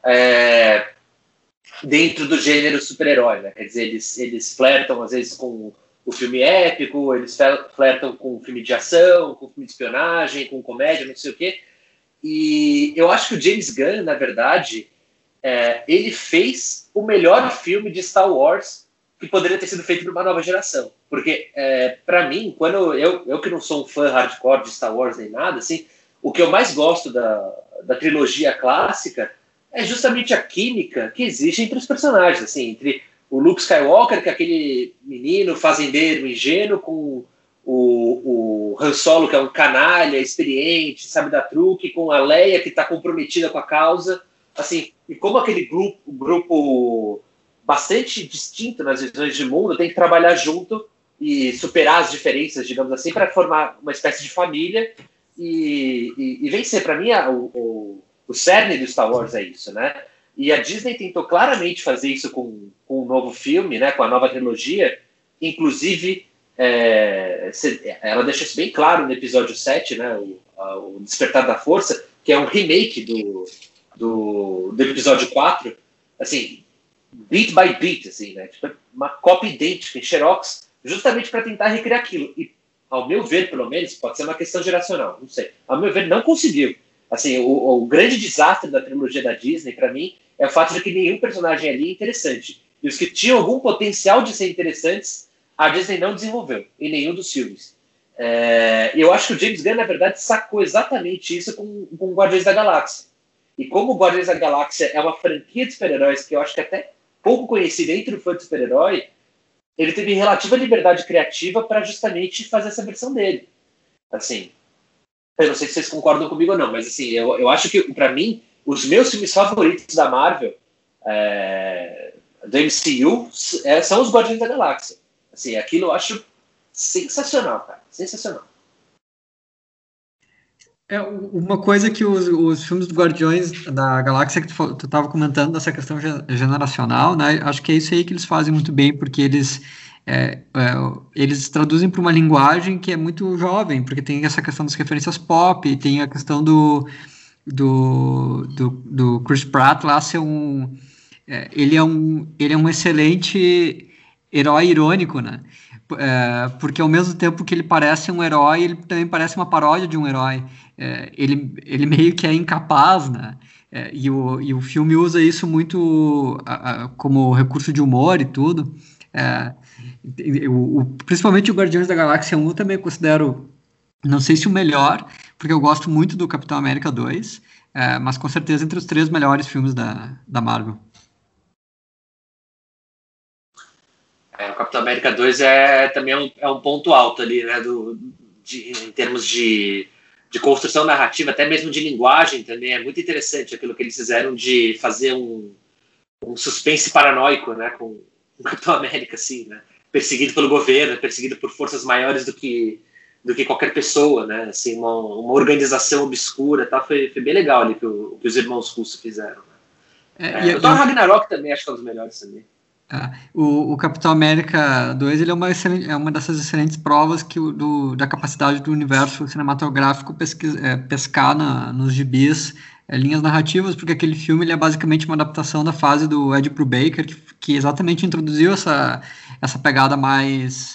dentro do gênero super-herói, né? Quer dizer, eles flertam às vezes com o filme épico, eles flertam com o filme de ação, com o filme de espionagem, com comédia, não sei o quê. E eu acho que o James Gunn, na verdade, ele fez o melhor filme de Star Wars que poderia ter sido feito por uma nova geração. Porque, para mim, quando eu que não sou um fã hardcore de Star Wars nem nada, assim, o que eu mais gosto da trilogia clássica é justamente a química que existe entre os personagens, assim, entre o Luke Skywalker, que é aquele menino fazendeiro, ingênuo, com o Han Solo, que é um canalha, experiente, sabe dar truque, com a Leia, que está comprometida com a causa, assim, e como aquele grupo bastante distinto nas visões de mundo tem que trabalhar junto e superar as diferenças, digamos assim, para formar uma espécie de família e vencer. Para mim, o cerne do Star Wars é isso, né? E a Disney tentou claramente fazer isso com um novo filme, né? Com a nova trilogia, inclusive ela deixa isso bem claro no episódio 7, né? O Despertar da Força, que é um remake do episódio 4. Assim, beat by beat, assim, né? Tipo, uma cópia idêntica em xerox, justamente para tentar recriar aquilo. E, ao meu ver, pelo menos, pode ser uma questão geracional, não sei. Ao meu ver, não conseguiu. Assim, o grande desastre da trilogia da Disney, para mim, é o fato de que nenhum personagem ali é interessante. E os que tinham algum potencial de ser interessantes, a Disney não desenvolveu em nenhum dos filmes. Eu acho que o James Gunn, na verdade, sacou exatamente isso com Guardiões da Galáxia. E como Guardiões da Galáxia é uma franquia de super-heróis que eu acho que é até pouco conhecida entre o fã de super-herói, ele teve relativa liberdade criativa para justamente fazer essa versão dele. Assim, eu não sei se vocês concordam comigo ou não, mas assim, eu acho que, para mim, os meus filmes favoritos da Marvel, do MCU, são os Guardiões da Galáxia. Assim, aquilo eu acho sensacional, cara. Sensacional. Uma coisa que os filmes do Guardiões da Galáxia que tu estava comentando, dessa questão generacional, né? Acho que é isso aí que eles fazem muito bem, porque eles traduzem para uma linguagem que é muito jovem, porque tem essa questão das referências pop, tem a questão do Chris Pratt lá ser ele é um excelente herói irônico, né? Porque ao mesmo tempo que ele parece um herói, ele também parece uma paródia de um herói. Ele meio que é incapaz, né? E o filme usa isso muito como recurso de humor e tudo. Principalmente o Guardiões da Galáxia 1 eu também considero, não sei se o melhor, porque eu gosto muito do Capitão América 2, mas com certeza entre os 3 melhores filmes da Marvel. O Capitão América 2 também é um ponto alto ali, né, em termos de construção narrativa, até mesmo de linguagem também. É muito interessante aquilo que eles fizeram de fazer um suspense paranoico, né, com o Capitão América, assim, né, perseguido pelo governo, perseguido por forças maiores do que qualquer pessoa, né, assim, uma organização obscura, tá? Foi bem legal ali que os irmãos russos fizeram. Né? O Thor Ragnarok também acho que é um dos melhores também. O Capitão América 2 ele é uma dessas excelentes provas da capacidade do universo cinematográfico pescar nos gibis linhas narrativas, porque aquele filme ele é basicamente uma adaptação da fase do Ed Brubaker, que exatamente introduziu essa pegada mais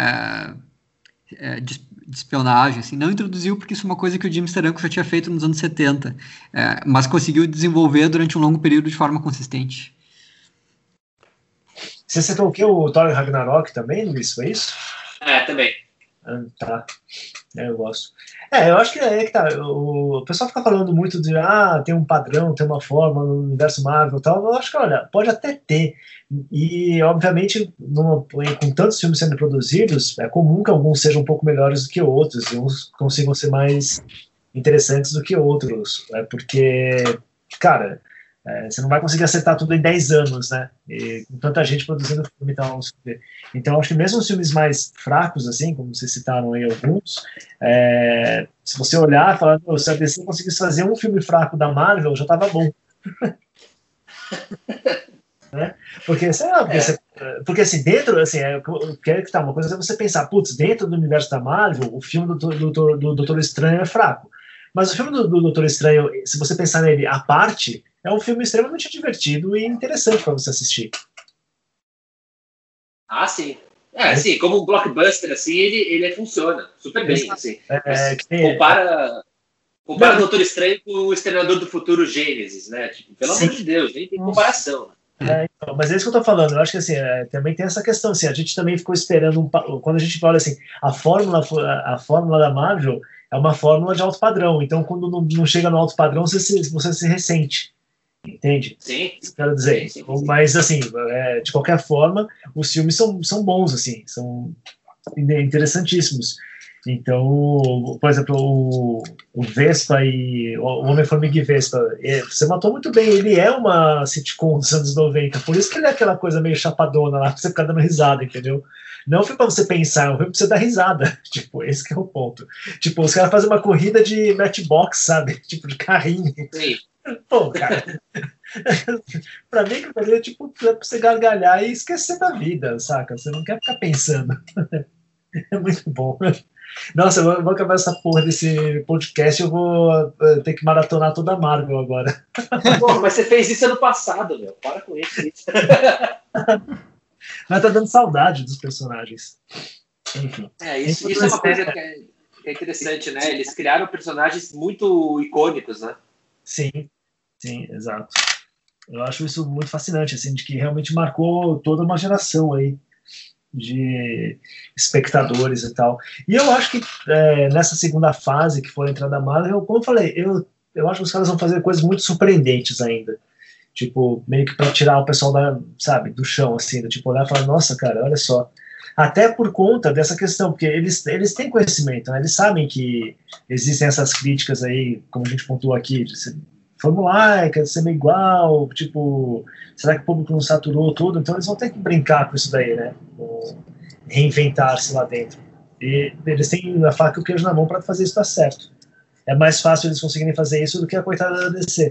de espionagem. Assim. Não introduziu porque isso é uma coisa que o Jim Steranko já tinha feito nos anos 70, mas conseguiu desenvolver durante um longo período de forma consistente. Você citou o que? O Thor Ragnarok também, Luiz? Foi isso? Também. Tá. Eu gosto. Eu acho que que tá. O pessoal fica falando muito de tem um padrão, tem uma forma no universo Marvel e tal. Eu acho que, olha, pode até ter. E, obviamente, com tantos filmes sendo produzidos, é comum que alguns sejam um pouco melhores do que outros, e uns consigam ser mais interessantes do que outros. Porque, cara, você não vai conseguir acertar tudo em 10 anos, né? E com tanta gente produzindo filme e tal. Então, acho que mesmo os filmes mais fracos, assim, como vocês citaram aí alguns, se você olhar e falar, se a DC conseguisse fazer um filme fraco da Marvel, já estava bom. Né? Porque, sei lá, porque assim, dentro, assim, uma coisa é você pensar, putz, dentro do universo da Marvel, o filme do Doutor Estranho é fraco. Mas o filme do Doutor Estranho, se você pensar nele à parte, é um filme extremamente divertido e interessante para você assistir. Sim. Sim, como um blockbuster, assim, ele funciona super bem, assim. Compara o Doutor Estranho com o Exterminador do Futuro Gênesis, né? Tipo, pelo amor de Deus, nem tem comparação. Mas é isso que eu tô falando. Eu acho que assim, também tem essa questão. Assim, a gente também ficou esperando quando a gente fala assim, a fórmula da Marvel é uma fórmula de alto padrão. Então, quando não chega no alto padrão, você se ressente. Entende? Sim. Quero dizer. Sim. Mas, assim, de qualquer forma, os filmes são bons, assim, são interessantíssimos. Então, por exemplo, o Vespa e o Homem-Formiga e Vespa, você matou muito bem, ele é uma sitcom dos anos 90, por isso que ele é aquela coisa meio chapadona lá, pra você ficar dando risada, entendeu? Não foi pra você pensar, foi pra você dar risada. Tipo, esse que é o ponto. Tipo, os caras fazem uma corrida de matchbox, sabe? Tipo, de carrinho. Sim. Pô, cara. Pra mim, é tipo, pra você gargalhar e esquecer da vida, saca? Você não quer ficar pensando. É muito bom. Nossa, eu vou acabar essa porra desse podcast, eu vou ter que maratonar toda a Marvel agora. Pô, mas você fez isso ano passado, meu. Para com isso. Mas tá dando saudade dos personagens. Enfim. Isso é uma coisa que é interessante, né? Eles criaram personagens muito icônicos, né? Sim, exato. Eu acho isso muito fascinante, assim, de que realmente marcou toda uma geração aí de espectadores e tal. E eu acho que nessa segunda fase que foi a entrada da Marvel, como eu falei, eu acho que os caras vão fazer coisas muito surpreendentes ainda. Tipo, meio que pra tirar o pessoal do chão, assim, do tipo, olhar e falar, nossa, cara, olha só. Até por conta dessa questão, porque eles têm conhecimento, né? Eles sabem que existem essas críticas aí, como a gente pontuou aqui, de ser formulaica, de ser meio igual, tipo, será que o público não saturou tudo? Então eles vão ter que brincar com isso daí, né? Reinventar-se lá dentro. E eles têm a faca e o queijo na mão para fazer isso dar certo. É mais fácil eles conseguirem fazer isso do que a coitada da DC.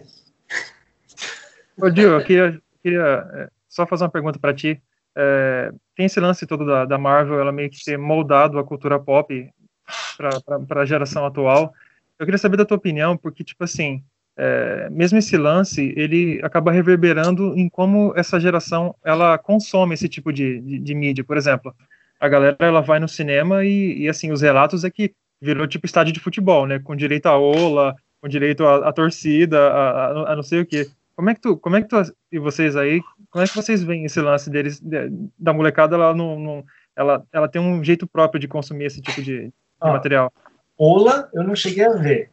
Ô, Gil, eu queria só fazer uma pergunta para ti. Tem esse lance todo da Marvel, ela meio que ter moldado a cultura pop para a geração atual. Eu queria saber da tua opinião, porque, tipo assim, mesmo esse lance, ele acaba reverberando em como essa geração, ela consome esse tipo de mídia. Por exemplo, a galera, ela vai no cinema e assim, os relatos é que virou tipo estádio de futebol, né? Com direito a ola, com direito a torcida, a não sei o quê. Como é que tu e vocês aí, como é que vocês veem esse lance deles, da molecada, ela tem um jeito próprio de consumir esse tipo de material? Ola eu não cheguei a ver.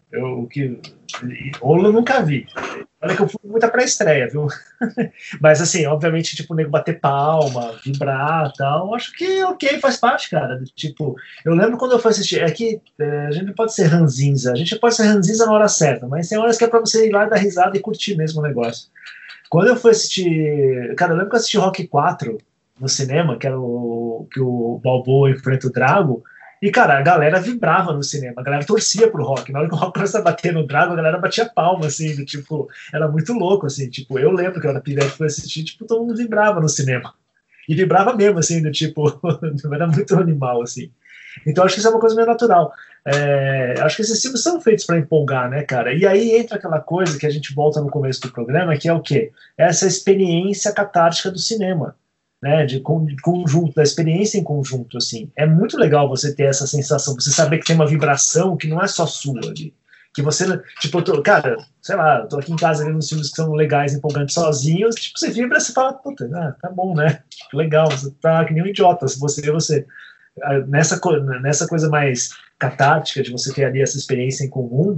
Ola eu nunca vi. Olha que eu fui muita pré-estreia, viu? Mas assim, obviamente, tipo, o nego bater palma, vibrar e tal, acho que ok, faz parte, cara. Tipo, eu lembro quando eu fui assistir, a gente não pode ser ranzinza, a gente pode ser ranzinza na hora certa, mas tem horas que é pra você ir lá dar risada e curtir mesmo o negócio. Quando eu fui assistir, cara, eu lembro que eu assisti Rock 4 no cinema, que era que o Balboa enfrenta o Drago. E, cara, a galera vibrava no cinema, a galera torcia pro Rock. Na hora que o Rock começa a bater no Drago, a galera batia palma, assim, tipo, era muito louco, assim, tipo, eu lembro que eu era pivete, fui assistir, tipo, todo mundo vibrava no cinema. E vibrava mesmo, assim, do tipo, era muito animal, assim. Então, acho que isso é uma coisa meio natural. Acho que esses filmes são feitos para empolgar, né, cara? E aí entra aquela coisa que a gente volta no começo do programa, que é o quê? Essa experiência catártica do cinema. Né, de conjunto, da experiência em conjunto, assim. É muito legal você ter essa sensação, você saber que tem uma vibração que não é só sua, que você, tipo, cara, sei lá, eu tô aqui em casa vendo uns filmes que são legais, empolgantes sozinhos, tipo, você vibra, você fala, puta, tá bom, né, legal, você tá que nem um idiota, se você nessa coisa mais catártica, de você ter ali essa experiência em comum,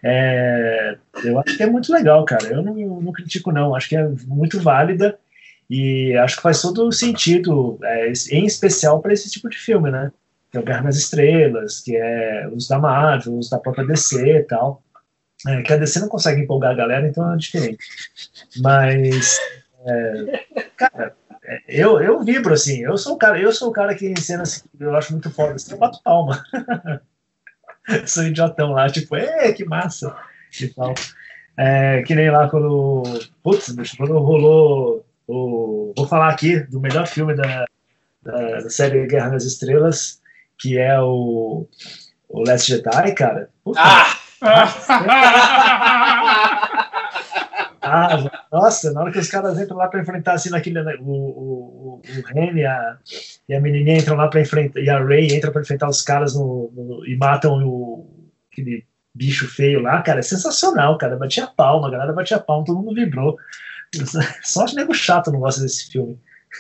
eu acho que é muito legal, cara, eu não critico não, acho que é muito válida. E acho que faz todo sentido, em especial para esse tipo de filme, né? Que é o Guerra nas Estrelas, que é os da Marvel, os da própria DC e tal. Que a DC não consegue empolgar a galera, então é diferente. Mas, cara, eu vibro, assim. Eu sou o cara que em cenas que eu acho muito foda, assim, eu bato palma. Sou idiotão lá, tipo, que massa! E tal. Que nem lá quando rolou. Vou falar aqui do melhor filme da série Guerra nas Estrelas, que é o Last Jedi, cara. Puta. Nossa, na hora que os caras entram lá para enfrentar assim naquele, o Ren e a menininha entram lá para enfrentar, e a Rey entra para enfrentar os caras e matam aquele bicho feio lá, cara, é sensacional, cara. Batia palma, a galera batia palma, todo mundo vibrou. Só de nego chato não gosta desse filme.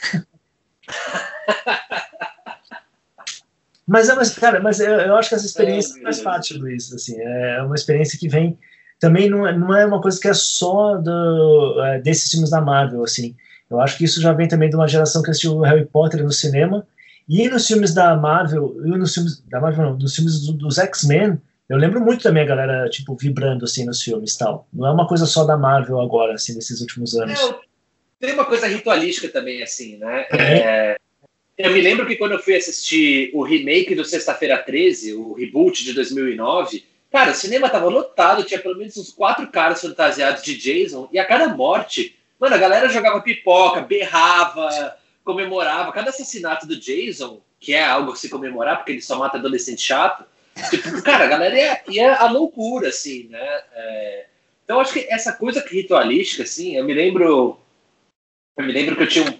Mas eu acho que essa experiência faz parte, Luiz, assim, é uma experiência que vem também, não é uma coisa que é só desses filmes da Marvel, assim. Eu acho que isso já vem também de uma geração que assistiu Harry Potter no cinema, e nos filmes da Marvel, nos filmes dos X-Men. Eu lembro muito também a galera, tipo, vibrando, assim, nos filmes e tal. Não é uma coisa só da Marvel agora, assim, nesses últimos anos. Tem uma coisa ritualística também, assim, né? Eu me lembro que quando eu fui assistir o remake do Sexta-feira 13, o reboot de 2009, cara, o cinema tava lotado, tinha pelo menos uns 4 caras fantasiados de Jason, e a cada morte, mano, a galera jogava pipoca, berrava, comemorava. Cada assassinato do Jason que é algo a se comemorar, porque ele só mata adolescente chato. Tipo, cara, a galera ia à loucura, assim, né? Então, acho que essa coisa ritualística, assim, eu me lembro que eu tinha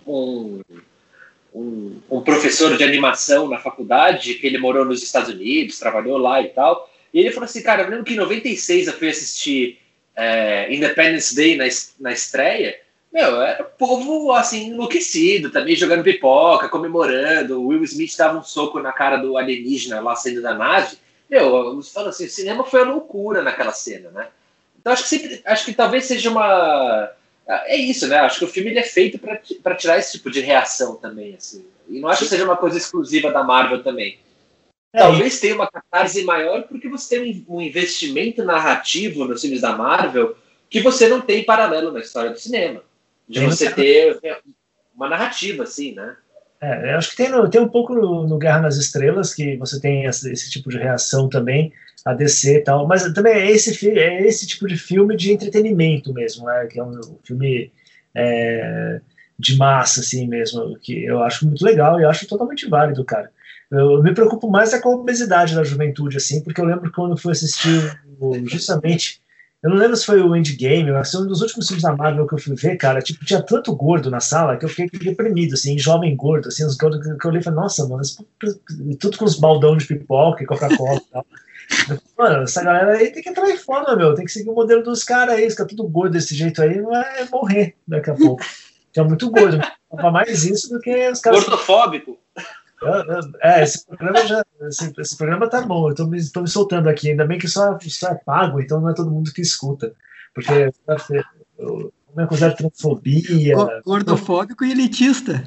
um professor de animação na faculdade, que ele morou nos Estados Unidos, trabalhou lá e tal, e ele falou assim, cara, eu lembro que em 96 eu fui assistir Independence Day na estreia, era o povo, assim, enlouquecido, também jogando pipoca, comemorando, o Will Smith dava um soco na cara do alienígena lá saindo da nave, falando assim, o cinema foi a loucura naquela cena, né? Então acho que talvez seja uma... É isso, né? Acho que o filme ele é feito para tirar esse tipo de reação também, assim. E não acho que seja uma coisa exclusiva da Marvel também. Talvez tenha uma catarse maior porque você tem um investimento narrativo nos filmes da Marvel que você não tem paralelo na história do cinema. De você ter uma narrativa, assim, né? Eu acho que tem um pouco no Guerra nas Estrelas, que você tem esse tipo de reação também, a DC e tal, mas também é esse tipo de filme de entretenimento mesmo, né? Que é um filme de massa, assim mesmo, que eu acho muito legal e eu acho totalmente válido, cara. Eu me preocupo mais com a obesidade da juventude, assim, porque eu lembro quando eu fui assistir justamente... Eu não lembro se foi o Endgame, mas foi um dos últimos filmes da Marvel que eu fui ver, cara, tipo, tinha tanto gordo na sala que eu fiquei deprimido, assim, jovem gordo, assim, os gordos que eu olhei e falei, nossa, mano, tudo com os baldão de pipoca e Coca-Cola e tal. Mano, essa galera aí tem que entrar em forma, meu, tem que seguir o modelo dos caras aí, ficar tudo gordo desse jeito aí, não é morrer daqui a pouco. É muito gordo, mas mais isso do que os caras... Gordofóbico. Esse programa tá bom, eu tô me soltando aqui, ainda bem que só é pago, então não é todo mundo que escuta, porque eu me considero transfobia. Gordofóbico e elitista.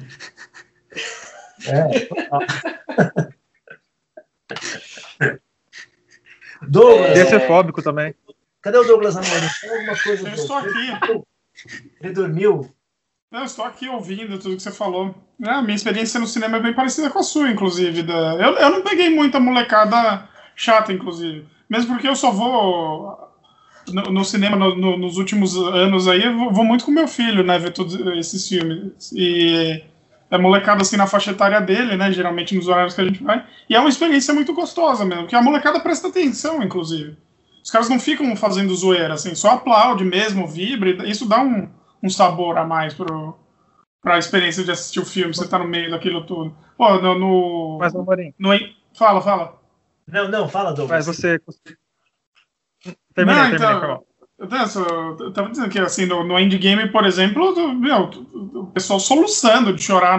Douglas. Desefóbico também. Cadê o Douglas Amorim? Fala alguma coisa. Eu estou aqui. Ele dormiu? Eu estou aqui ouvindo tudo que você falou. A minha experiência no cinema é bem parecida com a sua, inclusive. Eu não peguei muita molecada chata, inclusive. Mesmo porque eu só vou no cinema nos últimos anos aí, eu vou muito com meu filho, né, ver todos esses filmes. E é molecada assim na faixa etária dele, né, geralmente nos horários que a gente vai. E é uma experiência muito gostosa mesmo, porque a molecada presta atenção, inclusive. Os caras não ficam fazendo zoeira, assim, só aplaude mesmo, vibra. Isso dá um sabor a mais pra experiência de assistir o filme, você tá no meio daquilo tudo. Pô, Mas, Amorim... Fala. Não, fala, Douglas. Mas você... Termina. Eu tava dizendo que, assim, no Endgame, por exemplo, o pessoal soluçando de chorar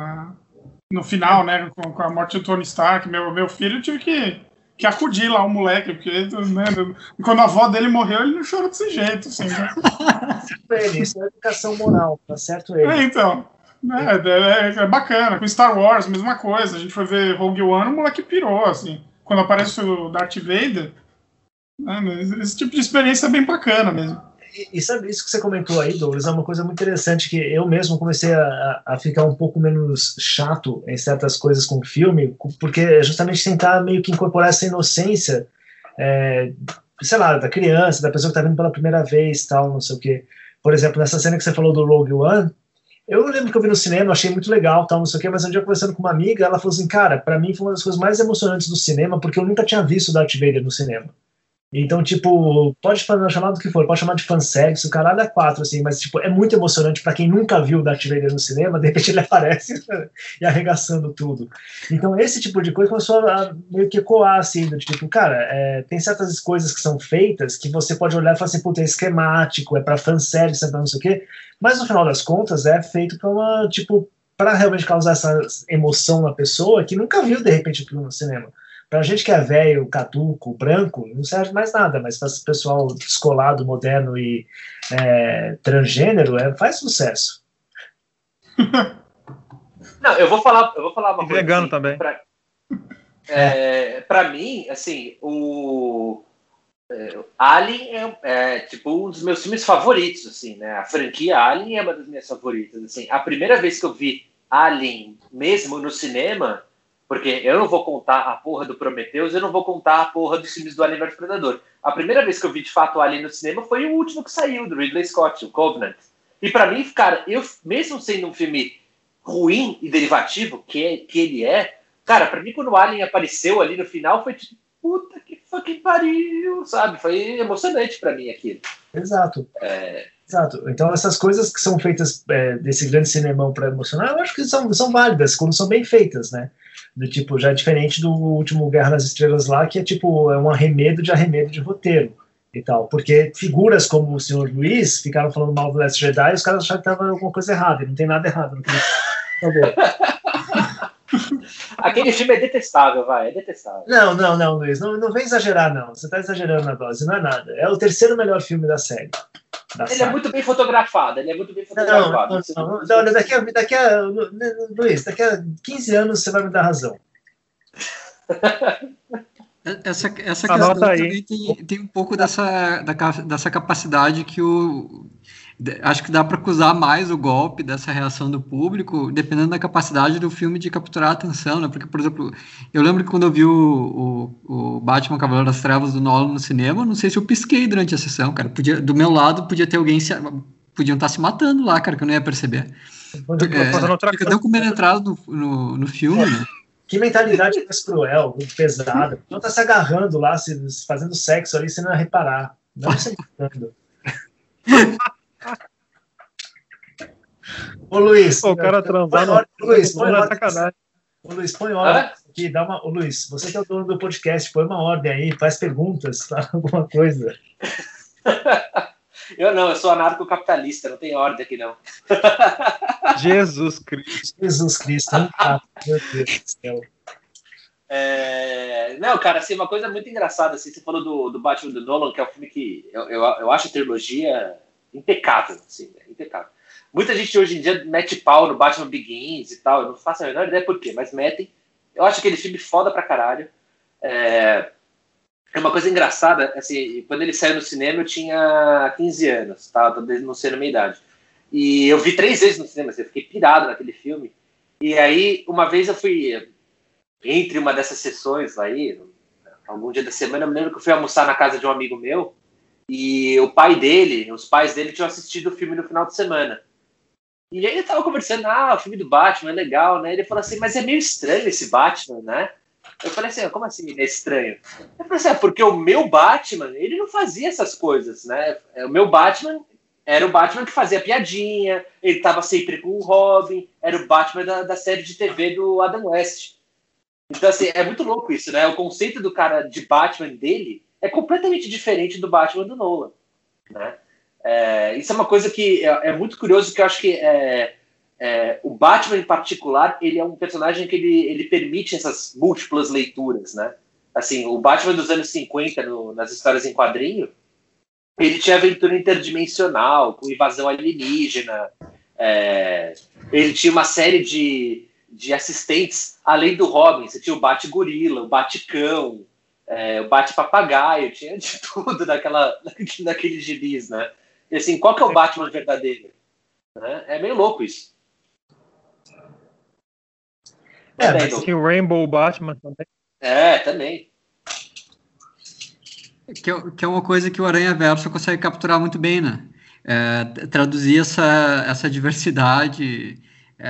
no final, né, com a morte do Tony Stark. Meu filho tive que acudir lá o moleque, porque, né, quando a avó dele morreu, ele não chorou desse jeito, assim. Né? Isso é educação moral, tá certo ele. Então, é bacana. Com Star Wars, mesma coisa. A gente foi ver Rogue One, o moleque pirou, assim. Quando aparece o Darth Vader, né, esse tipo de experiência é bem bacana mesmo. E sabe, isso que você comentou aí, Douglas, é uma coisa muito interessante, que eu mesmo comecei a ficar um pouco menos chato em certas coisas com o filme, porque é justamente tentar meio que incorporar essa inocência, sei lá, da criança, da pessoa que está vindo pela primeira vez, tal, não sei o quê. Por exemplo, nessa cena que você falou do Rogue One, eu lembro que eu vi no cinema, achei muito legal, tal, não sei o quê, mas um dia conversando com uma amiga, ela falou assim, cara, pra mim foi uma das coisas mais emocionantes do cinema, porque eu nunca tinha visto o Darth Vader no cinema. Então, tipo, pode chamar do que for, pode chamar de fanservice, o caralho é 4, assim, mas, tipo, é muito emocionante pra quem nunca viu o Darth Vader no cinema, de repente ele aparece e arregaçando tudo. Então, esse tipo de coisa começou a meio que ecoar, assim, do tipo, cara, tem certas coisas que são feitas que você pode olhar e falar assim, puta, é esquemático, é pra fanservice, é pra não sei o quê, mas no final das contas é feito pra uma, tipo, pra realmente causar essa emoção na pessoa que nunca viu, de repente, aquilo no cinema. Pra gente que é velho, caduco, branco, não serve mais nada, mas para esse pessoal descolado, moderno e transgênero, faz sucesso. Não, eu vou falar uma coisa. Vegano assim, também. Pra mim, assim, o Alien é tipo um dos meus filmes favoritos, assim, né? A franquia Alien é uma das minhas favoritas, assim. A primeira vez que eu vi Alien mesmo no cinema, porque eu não vou contar a porra do Prometheus, eu não vou contar a porra dos filmes do Alien vs Predador. A primeira vez que eu vi, de fato, o Alien no cinema foi o último que saiu, do Ridley Scott, o Covenant. E pra mim, cara, mesmo sendo um filme ruim e derivativo, que ele é, Cara, pra mim, quando o Alien apareceu ali no final, foi tipo, puta que fucking pariu, sabe? Foi emocionante pra mim aquilo. Exato. Exato. Então, essas coisas que são feitas desse grande cinemão para emocionar, eu acho que são válidas, quando são bem feitas, né? Do tipo, já diferente do último Guerra nas Estrelas lá, que é tipo, é um arremedo de roteiro e tal. Porque figuras como o Sr. Luiz ficaram falando mal do Last Jedi e os caras acharam que tava alguma coisa errada, e não tem nada errado. Por favor. Aquele filme é detestável, vai, é detestável. Não, Luiz, não vem exagerar, não. Você tá exagerando na dose, não é nada. É o terceiro melhor filme da série. Ele é muito bem fotografado, Olha, Luiz, daqui a 15 anos você vai me dar razão. Essa questão também tem um pouco dessa capacidade que acho que dá para acusar mais o golpe dessa reação do público, dependendo da capacidade do filme de capturar a atenção, né? Porque, por exemplo, eu lembro que quando eu vi o Batman Cavaleiro das Trevas do Nolan no cinema, não sei se eu pisquei durante a sessão, cara. Do meu lado podia ter alguém podiam estar se matando lá, cara, que eu não ia perceber. Fica tão compenetrado no filme, né? Que mentalidade mais cruel, pesada. Não tá se agarrando lá, fazendo sexo ali, você não ia reparar. Não se matando. Ô Luiz, o cara transando. Luiz, põe ordem. Ô Luiz, põe ordem aqui, Ô Luiz, você que é o dono do podcast, põe uma ordem aí, faz perguntas, fala alguma coisa. Eu sou anarcocapitalista, não tem ordem aqui não. Jesus Cristo. Meu Deus do céu. Não, cara, assim, uma coisa muito engraçada, assim, você falou do Batman do Nolan, que é um filme que eu acho a trilogia impecável, assim, impecável. Muita gente hoje em dia mete pau no Batman Begins e tal, eu não faço a menor ideia por quê, mas metem. Eu acho aquele filme foda pra caralho. É uma coisa engraçada, assim, quando ele saiu no cinema eu tinha 15 anos, tá? Não sei na minha idade. E eu vi 3 vezes no cinema, assim, eu fiquei pirado naquele filme. E aí, uma vez eu fui, entre uma dessas sessões aí, algum dia da semana, eu me lembro que eu fui almoçar na casa de um amigo meu, e os pais dele tinham assistido o filme no final de semana. E aí eu tava conversando, o filme do Batman é legal, né? Ele falou assim, mas é meio estranho esse Batman, né? Eu falei assim, como assim é estranho? Eu falei assim, porque o meu Batman, ele não fazia essas coisas, né? O meu Batman era o Batman que fazia piadinha, ele tava sempre com o Robin, era o Batman da série de TV do Adam West. Então, assim, é muito louco isso, né? O conceito do cara de Batman dele é completamente diferente do Batman do Nolan, né? Isso é uma coisa que é muito curioso, que eu acho que o Batman, em particular, ele é um personagem que ele permite essas múltiplas leituras, né? Assim, o Batman dos anos 50, nas histórias em quadrinho, ele tinha aventura interdimensional, com invasão alienígena, ele tinha uma série de assistentes, além do Robin. Você tinha o Bate-Gorila, o Bate-Cão, o Bate-Papagaio, tinha de tudo naqueles gibis, né? E assim, qual que é o Batman verdadeiro? Né? É meio louco isso. Mas tinha o Rainbow Batman também. Também. Que é uma coisa que o Aranhaverso consegue capturar muito bem, né? Traduzir essa diversidade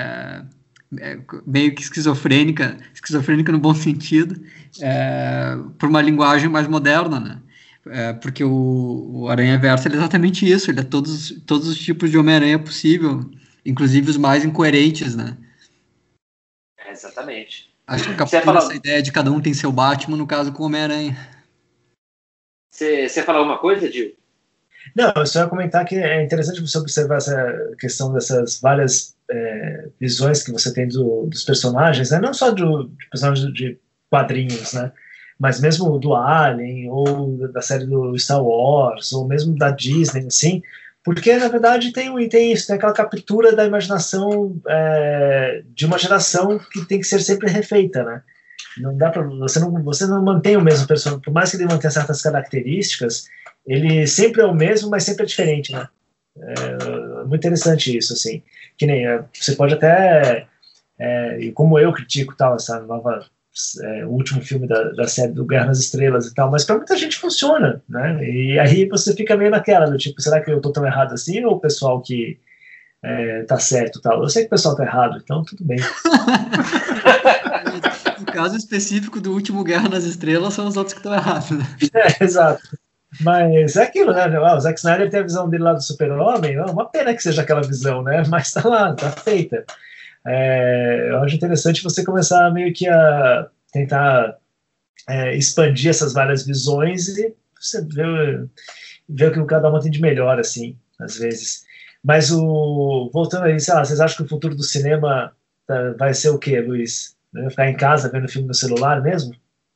meio que esquizofrênica no bom sentido, por uma linguagem mais moderna, né? Porque o Aranhaverso é exatamente isso, ele é todos os tipos de Homem-Aranha possível, inclusive os mais incoerentes, né? Exatamente. Acho que captura essa ideia de cada um tem seu Batman, no caso com o Homem-Aranha. Você falou alguma coisa, Gil? Não, eu só ia comentar que é interessante você observar essa questão dessas várias visões que você tem dos personagens, né? Não só de personagens de quadrinhos, né? Mas mesmo do Alien, ou da série do Star Wars, ou mesmo da Disney, assim, porque, na verdade, tem isso, tem aquela captura da imaginação de uma geração que tem que ser sempre refeita, né? Não dá pra, você não mantém o mesmo personagem, por mais que ele mantenha certas características, ele sempre é o mesmo, mas sempre é diferente, né? É muito interessante isso, assim. Que nem, você pode até, e como eu critico tal, essa nova... o último filme da série do Guerra nas Estrelas e tal, mas para muita gente funciona, né? E aí você fica meio naquela, do tipo, será que eu tô tão errado assim, ou o pessoal que tá certo tal? Eu sei que o pessoal tá errado, então tudo bem. caso específico do último Guerra nas Estrelas, são os outros que estão errados, né? Exato. Mas é aquilo, né? O Zack Snyder tem a visão dele lá do Super-Homem, uma pena que seja aquela visão, né? Mas tá lá, tá feita. Eu acho interessante você começar meio que a tentar expandir essas várias visões e você ver o que cada uma tem de melhor, assim, às vezes. Mas voltando aí, sei lá, vocês acham que o futuro do cinema vai ser o quê, Luiz? Vai ficar em casa vendo filme no celular mesmo?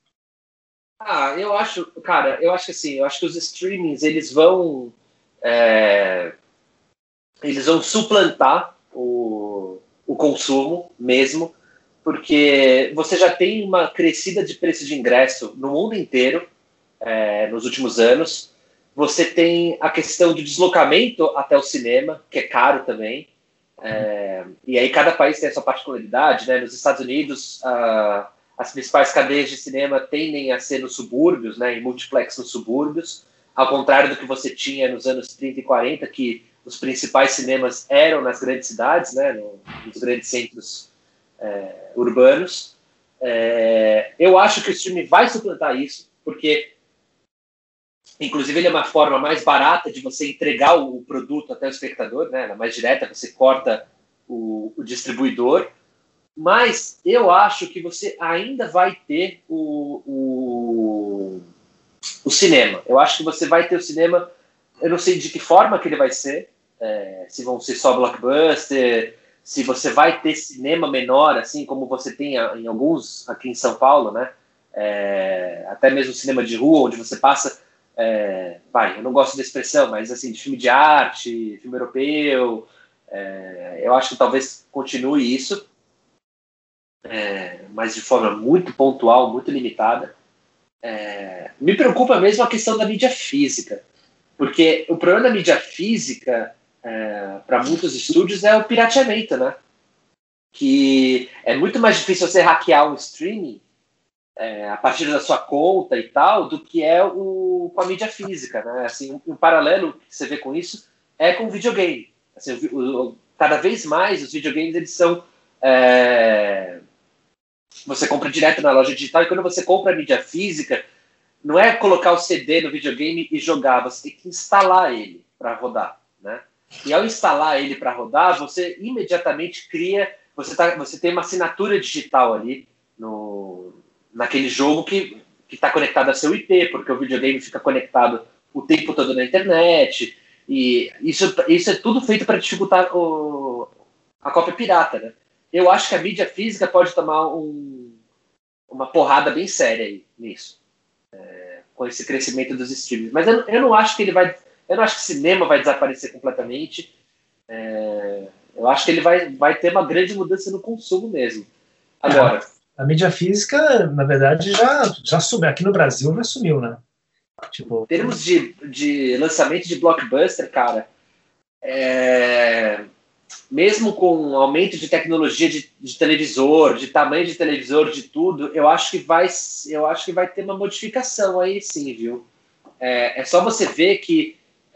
Eu acho que assim, eu acho que os streamings, eles vão suplantar o consumo mesmo, porque você já tem uma crescida de preço de ingresso no mundo inteiro nos últimos anos. Você tem a questão do deslocamento até o cinema, que é caro também, e aí cada país tem a sua particularidade, né? Nos Estados Unidos, as principais cadeias de cinema tendem a ser nos subúrbios, né, em multiplex nos subúrbios, ao contrário do que você tinha nos anos 30 e 40, que os principais cinemas eram nas grandes cidades, né, nos grandes centros urbanos. Eu acho que o streaming vai suplantar isso, porque, inclusive, ele é uma forma mais barata de você entregar o produto até o espectador, né, ela é mais direta, você corta o distribuidor. Mas eu acho que você ainda vai ter o cinema. Eu acho que você vai ter o cinema, eu não sei de que forma que ele vai ser, se vão ser só blockbuster, se você vai ter cinema menor, assim como você tem em alguns aqui em São Paulo, né? Até mesmo cinema de rua, onde você passa, eu não gosto da expressão, mas assim, de filme de arte, filme europeu, eu acho que talvez continue isso. Mas de forma muito pontual, muito limitada. Me preocupa mesmo a questão da mídia física, porque o problema da mídia física para muitos estúdios é o pirateamento, né? Que é muito mais difícil você hackear um streaming a partir da sua conta e tal, do que com a mídia física, né? Assim, um paralelo que você vê com isso é com o videogame. Assim, cada vez mais os videogames, eles são você compra direto na loja digital, e quando você compra a mídia física, não é colocar o CD no videogame e jogar, você tem que instalar ele para rodar, né? E ao instalar ele para rodar, você imediatamente cria, você tem uma assinatura digital ali naquele jogo que está conectado a seu IP, porque o videogame fica conectado o tempo todo na internet, e isso é tudo feito para dificultar a cópia pirata, né? Eu acho que a mídia física pode tomar uma porrada bem séria aí nisso, com esse crescimento dos streams. Mas eu não acho que eu não acho que o cinema vai desaparecer completamente. Eu acho que ele vai ter uma grande mudança no consumo mesmo. Agora, a mídia física, na verdade, já sumiu. Aqui no Brasil já sumiu, né? Tipo, em termos de lançamento de blockbuster, cara, mesmo com aumento de tecnologia de televisor, de tamanho de televisor, de tudo, eu acho que vai ter uma modificação aí, sim, viu? É só você ver que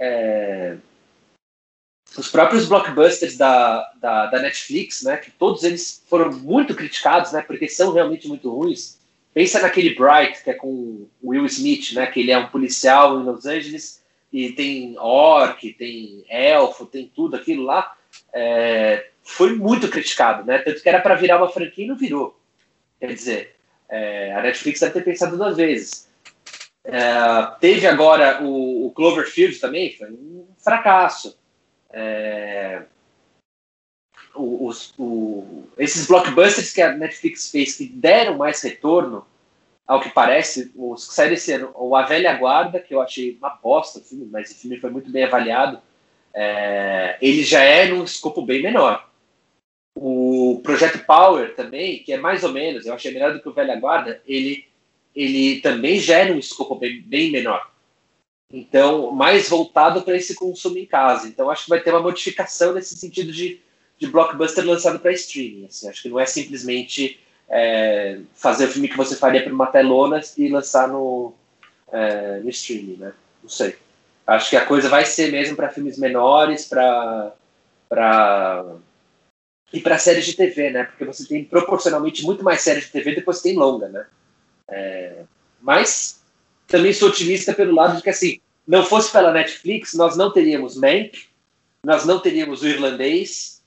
os próprios blockbusters da Netflix, né, que todos eles foram muito criticados, né, porque são realmente muito ruins. Pensa naquele Bright, que é com o Will Smith, né, que ele é um policial em Los Angeles e tem orc, tem elfo, tem tudo aquilo lá. Foi muito criticado, né? Tanto que era para virar uma franquia e não virou. Quer dizer, a Netflix deve ter pensado 2 vezes. Teve agora o Cloverfield também, foi um fracasso. Esses blockbusters que a Netflix fez, que deram mais retorno, ao que parece, os que saíram esse ano, o A Velha Guarda, que eu achei uma bosta, mas o filme foi muito bem avaliado, ele já é num escopo bem menor. O Projeto Power também, que é mais ou menos, eu achei melhor do que o Velha Guarda, ele também já é num escopo bem menor. Então, mais voltado para esse consumo em casa. Então, acho que vai ter uma modificação nesse sentido de blockbuster lançado para streaming. Assim. Acho que não é simplesmente fazer o filme que você faria para uma telona e lançar no streaming, né? Não sei. Acho que a coisa vai ser mesmo para filmes menores, para e para séries de TV, né? Porque você tem proporcionalmente muito mais séries de TV depois tem longa, né? Mas também sou otimista pelo lado de que, assim, não fosse pela Netflix, nós não teríamos Mank, nós não teríamos O Irlandês,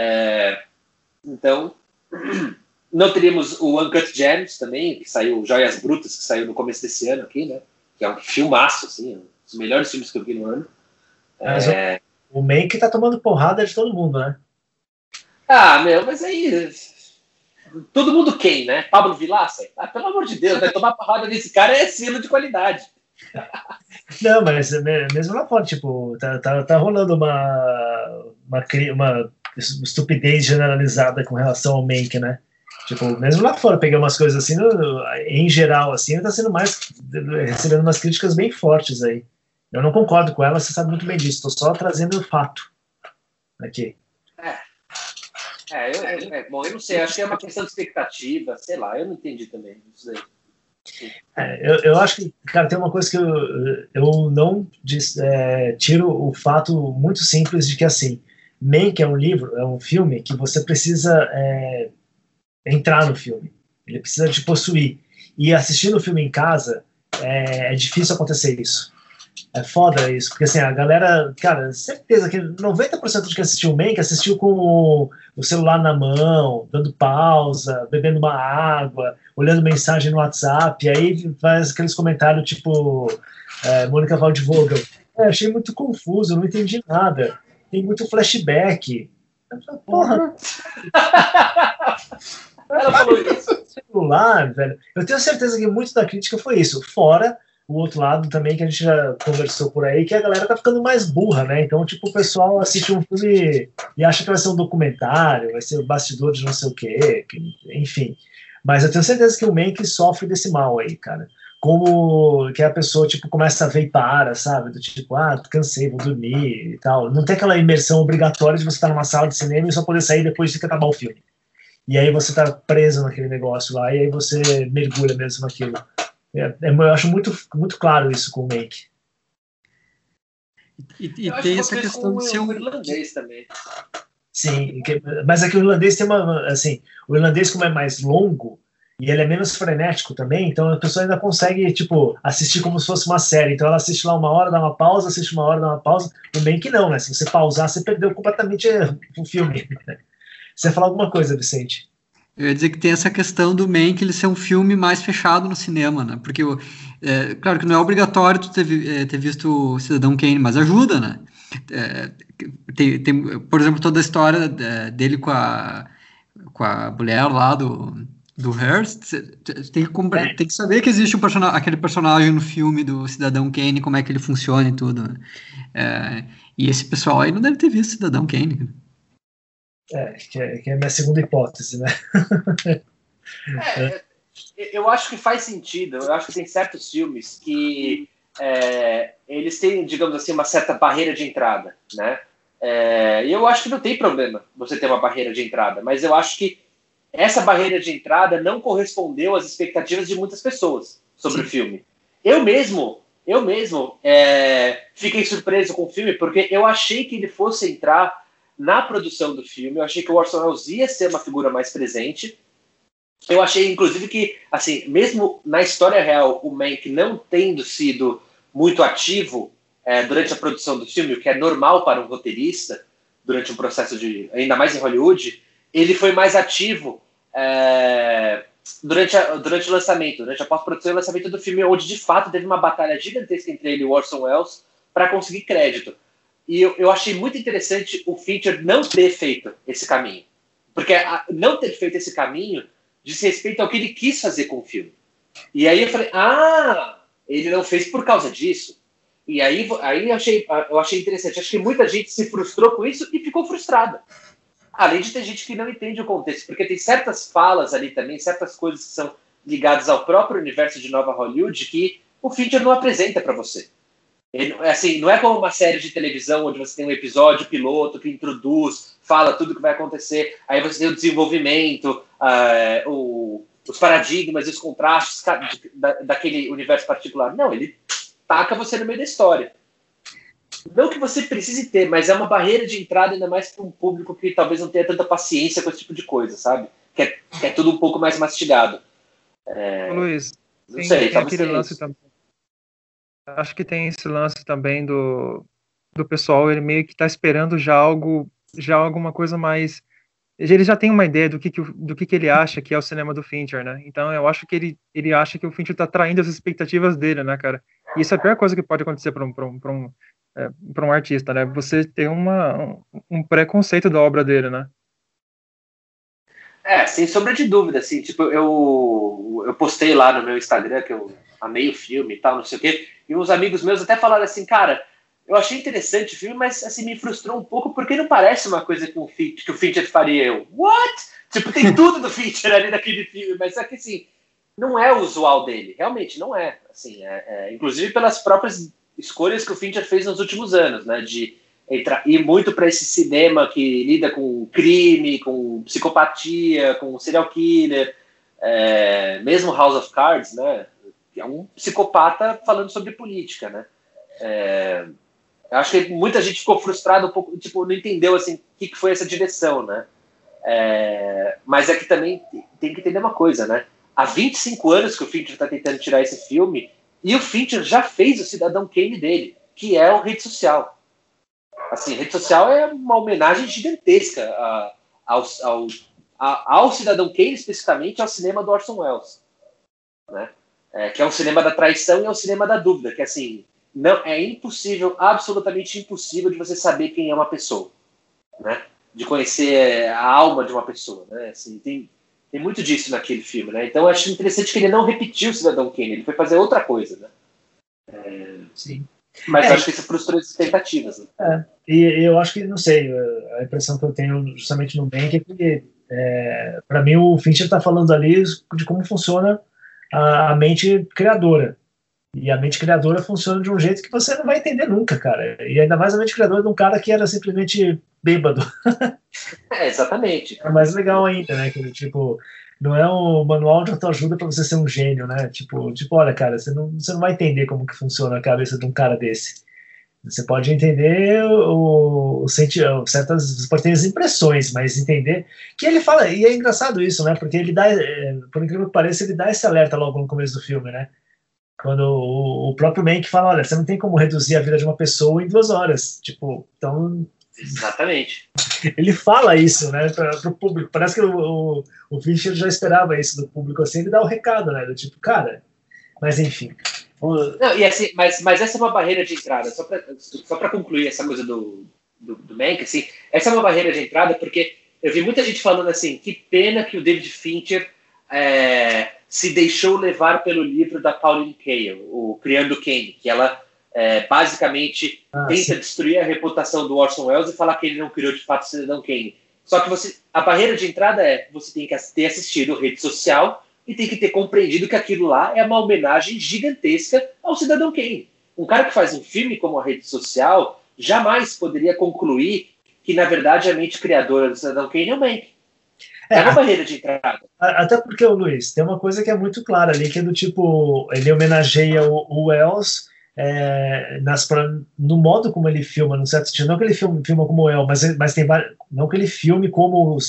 então não teríamos o Uncut Gems também, que saiu, Joias Brutas, que saiu no começo desse ano aqui, né? Que é um filmaço, assim, um dos melhores filmes que eu vi no ano. O Mank tá tomando porrada de todo mundo, né? Mas aí... Todo mundo quem, né? Pablo Vilaça? Pelo amor de Deus, vai tomar porrada desse cara é selo de qualidade. Não, mas mesmo lá fora, tipo, tá rolando uma estupidez generalizada com relação ao Mank, né? Tipo, mesmo lá fora, pegar umas coisas assim, em geral, assim, tá sendo recebendo umas críticas bem fortes aí. Eu não concordo com ela, você sabe muito bem disso, tô só trazendo o fato aqui. Bom, eu não sei, acho que é uma questão de expectativa, sei lá, eu não entendi também isso daí. Eu acho que, cara, tem uma coisa que eu não tiro o fato muito simples de que, assim, Mank é um filme que você precisa entrar no filme, ele precisa te possuir, e assistindo o filme em casa é difícil acontecer isso. É foda isso, porque assim, a galera, cara, certeza que 90% de quem assistiu o Mank assistiu com o celular na mão, dando pausa, bebendo uma água, olhando mensagem no WhatsApp, e aí faz aqueles comentários tipo Mônica Waldvogel. Achei muito confuso, não entendi nada. Tem muito flashback. Porra. Ela falou isso. Celular, velho. Eu tenho certeza que muito da crítica foi isso. Fora o outro lado também, que a gente já conversou por aí, que a galera tá ficando mais burra, né? Então, tipo, o pessoal assiste um filme e acha que vai ser um documentário, vai ser bastidor de não sei o quê, enfim. Mas eu tenho certeza que o Mank sofre desse mal aí, cara. Como que a pessoa, tipo, começa a ver e para, sabe? Do tipo, cansei, vou dormir e tal. Não tem aquela imersão obrigatória de você estar numa sala de cinema e só poder sair depois de que acabar o filme. E aí você tá preso naquele negócio lá, e aí você mergulha mesmo naquilo. Eu acho muito, muito claro isso com o Mank. E tem essa questão de ser um irlandês também. Sim, mas é que o irlandês tem o irlandês, como é mais longo e ele é menos frenético também, então a pessoa ainda consegue, tipo, assistir como se fosse uma série. Então ela assiste lá 1 hora, dá uma pausa, assiste 1 hora, dá uma pausa. O Mank não, né? Se você pausar, você perdeu completamente o filme. Você ia falar alguma coisa, Vicente? Eu ia dizer que tem essa questão do Mank ele ser um filme mais fechado no cinema, né? Porque, claro que não é obrigatório tu ter visto o Cidadão Kane, mas ajuda, né? Tem, por exemplo, toda a história dele com a mulher lá do Hearst. Tem que saber que existe aquele personagem no filme do Cidadão Kane, como é que ele funciona e tudo, né? E esse pessoal aí não deve ter visto Cidadão Kane. Que é a minha segunda hipótese, né? Eu acho que faz sentido. Eu acho que tem certos filmes que eles têm, digamos assim, uma certa barreira de entrada, né? E eu acho que não tem problema você ter uma barreira de entrada, mas eu acho que essa barreira de entrada não correspondeu às expectativas de muitas pessoas sobre o filme. Eu mesmo fiquei surpreso com o filme, porque eu achei que ele fosse entrar na produção do filme. Eu achei que o Orson Welles ia ser uma figura mais presente. Eu achei, inclusive, que, assim, mesmo na história real, o Mank não tendo sido muito ativo durante a produção do filme, o que é normal para um roteirista, durante um processo ainda mais em Hollywood, ele foi mais ativo durante o lançamento, durante a pós-produção e lançamento do filme, onde, de fato, teve uma batalha gigantesca entre ele e o Orson Welles para conseguir crédito. E eu achei muito interessante o Fincher não ter feito esse caminho. Porque não ter feito esse caminho diz respeito ao que ele quis fazer com o filme. E aí eu falei, ele não fez por causa disso. E aí eu achei interessante. Acho que muita gente se frustrou com isso e ficou frustrada. Além de ter gente que não entende o contexto. Porque tem certas falas ali também, certas coisas que são ligadas ao próprio universo de Nova Hollywood que o Fincher não apresenta para você. Assim, não é como uma série de televisão onde você tem um episódio piloto que introduz, fala tudo o que vai acontecer, aí você tem o desenvolvimento, os paradigmas e os contrastes daquele universo particular. Não, ele taca você no meio da história. não que você precise ter, mas é uma barreira de entrada ainda mais para um público que talvez não tenha tanta paciência com esse tipo de coisa, sabe? Que é tudo um pouco mais mastigado. Ô, Luiz, Não sei, tem talvez aquele seja lance isso. também. Acho que tem esse lance também do pessoal, ele meio que tá esperando já alguma coisa mais. Ele já tem uma ideia do que ele acha que é o cinema do Fincher, né? Então eu acho que ele acha que o Fincher tá traindo as expectativas dele, né, cara? E isso é a pior coisa que pode acontecer para um artista, né? Você ter um preconceito da obra dele, né? Sem sombra de dúvida, assim, tipo, eu postei lá no meu Instagram que eu amei o filme e tal, não sei o quê, e uns amigos meus até falaram assim, cara, eu achei interessante o filme, mas, assim, me frustrou um pouco porque não parece uma coisa que o Fincher faria. Eu, what? Tipo, tem tudo do Fincher ali naquele filme, mas é que, assim, não é o usual dele, realmente não é, assim, inclusive pelas próprias escolhas que o Fincher fez nos últimos anos, né, de ir muito para esse cinema que lida com crime, com psicopatia, com serial killer, mesmo House of Cards, né, que é um psicopata falando sobre política, né. Eu acho que muita gente ficou frustrada um pouco, tipo, não entendeu assim o que foi essa direção, né. Mas é que também tem que entender uma coisa, né. Há 25 anos que o Fincher está tentando tirar esse filme e o Fincher já fez o Cidadão Kane dele, que é o Rede Social. Assim, Rede Social é uma homenagem gigantesca ao Cidadão Kane, especificamente ao cinema do Orson Welles, né? Que é um cinema da traição e é um cinema da dúvida, que assim, não, é impossível, absolutamente impossível de você saber quem é uma pessoa, né? De conhecer a alma de uma pessoa, né? Assim, tem muito disso naquele filme, né? Então eu acho interessante que ele não repetiu o Cidadão Kane, ele foi fazer outra coisa, né? Sim. Mas acho que isso frustrou as expectativas, né? E eu acho que, não sei, a impressão que eu tenho justamente no Mank é que, para mim, o Fincher está falando ali de como funciona a mente criadora. E a mente criadora funciona de um jeito que você não vai entender nunca, cara. E ainda mais a mente criadora de um cara que era simplesmente bêbado. Exatamente. É mais legal ainda, né? Que, tipo, não é um manual de autoajuda para você ser um gênio, né? Tipo, olha, cara, você não vai entender como que funciona a cabeça de um cara desse. Você pode entender certas, você pode ter as impressões, mas entender que ele fala, e é engraçado isso, né? Porque ele dá, por incrível que pareça, ele dá esse alerta logo no começo do filme, né? Quando o próprio Mank fala, olha, você não tem como reduzir a vida de uma pessoa em 2 horas, tipo, então... Exatamente. Ele fala isso, né, para o público. Parece que o Fincher já esperava isso do público, assim, ele dá o recado, né, do tipo, cara, mas enfim. Não, e assim, mas essa é uma barreira de entrada, só para concluir essa coisa do Mank, assim, essa é uma barreira de entrada porque eu vi muita gente falando assim, que pena que o David Fincher se deixou levar pelo livro da Pauline Kael, o Criando Kane, que ela basicamente tenta destruir a reputação do Orson Welles e falar que ele não criou de fato o Cidadão Kane. Só que a barreira de entrada você tem que ter assistido Rede Social e tem que ter compreendido que aquilo lá é uma homenagem gigantesca ao Cidadão Kane. Um cara que faz um filme como a Rede Social jamais poderia concluir que, na verdade, a mente criadora do Cidadão Kane é o Mank. É uma barreira de entrada. Até porque, Luiz, tem uma coisa que é muito clara ali, que é do tipo, ele homenageia o Welles no modo como ele filma, no certo sentido. Não que ele filma como o Welles, mas tem não que ele filme como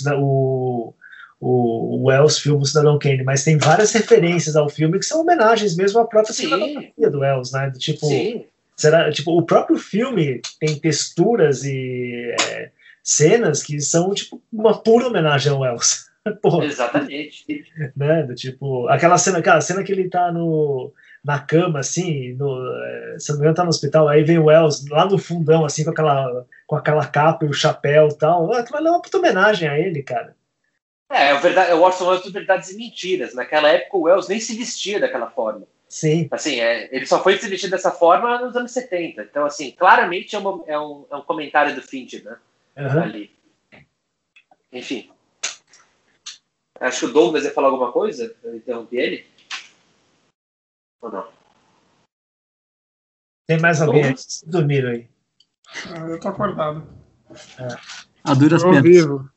o Welles filma o Cidadão Kane, mas tem várias referências ao filme que são homenagens mesmo à própria cinematografia do Welles, né? Tipo, tipo, o próprio filme tem texturas e cenas que são tipo uma pura homenagem ao Welles. Porra, exatamente. Né? Do tipo, aquela cena que ele tá na cama, assim, se não me engano, tá no hospital, aí vem o Welles lá no fundão, assim, com aquela capa e o chapéu e tal. Aquilo é uma puta homenagem a ele, cara. O Orson Welles de Verdades e Mentiras. Naquela época o Welles nem se vestia daquela forma. Sim. Assim, ele só foi se vestir dessa forma nos anos 70. Então, assim, claramente é um comentário do Fincher, né? Uhum. Ali. Enfim. Acho que o Douglas ia falar alguma coisa. Eu interrompi ele. Ou não? Tem mais alguém aí? Dormiram aí? Eu tô acordado. A duras Ao penas. vivo.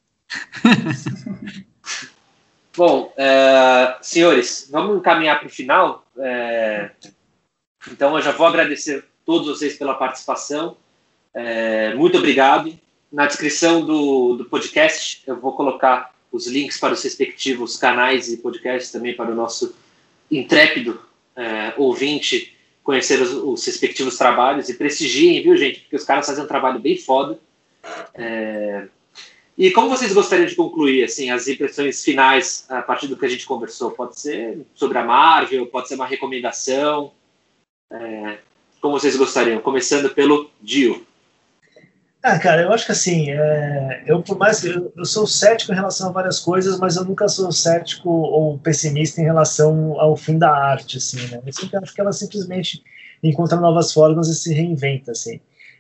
Bom, senhores, vamos encaminhar para o final. Então, eu já vou agradecer a todos vocês pela participação. Muito obrigado. Na descrição do podcast eu vou colocar os links para os respectivos canais e podcasts também para o nosso intrépido ouvinte conhecer os respectivos trabalhos e prestigiem, viu, gente? Porque os caras fazem um trabalho bem foda. E como vocês gostariam de concluir assim, as impressões finais a partir do que a gente conversou? Pode ser sobre a Marvel, pode ser uma recomendação. Como vocês gostariam? Começando pelo Dio. Cara, eu acho que assim, por mais que eu sou cético em relação a várias coisas, mas eu nunca sou cético ou pessimista em relação ao fim da arte, assim, né? Eu sempre acho que ela simplesmente encontra novas formas e se reinventa, assim.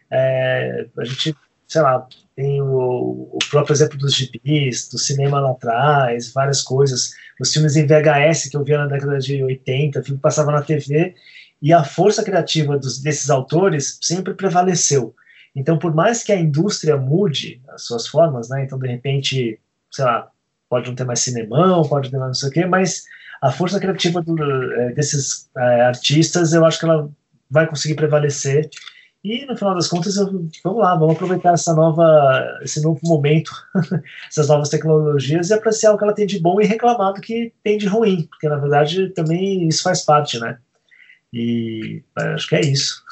A gente, sei lá, tem o próprio exemplo dos gibis, do cinema lá atrás, várias coisas, os filmes em VHS que eu via na década de 80, o filme passava na TV, e a força criativa desses autores sempre prevaleceu. Então, por mais que a indústria mude as suas formas, né? Então, de repente, sei lá, pode não ter mais cinemão, pode ter mais não sei o quê, mas a força criativa desses artistas, eu acho que ela vai conseguir prevalecer. E, no final das contas, vamos lá, vamos aproveitar esse novo momento, essas novas tecnologias e apreciar o que ela tem de bom e reclamar do que tem de ruim, porque, na verdade, também isso faz parte, né? E acho que é isso.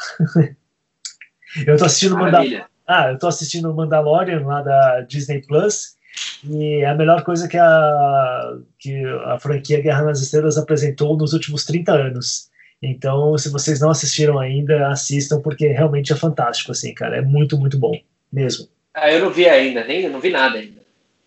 Eu tô assistindo Mandalorian lá da Disney Plus, e é a melhor coisa que a franquia Guerra nas Estrelas apresentou nos últimos 30 anos. Então, se vocês não assistiram ainda, assistam, porque realmente é fantástico, assim, cara. É muito, muito bom, mesmo. Eu não vi ainda, não vi nada ainda.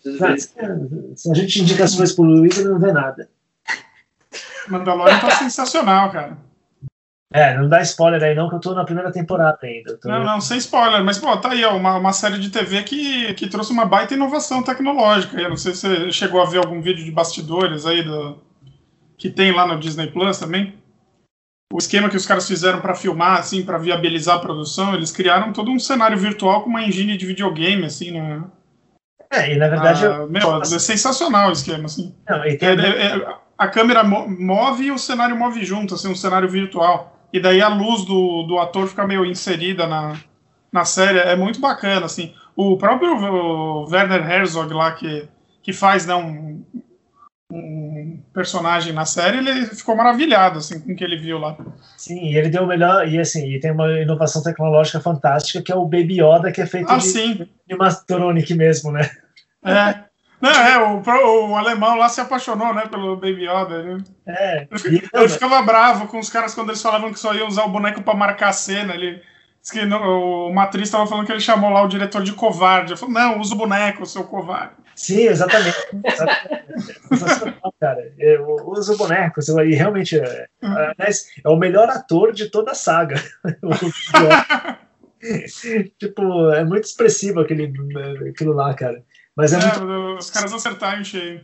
Se a gente indica as coisas pro Luiz, ele não vê nada. Mandalorian tá sensacional, cara. Não dá spoiler aí não, que eu tô na primeira temporada ainda. Não, sem spoiler, mas pô, tá aí, uma série de TV que trouxe uma baita inovação tecnológica. Eu não sei se você chegou a ver algum vídeo de bastidores aí que tem lá no Disney Plus também. O esquema que os caras fizeram para filmar, assim, para viabilizar a produção, eles criaram todo um cenário virtual com uma engine de videogame, assim, né? E na verdade... é sensacional o esquema, assim. A câmera move e o cenário move junto, assim, um cenário virtual. E daí a luz do ator fica meio inserida na série. É muito bacana, assim. O próprio Werner Herzog lá, que faz, né, um personagem na série, ele ficou maravilhado, assim, com o que ele viu lá. Sim, e ele deu o melhor... E, assim, e tem uma inovação tecnológica fantástica, que é o Baby Yoda, que é feito de animatronic mesmo, né? O alemão lá se apaixonou, né, pelo Baby Yoda. Né? Eu ficava bravo com os caras quando eles falavam que só iam usar o boneco pra marcar a cena. Ele disse que uma atriz estava falando que ele chamou lá o diretor de covarde. Eu falei, não, usa o boneco, seu covarde. Sim, exatamente. Cara, usa o boneco. E realmente, aliás, é o melhor ator de toda a saga. Tipo, é muito expressivo aquilo lá, cara. Mas os caras acertaram em cheio.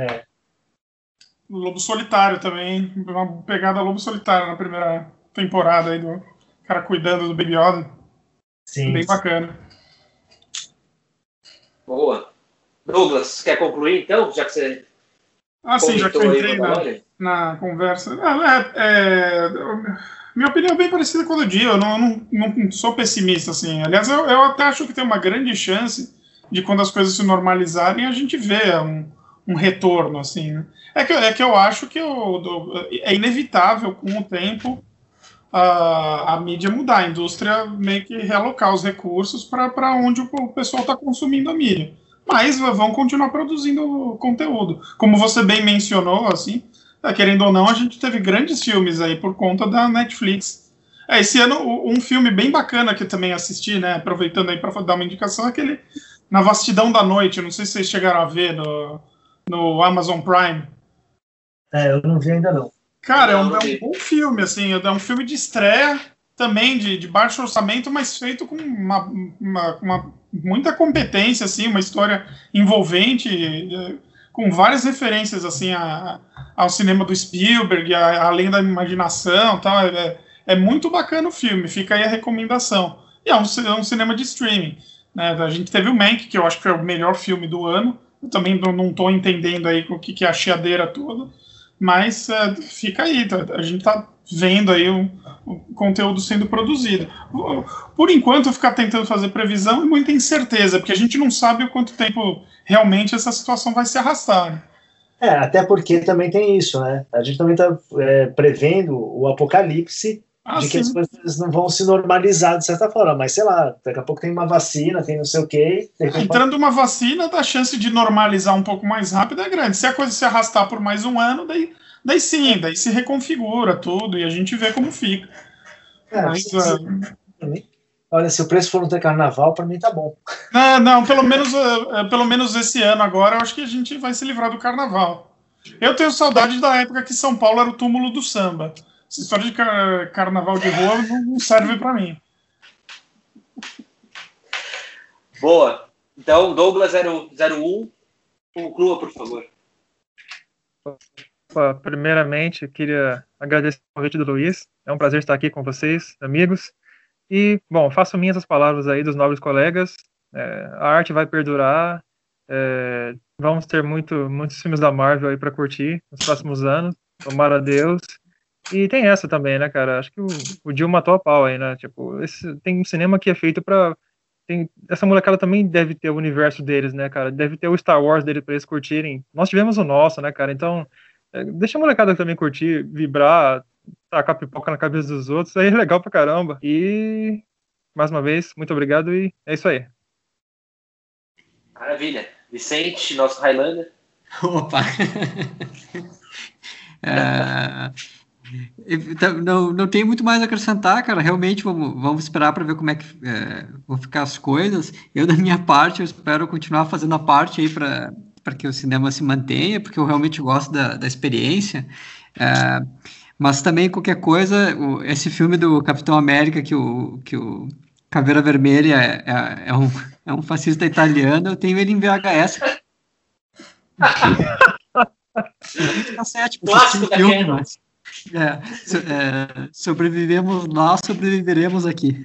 O Lobo Solitário também. Uma pegada Lobo Solitário na primeira temporada aí do cara cuidando do Baby Yoda. Sim. Bem bacana. Boa. Douglas, quer concluir então? Já que você. Sim, já que eu entrei na conversa. Minha opinião é bem parecida com a do Dio. Eu não sou pessimista, assim. Aliás, eu até acho que tem uma grande chance de quando as coisas se normalizarem, a gente vê um retorno, assim, né? É que eu acho que é inevitável, com o tempo, a mídia mudar, a indústria meio que realocar os recursos para onde o pessoal está consumindo a mídia. Mas vão continuar produzindo conteúdo. Como você bem mencionou, assim, querendo ou não, a gente teve grandes filmes aí por conta da Netflix. Esse ano, um filme bem bacana que eu também assisti, né, aproveitando aí para dar uma indicação, é aquele Na Vastidão da Noite. Não sei se vocês chegaram a ver no Amazon Prime. Eu não vi ainda não. Cara, é um bom filme, assim, é um filme de estreia, também de baixo orçamento, mas feito com uma muita competência, assim, uma história envolvente, com várias referências, assim, ao cinema do Spielberg, além da imaginação, tal. É muito bacana o filme, fica aí a recomendação. E é um cinema de streaming, né? A gente teve o Mank, que eu acho que foi o melhor filme do ano. Eu também não estou entendendo aí o que é a chiadeira toda. mas fica aí, a gente tá vendo aí o conteúdo sendo produzido. Por enquanto, ficar tentando fazer previsão é muita incerteza, porque a gente não sabe o quanto tempo realmente essa situação vai se arrastar. Né? Até porque também tem isso, né? A gente também está prevendo o apocalipse de que as coisas não vão se normalizar de certa forma, mas sei lá, daqui a pouco tem uma vacina, tem não sei o quê. Entrando uma vacina, a chance de normalizar um pouco mais rápido é grande. Se a coisa se arrastar por mais um ano, daí sim, daí se reconfigura tudo e a gente vê como fica. Olha, se o preço for não ter carnaval, para mim tá bom. Não, pelo menos esse ano agora, eu acho que a gente vai se livrar do carnaval. Eu tenho saudade da época que São Paulo era o túmulo do samba. Essa história de carnaval de rua não serve para mim. Boa. Então, Douglas 001, conclua, por favor. Primeiramente, eu queria agradecer o convite do Luiz. É um prazer estar aqui com vocês, amigos. E, bom, faço minhas as palavras aí dos nobres colegas. A arte vai perdurar. Vamos ter muitos filmes da Marvel aí para curtir nos próximos anos. Tomara a Deus. E tem essa também, né, cara? Acho que o Dio matou a pau aí, né? Tipo, tem um cinema que é feito pra... essa molecada também deve ter o universo deles, né, cara? Deve ter o Star Wars dele pra eles curtirem. Nós tivemos o nosso, né, cara? Então, deixa a molecada também curtir, vibrar, tacar pipoca na cabeça dos outros. Aí é legal pra caramba. E, mais uma vez, muito obrigado e é isso aí. Maravilha. Vicente, nosso Highlander. Opa! Não tem muito mais a acrescentar, cara. Realmente vamos esperar para ver como é que vão ficar as coisas. Eu, da minha parte, eu espero continuar fazendo a parte aí para que o cinema se mantenha, porque eu realmente gosto da experiência. Mas também qualquer coisa, esse filme do Capitão América que o Caveira Vermelha é um fascista italiano, eu tenho ele em VHS. Clássico da Canon. Sobrevivemos lá, sobreviveremos aqui.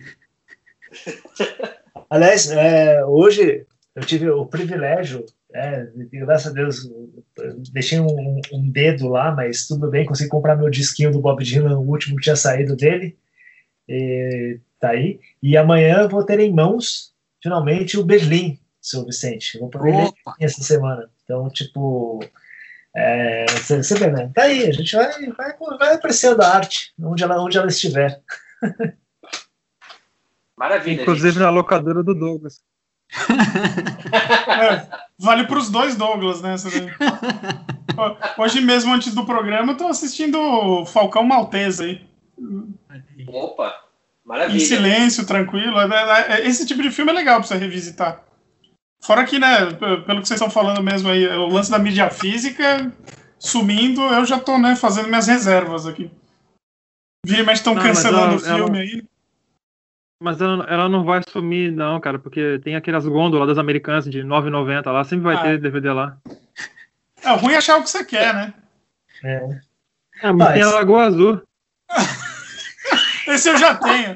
Aliás, hoje eu tive o privilégio, graças a Deus, deixei um dedo lá, mas tudo bem, consegui comprar meu disquinho do Bob Dylan, o último que tinha saído dele, tá aí, e amanhã eu vou ter em mãos, finalmente, o Berlim, seu Vicente, vou poder ler essa semana, então, tipo... você vê, né? Tá aí, a gente vai apreciando a arte onde ela estiver. Maravilha. Inclusive gente. Na locadora do Douglas. Vale para os dois Douglas, né? Hoje mesmo, antes do programa, eu tô assistindo o Falcão Maltese aí. Opa, maravilha. Em silêncio, tranquilo. Esse tipo de filme é legal para você revisitar. Fora que, né, pelo que vocês estão falando mesmo aí, o lance da mídia física sumindo, eu já tô, né, fazendo minhas reservas aqui. Vira e mexe estão cancelando o filme aí. Mas ela não vai sumir, não, cara, porque tem aquelas gôndolas das americanas de R$ 9,90 lá, sempre vai ter DVD lá. É ruim achar o que você quer, né? Mas tem a Lagoa Azul. Esse eu já tenho.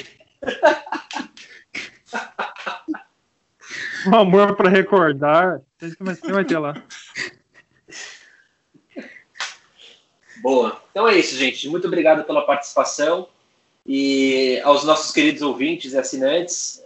Um amor pra recordar. Você vai ter lá. Boa. Então é isso, gente. Muito obrigado pela participação. E aos nossos queridos ouvintes e assinantes,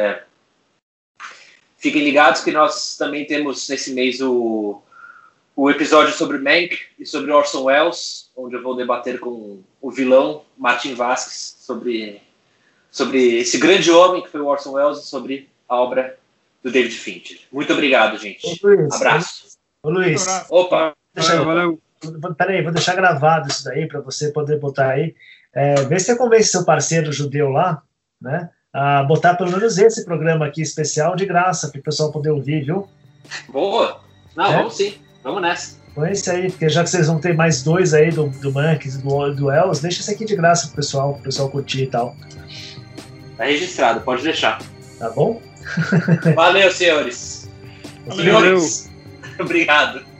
fiquem ligados que nós também temos nesse mês o episódio sobre Mank e sobre Orson Welles, onde eu vou debater com o vilão Martin Vasquez sobre esse grande homem que foi o Orson Welles e sobre a obra do David Fincher. Muito obrigado, gente. Abraço. Ô, Luiz. Opa. Valeu. Peraí, vou deixar gravado isso daí para você poder botar aí. Vê se você convence seu parceiro judeu lá, né, a botar pelo menos esse programa aqui especial de graça para o pessoal poder ouvir, viu? Boa. Não, vamos sim. Vamos nessa. Põe esse aí, porque já que vocês vão ter mais dois aí do Mank, do Wells, deixa esse aqui de graça pro pessoal curtir e tal. Tá registrado, pode deixar. Tá bom? Valeu, senhores. Valeu. Obrigado.